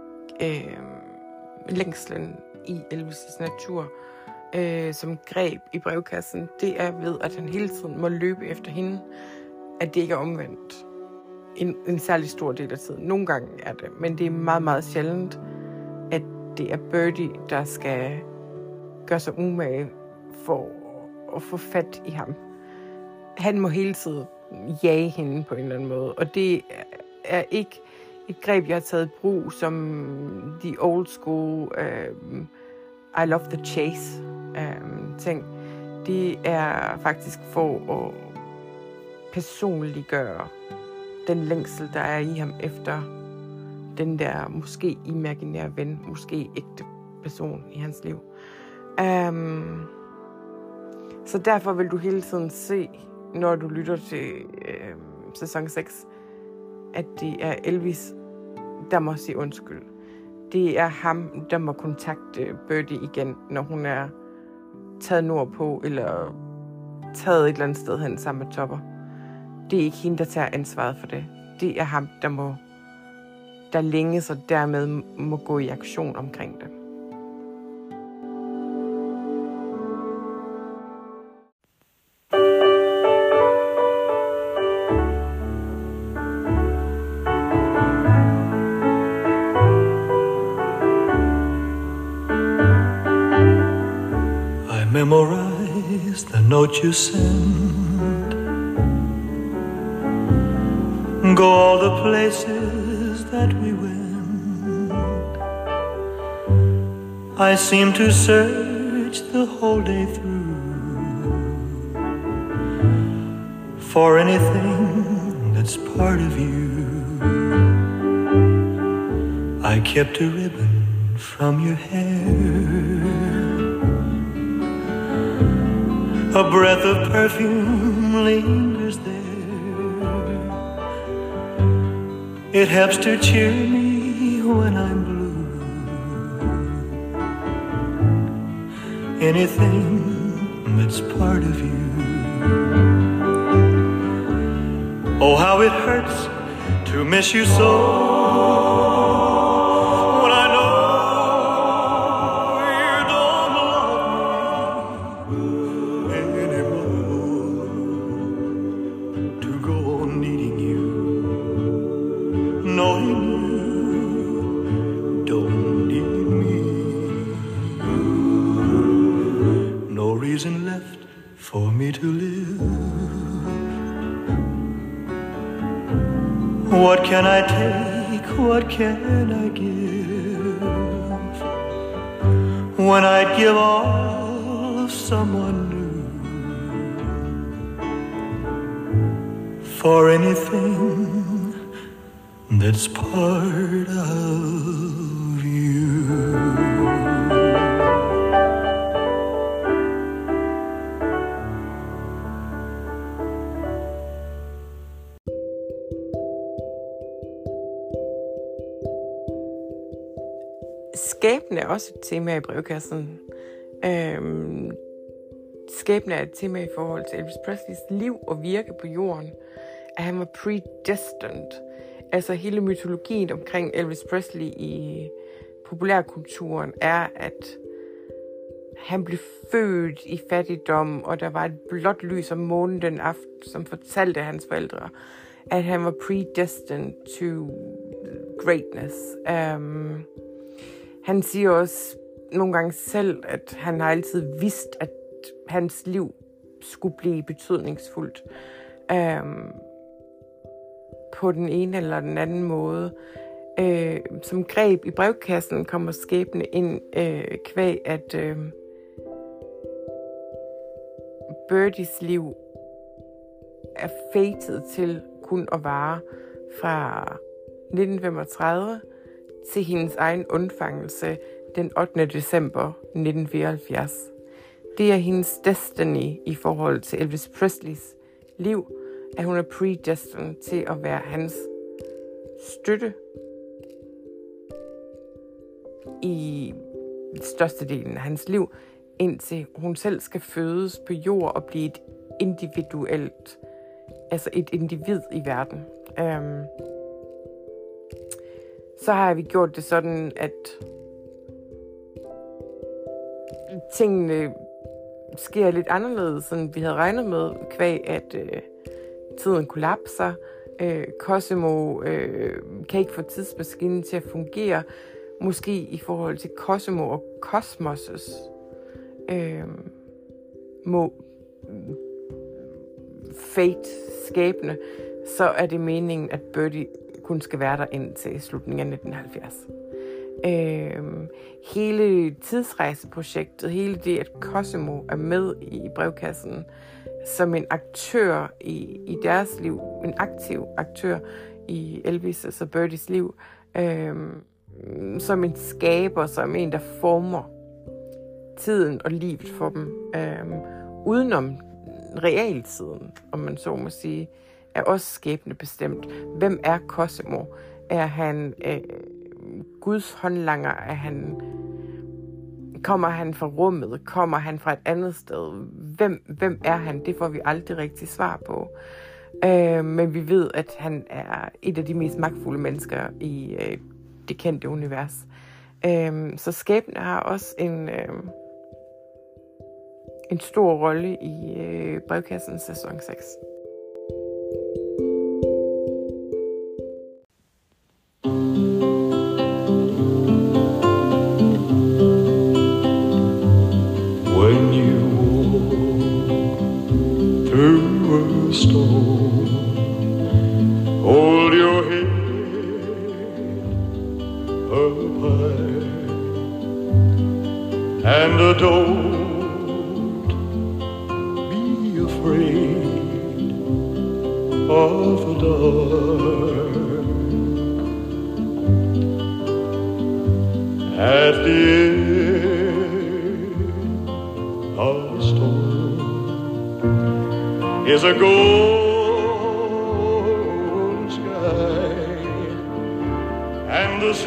længslen i Elvis' natur som greb i brevkassen, det er ved, at han hele tiden må løbe efter hende, at det ikke er omvendt. En særlig stor del af tiden. Nogle gange er det, men det er meget, meget sjældent, at det er Birdie, der skal gøre sig umage for at få fat i ham. Han må hele tiden jage hende på en eller anden måde, og det er ikke et greb, jeg har taget i brug som the old school I love the chase ting. Det er faktisk for at personliggøre den længsel, der er i ham efter den der måske imaginære ven, måske ægte person i hans liv. Så derfor vil du hele tiden se, når du lytter til sæson 6, at det er Elvis, der må sige undskyld. Det er ham, der må kontakte Birdie igen, når hun er taget nordpå, eller taget et eller andet sted hen sammen med Topper. Det er ikke hende, der tager ansvaret for det. Det er ham, der længes og dermed må gå i aktion omkring det. Memorize the note you send, go all the places that we went. I seem to search the whole day through for anything that's part of you. I kept a ribbon from your hair, a breath of perfume lingers there. It helps to cheer me when I'm blue. Anything that's part of you. Oh, how it hurts to miss you so. Anymore. for me to live. What can I take, what can I give, when I'd give all of someone new for anything that's part of you. Skæbne er også et tema i brevkassen. Skæbne er et tema i forhold til Elvis Presleys liv og virke på jorden. At han var predestined. Altså hele mytologien omkring Elvis Presley i populærkulturen er, at han blev født i fattigdom, og der var et blåt lys om månen den aften, som fortalte hans forældre, at han var predestined to greatness. Han siger også nogle gange selv, at han har altid vidst, at hans liv skulle blive betydningsfuldt. På den ene eller den anden måde. Som greb i brevkassen kommer skæbne ind kvæg, at Birdies liv er fated til kun at vare fra 1935 til hendes egen undfangelse den 8. december 1974. Det er hendes destiny i forhold til Elvis Presleys liv, at hun er predestined til at være hans støtte i størstedelen af hans liv, indtil hun selv skal fødes på jord og blive et individuelt, altså et individ i verden. Så har vi gjort det sådan, at tingene sker lidt anderledes, end vi havde regnet med, kvæg at tiden kollapser. Cosimo kan ikke få tidsmaskinen til at fungere. Måske i forhold til Cosimo og Kosmos' fate, skæbne, så er det meningen, at Birdie kun skal være der indtil slutningen af 1970. Hele tidsrejseprojektet, hele det, at Cosimo er med i brevkassen som en aktør i deres liv, en aktiv aktør i Elvis, altså Birdies liv, som en skaber, som en, der former tiden og livet for dem, udenom realtiden, om man så må sige, er også skæbnebestemt. Hvem er Cosimo? Er han Guds håndlanger? Kommer han fra rummet? Kommer han fra et andet sted? Hvem er han? Det får vi aldrig rigtig svar på. Men vi ved, at han er et af de mest magtfulde mennesker i det kendte univers. Så skæbne har også en stor rolle i brevkassen sæson 6. When you walk through a storm, hold your head up high, and don't be afraid of the dark. At the end of the storm is a golden sky and the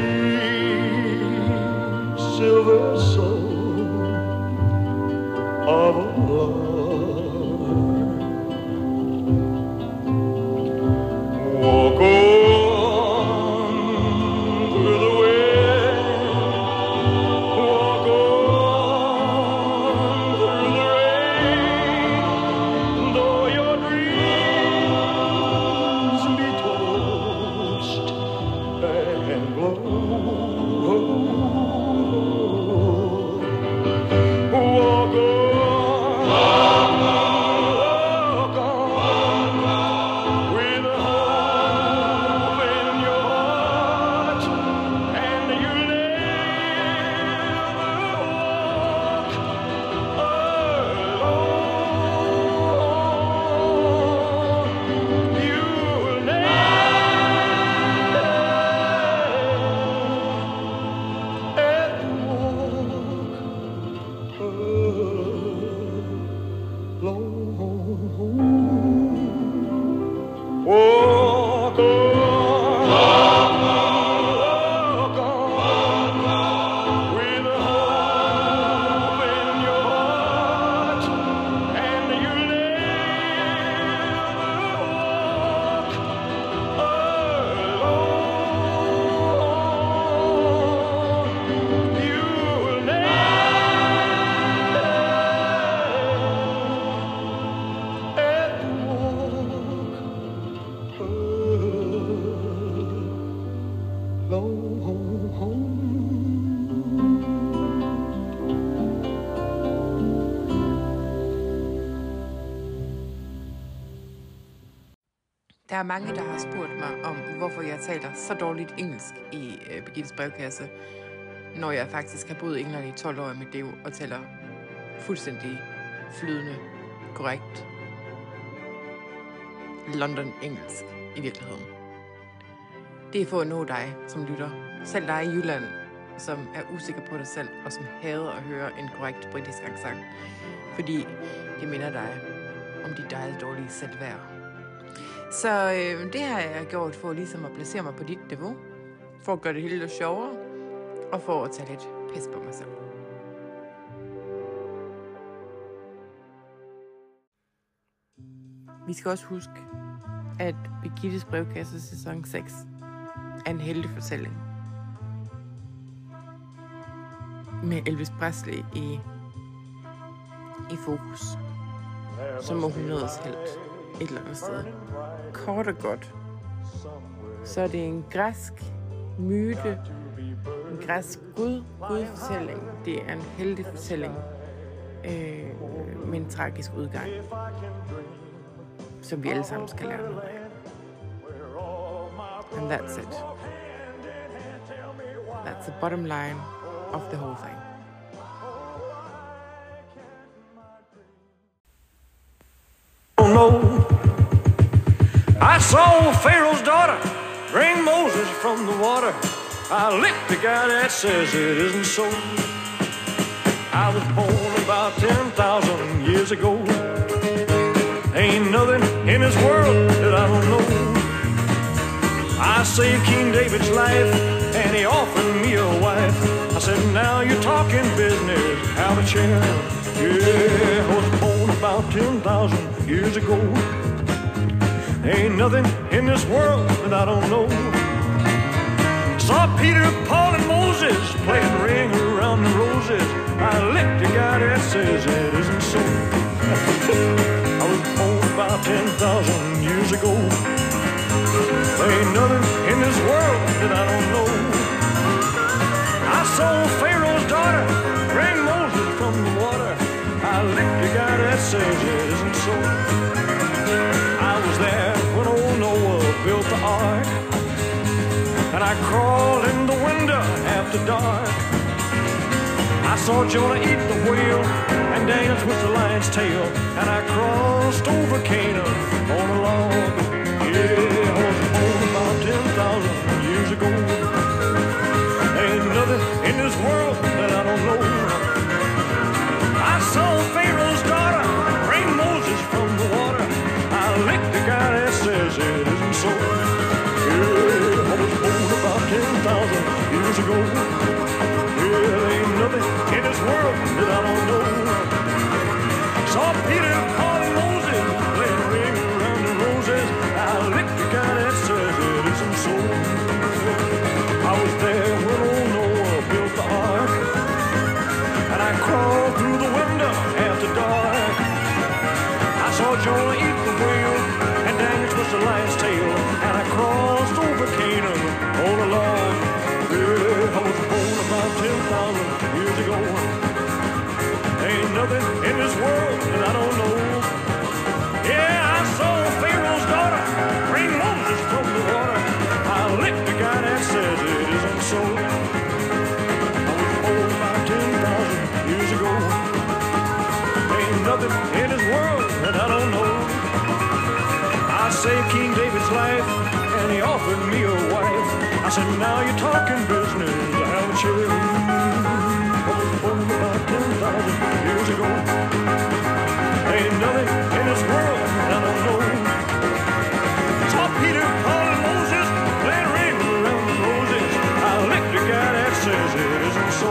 sweet silver soul of a love. Walk on through the walk on through the rain, though your dreams be tossed and blow. Walk on Walk on, with hope in your heart, and you never walk alone. You'll Der er mange, der har spurgt mig om, hvorfor jeg taler så dårligt engelsk i Birgittes brevkasse, når jeg faktisk har boet i England i 12 år i mit liv og taler fuldstændig flydende, korrekt London engelsk i virkeligheden. Det er for at nå dig, som lytter. Selv dig i Jylland, som er usikker på dig selv og som hader at høre en korrekt britisk accent, fordi det minder dig om dit eget dårlige selvværd. Så det har jeg gjort for ligesom at placere mig på dit niveau, for at gøre det hele lidt sjovere, og for at tage lidt pis på mig selv. Vi skal også huske, at Birgittes brevkasse sæson 6 er en heltefortælling. Med Elvis Presley i fokus, som århundredets helt et eller andet sted. Kort og godt, så er det en græsk myte, en græsk gudfortælling. Det er en heltefortælling med en tragisk udgang, som vi alle sammen skal lære noget af. And that's it. That's the bottom line of the whole thing. I saw Pharaoh's daughter bring Moses from the water. I licked the guy that says it isn't so. I was born about 10,000 years ago. Ain't nothing in this world that I don't know. I saved King David's life and he offered me a wife. I said, now you're talking business, have a chair. Yeah, I was born about 10,000 years ago. Ain't nothing in this world that I don't know. Saw Peter, Paul, and Moses playing ring around the roses. I licked the guy that says it isn't so. I was born about 10,000 years ago. Ain't nothing in this world that I don't know. I saw Pharaoh's daughter bring Moses from the water. I licked the guy that says it isn't so. I was there when old Noah built the ark, and I crawled in the window after dark. I saw Jonah eat the whale and dance with the lion's tail, and I crossed over Canaan on a log. Yeah, I was born about 10,000 years ago. Ain't nothing in this world that I don't know. I saw Pharaoh's daughter bring Moses from the water. I licked the guy that says it isn't so. Yeah, I was born about 10,000 years ago. Yeah, there ain't nothing in this world that I don't know. Saw Peter, Paul, and Moses playing ring around the roses. I licked the guy that says it isn't so. I was there when old Noah built the ark, and I crawled through the window after dark. I saw Jonah eat the whale and dance with the lion's tail, and I crossed over Canaan on a log. Yeah, I was born about 10,000 years ago. Ain't nothing in this world that I don't know. Yeah, I saw Pharaoh's daughter bring Moses from the water. I licked the guy that says it isn't so. I was born about 10,000 years ago. Ain't nothing in this world that I don't know. I saved King David's life and he offered me a wife. I said, now you're talking business, have a chair. I was born about 10,000 years ago. Ain't Ain't nothing in this world I don't know. Saw Peter, Paul, and Moses playing ring around the roses. I licked the guy that says it isn't so.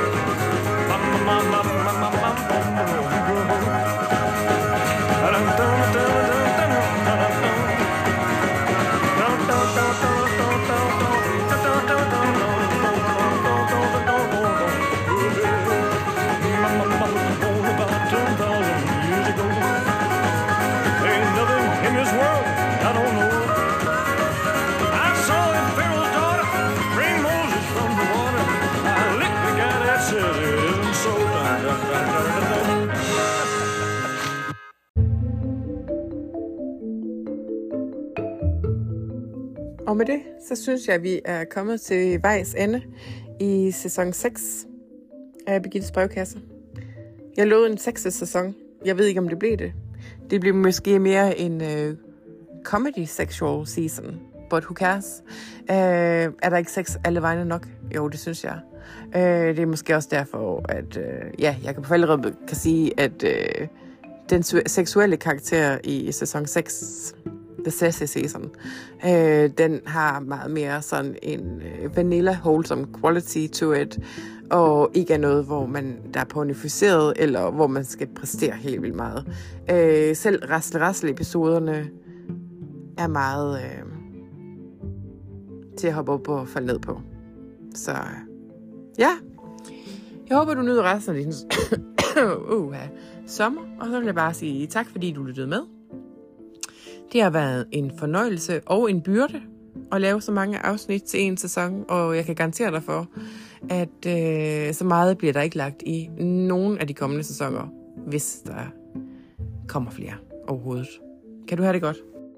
Og med det, så synes jeg, at vi er kommet til vejs ende i sæson 6 af Birgittes brevkasse. Jeg lovede en 6. sæson. Jeg ved ikke, om det blev det. Det bliver måske mere en comedy sexual season. But who cares? Er der ikke sex alle vegne nok? Jo, det synes jeg. Det er måske også derfor, at jeg allerede kan sige, at den seksuelle karakter i sæson 6, The Sassy Season, den har meget mere sådan en vanilla wholesome quality to it, og ikke er noget, hvor der er pornificeret, eller hvor man skal præstere helt vildt meget. Selv Rassel-episoderne er meget til at hoppe op og falde ned på. Så ja, jeg håber, du nyder resten af din sommer, og så vil jeg bare sige tak, fordi du lyttede med. Det har været en fornøjelse og en byrde at lave så mange afsnit til en sæson, og jeg kan garantere dig for, at så meget bliver der ikke lagt i nogen af de kommende sæsoner, hvis der kommer flere overhovedet. Kan du have det godt?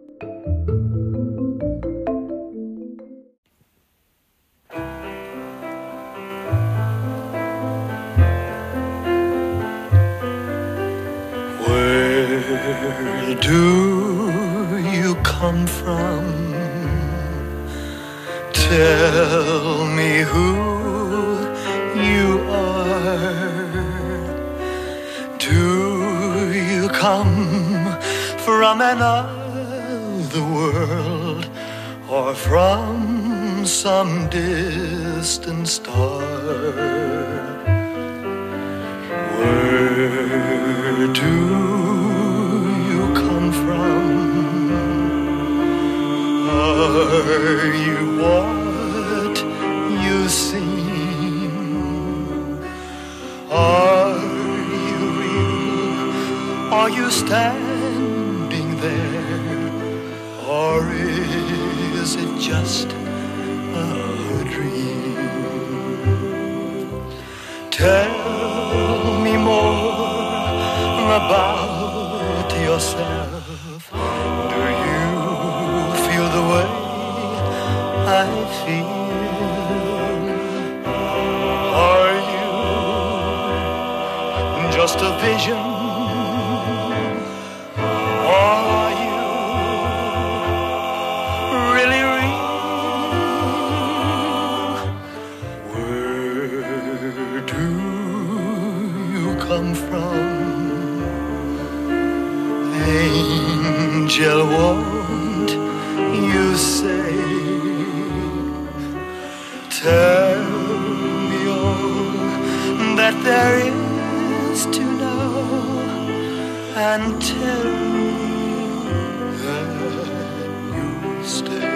Where do you come from? Tell me who you are. Do you come from another world, or from some distant star? Where do you come from? Are you what you seem? Are you real? Are you standing there? Or is it just a dream? Tell me more about yourself. Do you feel the way I feel? Are you just a vision? Or are you really real? Where do you come from? Angel, won't you say? Tell me all that there is to know, and tell me that you'll stay.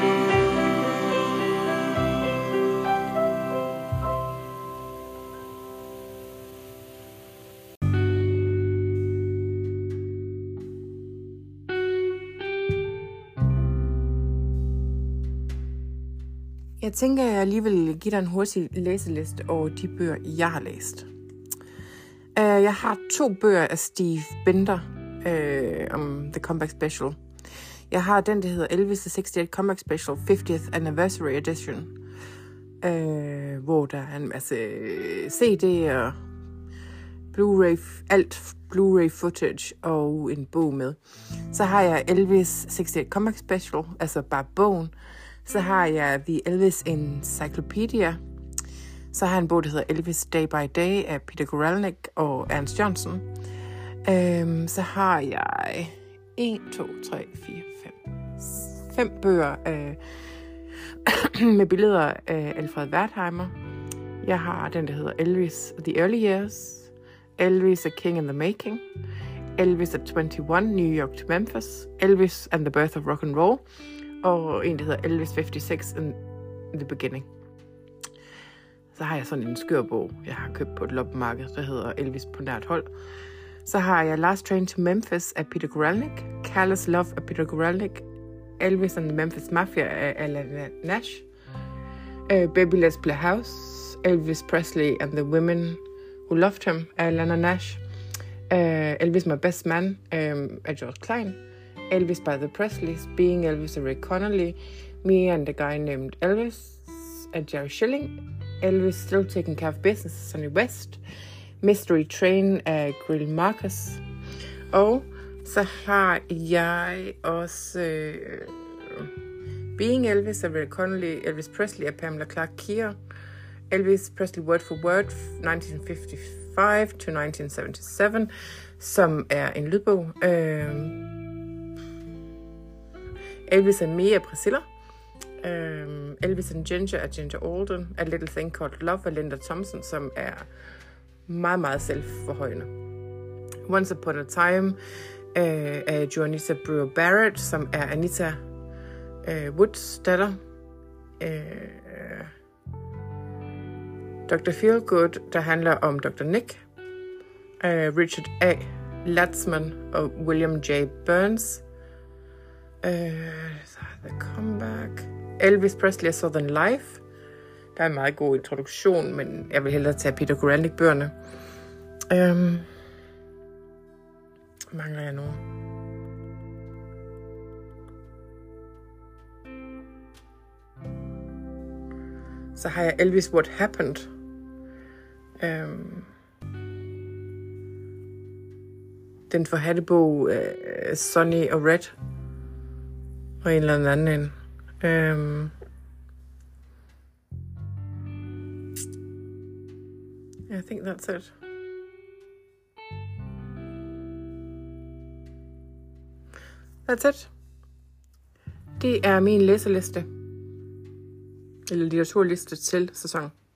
Jeg tænker, at jeg lige vil give dig en hurtig læseliste over de bøger, jeg har læst. Jeg har 2 bøger af Steve Binder om The Comeback Special. Jeg har den, der hedder Elvis The 68 Comeback Special 50th Anniversary Edition, hvor der er en masse CD'er, Blu-ray, alt Blu-ray footage og en bog med. Så har jeg Elvis 68 Comeback Special, altså bare bogen. Så har jeg The Elvis Encyclopedia. Så har jeg en bog, der hedder Elvis Day by Day af Peter Guralnick og Ernst Johnson. Så har jeg 1, 2, 3, 4, 5 bøger med billeder af Alfred Wertheimer. Jeg har den, der hedder Elvis The Early Years, Elvis A King in the Making, Elvis at 21, New York to Memphis, Elvis and the Birth of Rock and Roll, og en, der hedder Elvis 56 in the Beginning. Så har jeg sådan en skørbog, jeg har købt på et loppemarked, der hedder Elvis på nært hold. Så har jeg Last Train to Memphis af Peter Guralnick, Careless Love af Peter Guralnick, Elvis and the Memphis Mafia af Alana Nash, Baby Let's Play House, Elvis Presley and the Women Who Loved Him af Alana Nash, Elvis My Best Man af George Klein, Elvis by the Presleys, Being Elvis af Ray Connolly, Me and the Guy Named Elvis af Jerry Schilling, Elvis Still Taking Care of Business af Sonny West, Mystery Train af Greil Marcus, og så har jeg også Being Elvis af Ray Connolly, Elvis Presley af Pamela Clark Keir, Elvis Presley Word for Word 1955 to 1977, som er en lydbog. Elvis and Me af Priscilla, Elvis and Ginger af Ginger Alden, A Little Thing Called Love af Linda Thompson, som er meget, meget selvforhøjende. Once Upon a Time af Juanita Brewer Barrett, som er Anita Woods datter. Dr. Feelgood, der handler om Dr. Nick. Richard A. Latzman og William J. Burns. The Comeback. Elvis Presley af Southern Life. Der er en meget god introduktion, men jeg vil hellere tage Peter Guralnick-bøgerne. Mangler jeg nogen? Så har jeg Elvis What Happened. Den forhatte bog Sonny og Red og en eller anden. I think that's it. That's it. Det er min læserliste. Eller litteraturliste til sæson